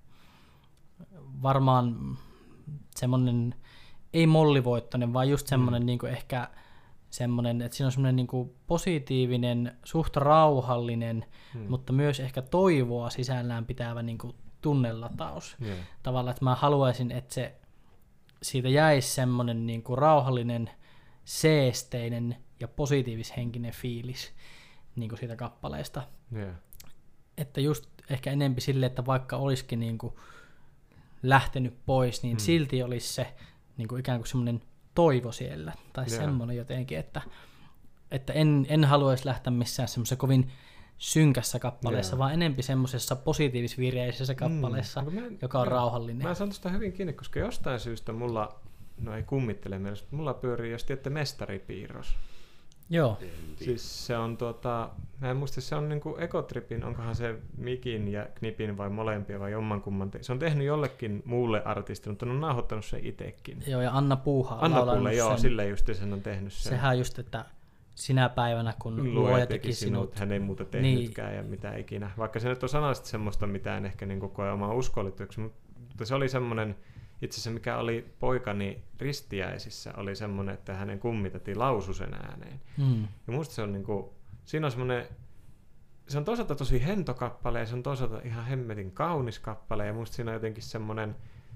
varmaan semmoinen, ei mollivoittoinen, vaan just semmoinen mm. niin kuin ehkä semmoinen, että siinä on semmoinen niin kuin positiivinen, suht rauhallinen, mm. mutta myös ehkä toivoa sisällään pitävä niin kuin tunnelataus. Yeah. Tavallaan, että mä haluaisin, että se siitä jäisi semmoinen niin kuin rauhallinen, seesteinen ja positiivishenkinen fiilis niin kuin siitä kappaleesta. Yeah. Että just ehkä enempi sille, että vaikka olisikin niin kuin lähtenyt pois, niin mm. silti olisi se niin kuin ikään kuin semmoinen toivo siellä, tai yeah. semmoinen jotenkin, että, että en, en haluaisi lähteä missään semmoisessa kovin synkässä kappaleessa, yeah. vaan enempi semmoisessa positiivisvireisessä kappaleessa, mm. en, joka on mä, rauhallinen. Mä saan tuosta hyvin kiinni, koska jostain syystä mulla, no ei kummittele mielestä, mulla pyörii, jos tiedätte, Mestaripiirros. Joo. Siis se on tuota, mä en muista, se on niinku Ekotripin, onkohan se Mikin ja Knipin vai molempia vai jommankumman. Se on tehnyt jollekin muulle artistille, mutta on nauhoittanut sen itsekin. Joo, ja Anna Puuha. Anna Puulle, joo, sen. Sille just sen on tehnyt sen. Sehän just, että sinä päivänä, kun luoja teki sinut. Hän ei muuta tehnytkään niin. Ja mitä ikinä. Vaikka se nyt on sanallisesti semmoista, mitä en ehkä niin koe omaa uskollityksi, mutta se oli semmoinen, itse asiassa mikä oli poikani ristiäisissä, oli semmoinen, että hänen kummitettiin lausu sen ääneen. Mm. Ja musta se on niin kuin, siinä on semmoinen, se on toisaalta tosi hento kappale ja se on toisaalta ihan hemmetin kaunis kappale ja musta siinä on jotenkin semmoinen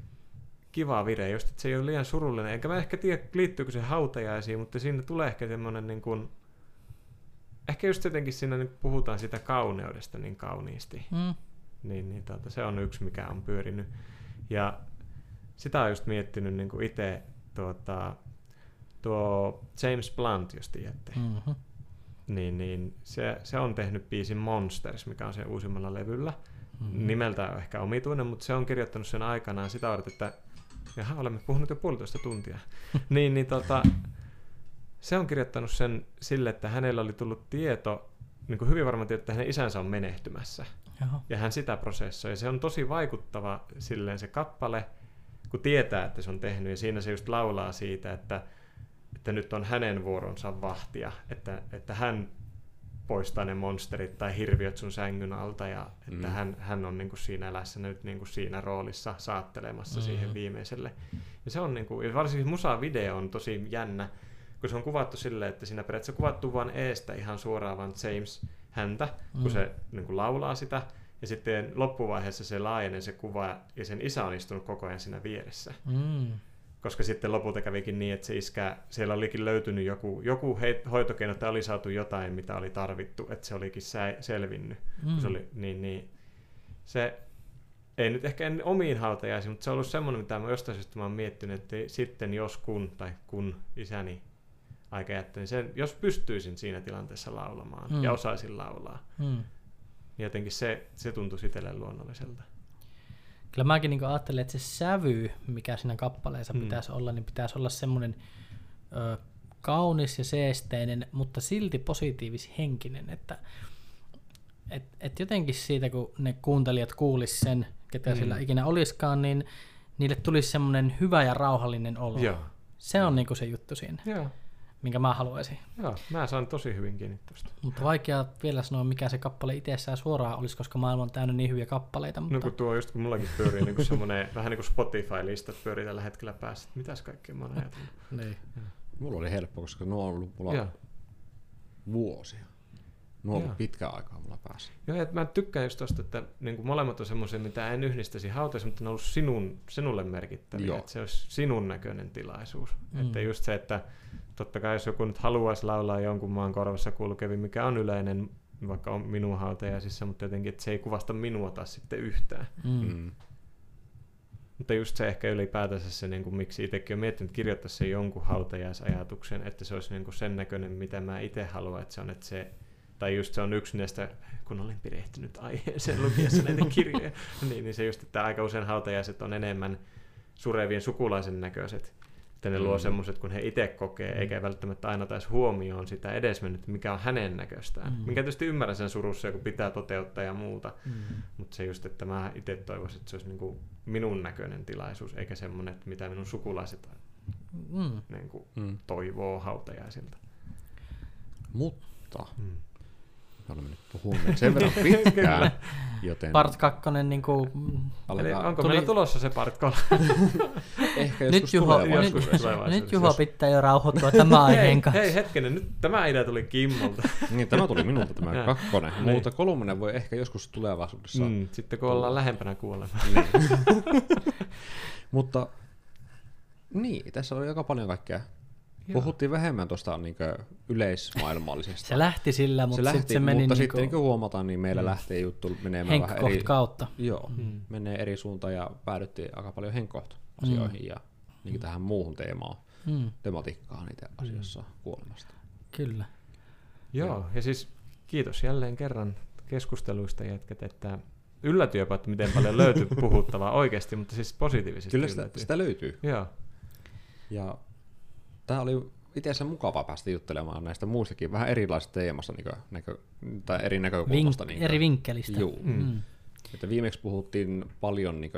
kiva vire, just että se ei ole liian surullinen. Enkä mä ehkä tiedä, liittyykö se hautajaisiin, mutta siinä tulee ehkä semmoinen niin kuin, ehkä just jotenkin siinä niin puhutaan sitä kauneudesta niin kauniisti. Mm. Niin, niin tuota, se on yksi, mikä on pyörinyt. Ja sitä on just miettinyt niin kuin itse tuota, tuo James Blunt, jos tiedätte. Mm-hmm. Niin, niin se, se on tehnyt biisin Monsters, mikä on sen uusimmalla levyllä. Mm-hmm. Nimeltä on ehkä omituinen, mutta se on kirjoittanut sen aikanaan sitä varten, että jaha, olemme puhunut jo puolitoista tuntia. niin, niin tota, se on kirjoittanut sen sille, että hänellä oli tullut tieto, niin kuin hyvin varma tieto, että hänen isänsä on menehtymässä. Jaha. Ja hän sitä prosessoi. Ja se on tosi vaikuttava silleen se kappale, kun tietää, että se on tehnyt. Ja siinä se just laulaa siitä, että, että nyt on hänen vuoronsa vahtia, että, että hän poistaa ne monsterit tai hirviöt sun sängyn alta ja että mm. hän, hän on niinku siinä läsnä nyt niinku siinä roolissa saattelemassa mm. siihen viimeiselle. Ja se on niinku, ja varsinkin musavideo on tosi jännä, kun se on kuvattu silleen, että siinä periaatteessa on kuvattu vaan eestä ihan suoraan vaan James häntä, kun mm. se niinku laulaa sitä. Ja sitten loppuvaiheessa se laajenee se kuva ja sen isä on istunut koko ajan siinä vieressä. Mm. Koska sitten lopulta kävikin niin, että se iskä, siellä olikin löytynyt joku, joku hoitokeino, että oli saatu jotain, mitä oli tarvittu, että se olikin sä, selvinnyt. Mm. Se oli, niin, niin, se ei nyt ehkä en omiin hautajaisiin, mutta se on ollut semmoinen, mitä mä jostain syystä mä oon miettinyt, että sitten jos kun, tai kun isäni aika jättä, niin sen, jos pystyisin siinä tilanteessa laulamaan mm. ja osaisin laulaa, mm. niin jotenkin se, se tuntuisi itselleen luonnolliselta. Kyllä mäkin niin ajattelen, että se sävy, mikä siinä kappaleessa mm. pitäisi olla, niin pitäisi olla semmoinen ö, kaunis ja seesteinen, mutta silti positiivishenkinen. Että et, et jotenkin siitä, kun ne kuuntelijat kuulis sen, ketä mm. sillä ikinä olisikaan, niin niille tulisi semmoinen hyvä ja rauhallinen olo. Joo. Se on niin kuin se juttu siinä. Joo. Minkä mä haluaisin. Joo, mä saan tosi hyvin kiinni tuosta. Mutta vaikea vielä sanoa, mikä se kappale itsessään suoraan olisi, koska maailma on täynnä niin hyviä kappaleita. Mutta... No kun tuo just kun mullakin pyörii niin kuin semmoinen, vähän niin kuin Spotify-listat pyörii tällä hetkellä päässä, että mitäs kaikkea mä oon ajatellut. Niin. Mulla oli helppo, koska nuo on ollut mulla vuosia. Nuo on ollut pitkään aikaa mulla päässä. Joo, että mä tykkään just tosta, että niin kuin molemmat on semmoisia, mitä en yhdistäisi hautaisi, mutta ne on ollut sinun, sinulle merkittäviä. Että se olisi sinun näköinen tilaisuus. Mm. Että just se, että totta kai jos joku nyt haluaisi laulaa jonkun maan korvassa kulkevi, mikä on yleinen, vaikka on minun hautajaisissa, mutta jotenkin, että se ei kuvasta minua taas sitten yhtään. Mm. Mutta just se ehkä ylipäätänsä se, niin kuin, miksi itsekin olen miettinyt, että kirjoittaisi sen jonkun hautajaisajatuksen, että se olisi niin kuin sen näköinen, mitä mä itse haluan, että se on, että se tai just se on yksi näistä, kun olen perehtynyt aiheeseen lukiessa näitä kirjoja, niin, niin se just, että aika usein hautajaiset on enemmän surevien sukulaisen näköiset. Että ne mm. luo semmoiset, kun he itse kokee, mm. eikä välttämättä aina taisi huomioon sitä edesmennyt, mikä on hänen näköistään. Mm. Minkä tietysti ymmärrän sen surussa, kun pitää toteuttaa ja muuta. Mm. Mutta se just, että mä itse toivoisin, että se olisi niin kuin minun näköinen tilaisuus, eikä semmoinen, että mitä minun sukulaiset mm. niin kuin mm. toivoo hautajaisilta. Mutta... Mm. Me olemme nyt puhuneet sen verran pitkään, joten... Part kakkonen niin kuin... Eli onko tuli... meillä tulossa se part kolme? Ehkä joskus nyt Juho, nyt, nyt Juho pitää jo rauhoittua tämän aiheen kanssa. Hei hetkinen, nyt tämä idea tuli Kimmolta. Niin, tämä tuli minulta tämä kakkonen, mutta kolmonen voi ehkä joskus tulevaisuudessa... Mm, sitten kun ollaan lähempänä kuolemaa. Niin. Mutta niin, tässä oli aika paljon kaikkea. Puhuttiin vähemmän tuosta niin yleismaailmallisesta. Se lähti sillä, mutta se lähti, sitten se meni... Mutta niin sitten niin kuin huomataan, niin meillä mm. lähtee juttu menemään vähän eri... kautta. Joo, mm. menee eri suuntaan ja päädyttiin aika paljon henkkoht-asioihin mm. ja niin tähän muuhun teemaan, mm. tematiikkaan itse asiassa mm. kuolemasta. Kyllä. Joo, ja siis kiitos jälleen kerran keskusteluista jätkät, että yllätyi jopa, että miten paljon löytyi puhuttavaa oikeasti, mutta siis positiivisesti Kyllä sitä, sitä löytyy. Joo. Ja tämä oli itse asiassa mukavaa päästä juttelemaan näistä muistakin vähän erilaisista teemasta niin näkö, tai eri näkökulmasta. Vink- niin eri vinkkelistä. Joo. Mm. Että viimeksi puhuttiin paljon niin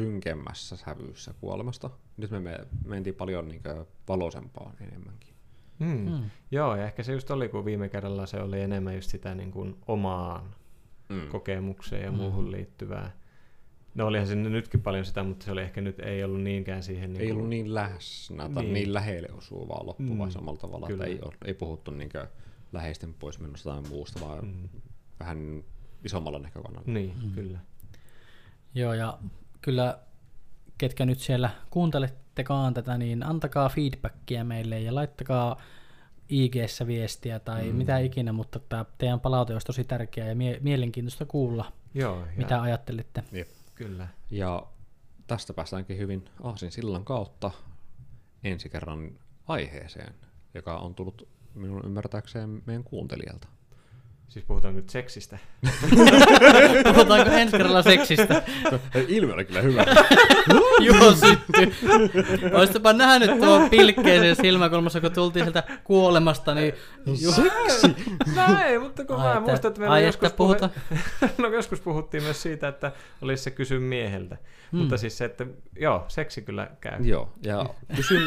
synkemmässä sävyyssä kuolemasta. Nyt me mentiin paljon niin valoisempaan enemmänkin. Mm. Mm. Joo, ja ehkä se just oli, kun viime kerralla se oli enemmän just sitä niin kuin omaan Mm. kokemukseen ja Mm. muuhun liittyvää. No olihan sinne nytkin paljon sitä, mutta se oli ehkä nyt ei ollut niinkään siihen... Niin Ei kuin... ollut niin läsnä tai Niin. niin lähelle osuvaa loppuvaa Mm. samalla tavalla, Kyllä. että ei, ole, ei puhuttu niinkö läheisten poismenosta tai muusta, vaan Mm. vähän isommalla näkökannalla. Niin, Mm. kyllä. Joo, ja kyllä ketkä nyt siellä kuuntelettekaan tätä, niin antakaa feedbackia meille ja laittakaa I G:ssä viestiä tai Mm. mitä ikinä, mutta tämä teidän palaute olisi tosi tärkeää ja mie- mielenkiintoista kuulla, Joo, ja mitä ajattelitte. Jep. kyllä. Ja tästä päästäänkin hyvin aasinsillan kautta ensi kerran aiheeseen, joka on tullut minun ymmärtääkseen meidän kuuntelijalta. Siis puhutaan nyt seksistä. Puhutaanko ensi kerralla seksistä? Ilme oli kyllä hyvä. Joo, sytty. Olisitpa nähnyt tuon pilkkeisen silmäkulmassa, kun tultiin sieltä kuolemasta, niin... Seksi! No ei, mutta kun Ai, mä että- muistan, että meillä ai, joskus, että puhuta- puhe... no, joskus puhuttiin myös siitä, että olisi se kysy mieheltä. Hmm. Mutta siis se, että joo, seksi kyllä käy. Joo, ja kysyn...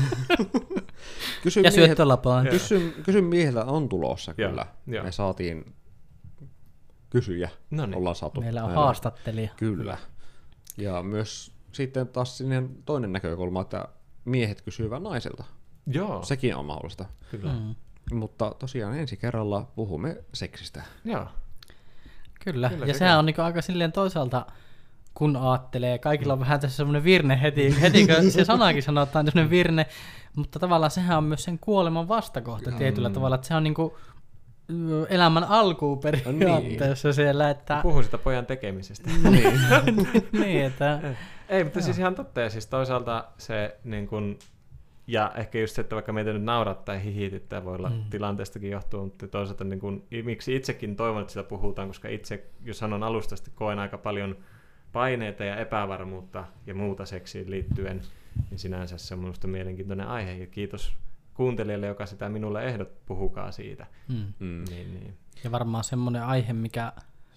kysyn Ja mieheltä, syöttölapaan. kysyn, kysyn mieheltä on tulossa Joo, kyllä. joo. Me saatiin kysyjä. No niin. Ollaan saatu. Meillä on näillä- haastattelija. Kyllä. Ja myös sitten taas sinne toinen näkökulma, että miehet kysyvät naiselta. Joo, Sekin on mahdollista. kyllä. Mm. Mutta tosiaan ensi kerralla puhumme seksistä. Joo, Kyllä, Kyllä ja se sehän käy. on niinku aika silleen toisaalta, kun aattelee, kaikilla on vähän tässä semmoinen virne heti, heti kun se sanakin sanotaan, semmoinen virne, mutta tavallaan sehän on myös sen kuoleman vastakohta tietyllä tavalla, että se on niinku ö, elämän alkuun periaatteessa siellä, että... puhun sitä pojan tekemisestä. niin, että... Ei, mutta siis ihan totta. Ja siis toisaalta se niin kun, ja ehkä just se, että vaikka meitä nyt naurattaa ja hihityttää, voi olla Mm. mm. tilanteestakin johtuu, mutta toisaalta niin kun, miksi itsekin toivon, että sitä puhutaan, koska itse, jos sanon alusta, asti koen aika paljon paineita ja epävarmuutta ja muuta seksiin liittyen, niin sinänsä se on minusta mielenkiintoinen aihe. Ja kiitos kuuntelijalle, joka sitä minulle ehdot, puhukaa siitä. Mm. Mm. Niin, niin. Ja varmaan semmoinen aihe, mikä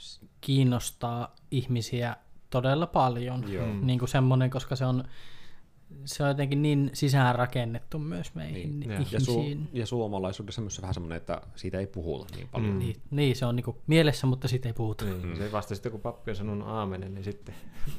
kiinnostaa ihmisiä todella paljon. Joo. Niin kuin semmoinen, koska se on, se on jotenkin niin sisäänrakennettu myös meihin Niin. Ja- Ja, su- ihmisiin. ja suomalaisuudessa myös vähän semmoinen, että siitä ei puhuta niin paljon. Mm. Mm. Niin, niin, se on niinku mielessä, mutta siitä ei puhuta. Niin, Mm. se vasta sitten, kun pappi on sanonut aamenen, niin sitten...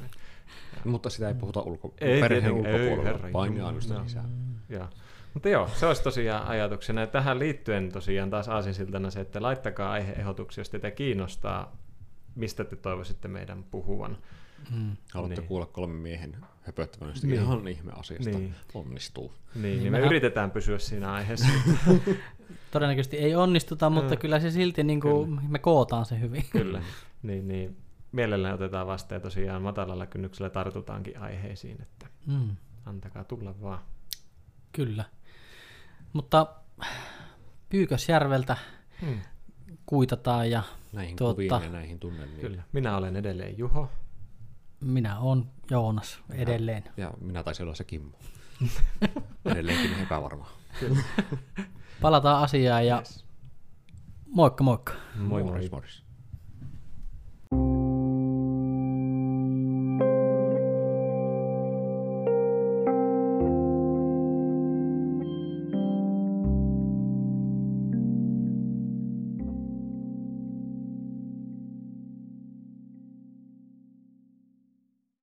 Mutta sitä ei puhuta ulko- Ei perheen tietenkään, ei, ulkopuolella, herra vain ja jumala. ainoastaan Joo. isää. Joo. Mutta joo, se olisi tosiaan ajatuksena. Ja tähän liittyen tosiaan taas aasinsiltana se, että laittakaa aihe-ehdotuksia, jos teitä kiinnostaa, mistä te toivoisitte meidän puhuvan. Mm. Haluatte Niin. kuulla kolmen miehen höpöttävän jostakin Niin. ihan ihme asiasta. Niin. Onnistuu. Niin, Niin niin me mehän- yritetään pysyä siinä aiheessa. Todennäköisesti ei onnistuta, mutta Mm. kyllä se silti niinku, me kootaan se hyvin. Kyllä. Niin, niin. Mielellään otetaan vastaan ja tosiaan matalalla kynnyksellä tartutaankin aiheisiin, että Mm. antakaa tulla vaan. Kyllä. Mutta Pyykösjärveltä Hmm. kuitataan ja Näihin Tuota- kuviin ja näihin tunnelmiin. Kyllä. Minä olen edelleen Juho. minä olen Joonas edelleen. Ja minä taisin olla se Kimmo. Edelleenkin epävarma. Palataan asiaan ja Yes. moikka moikka. Moi moi. Morris, morris.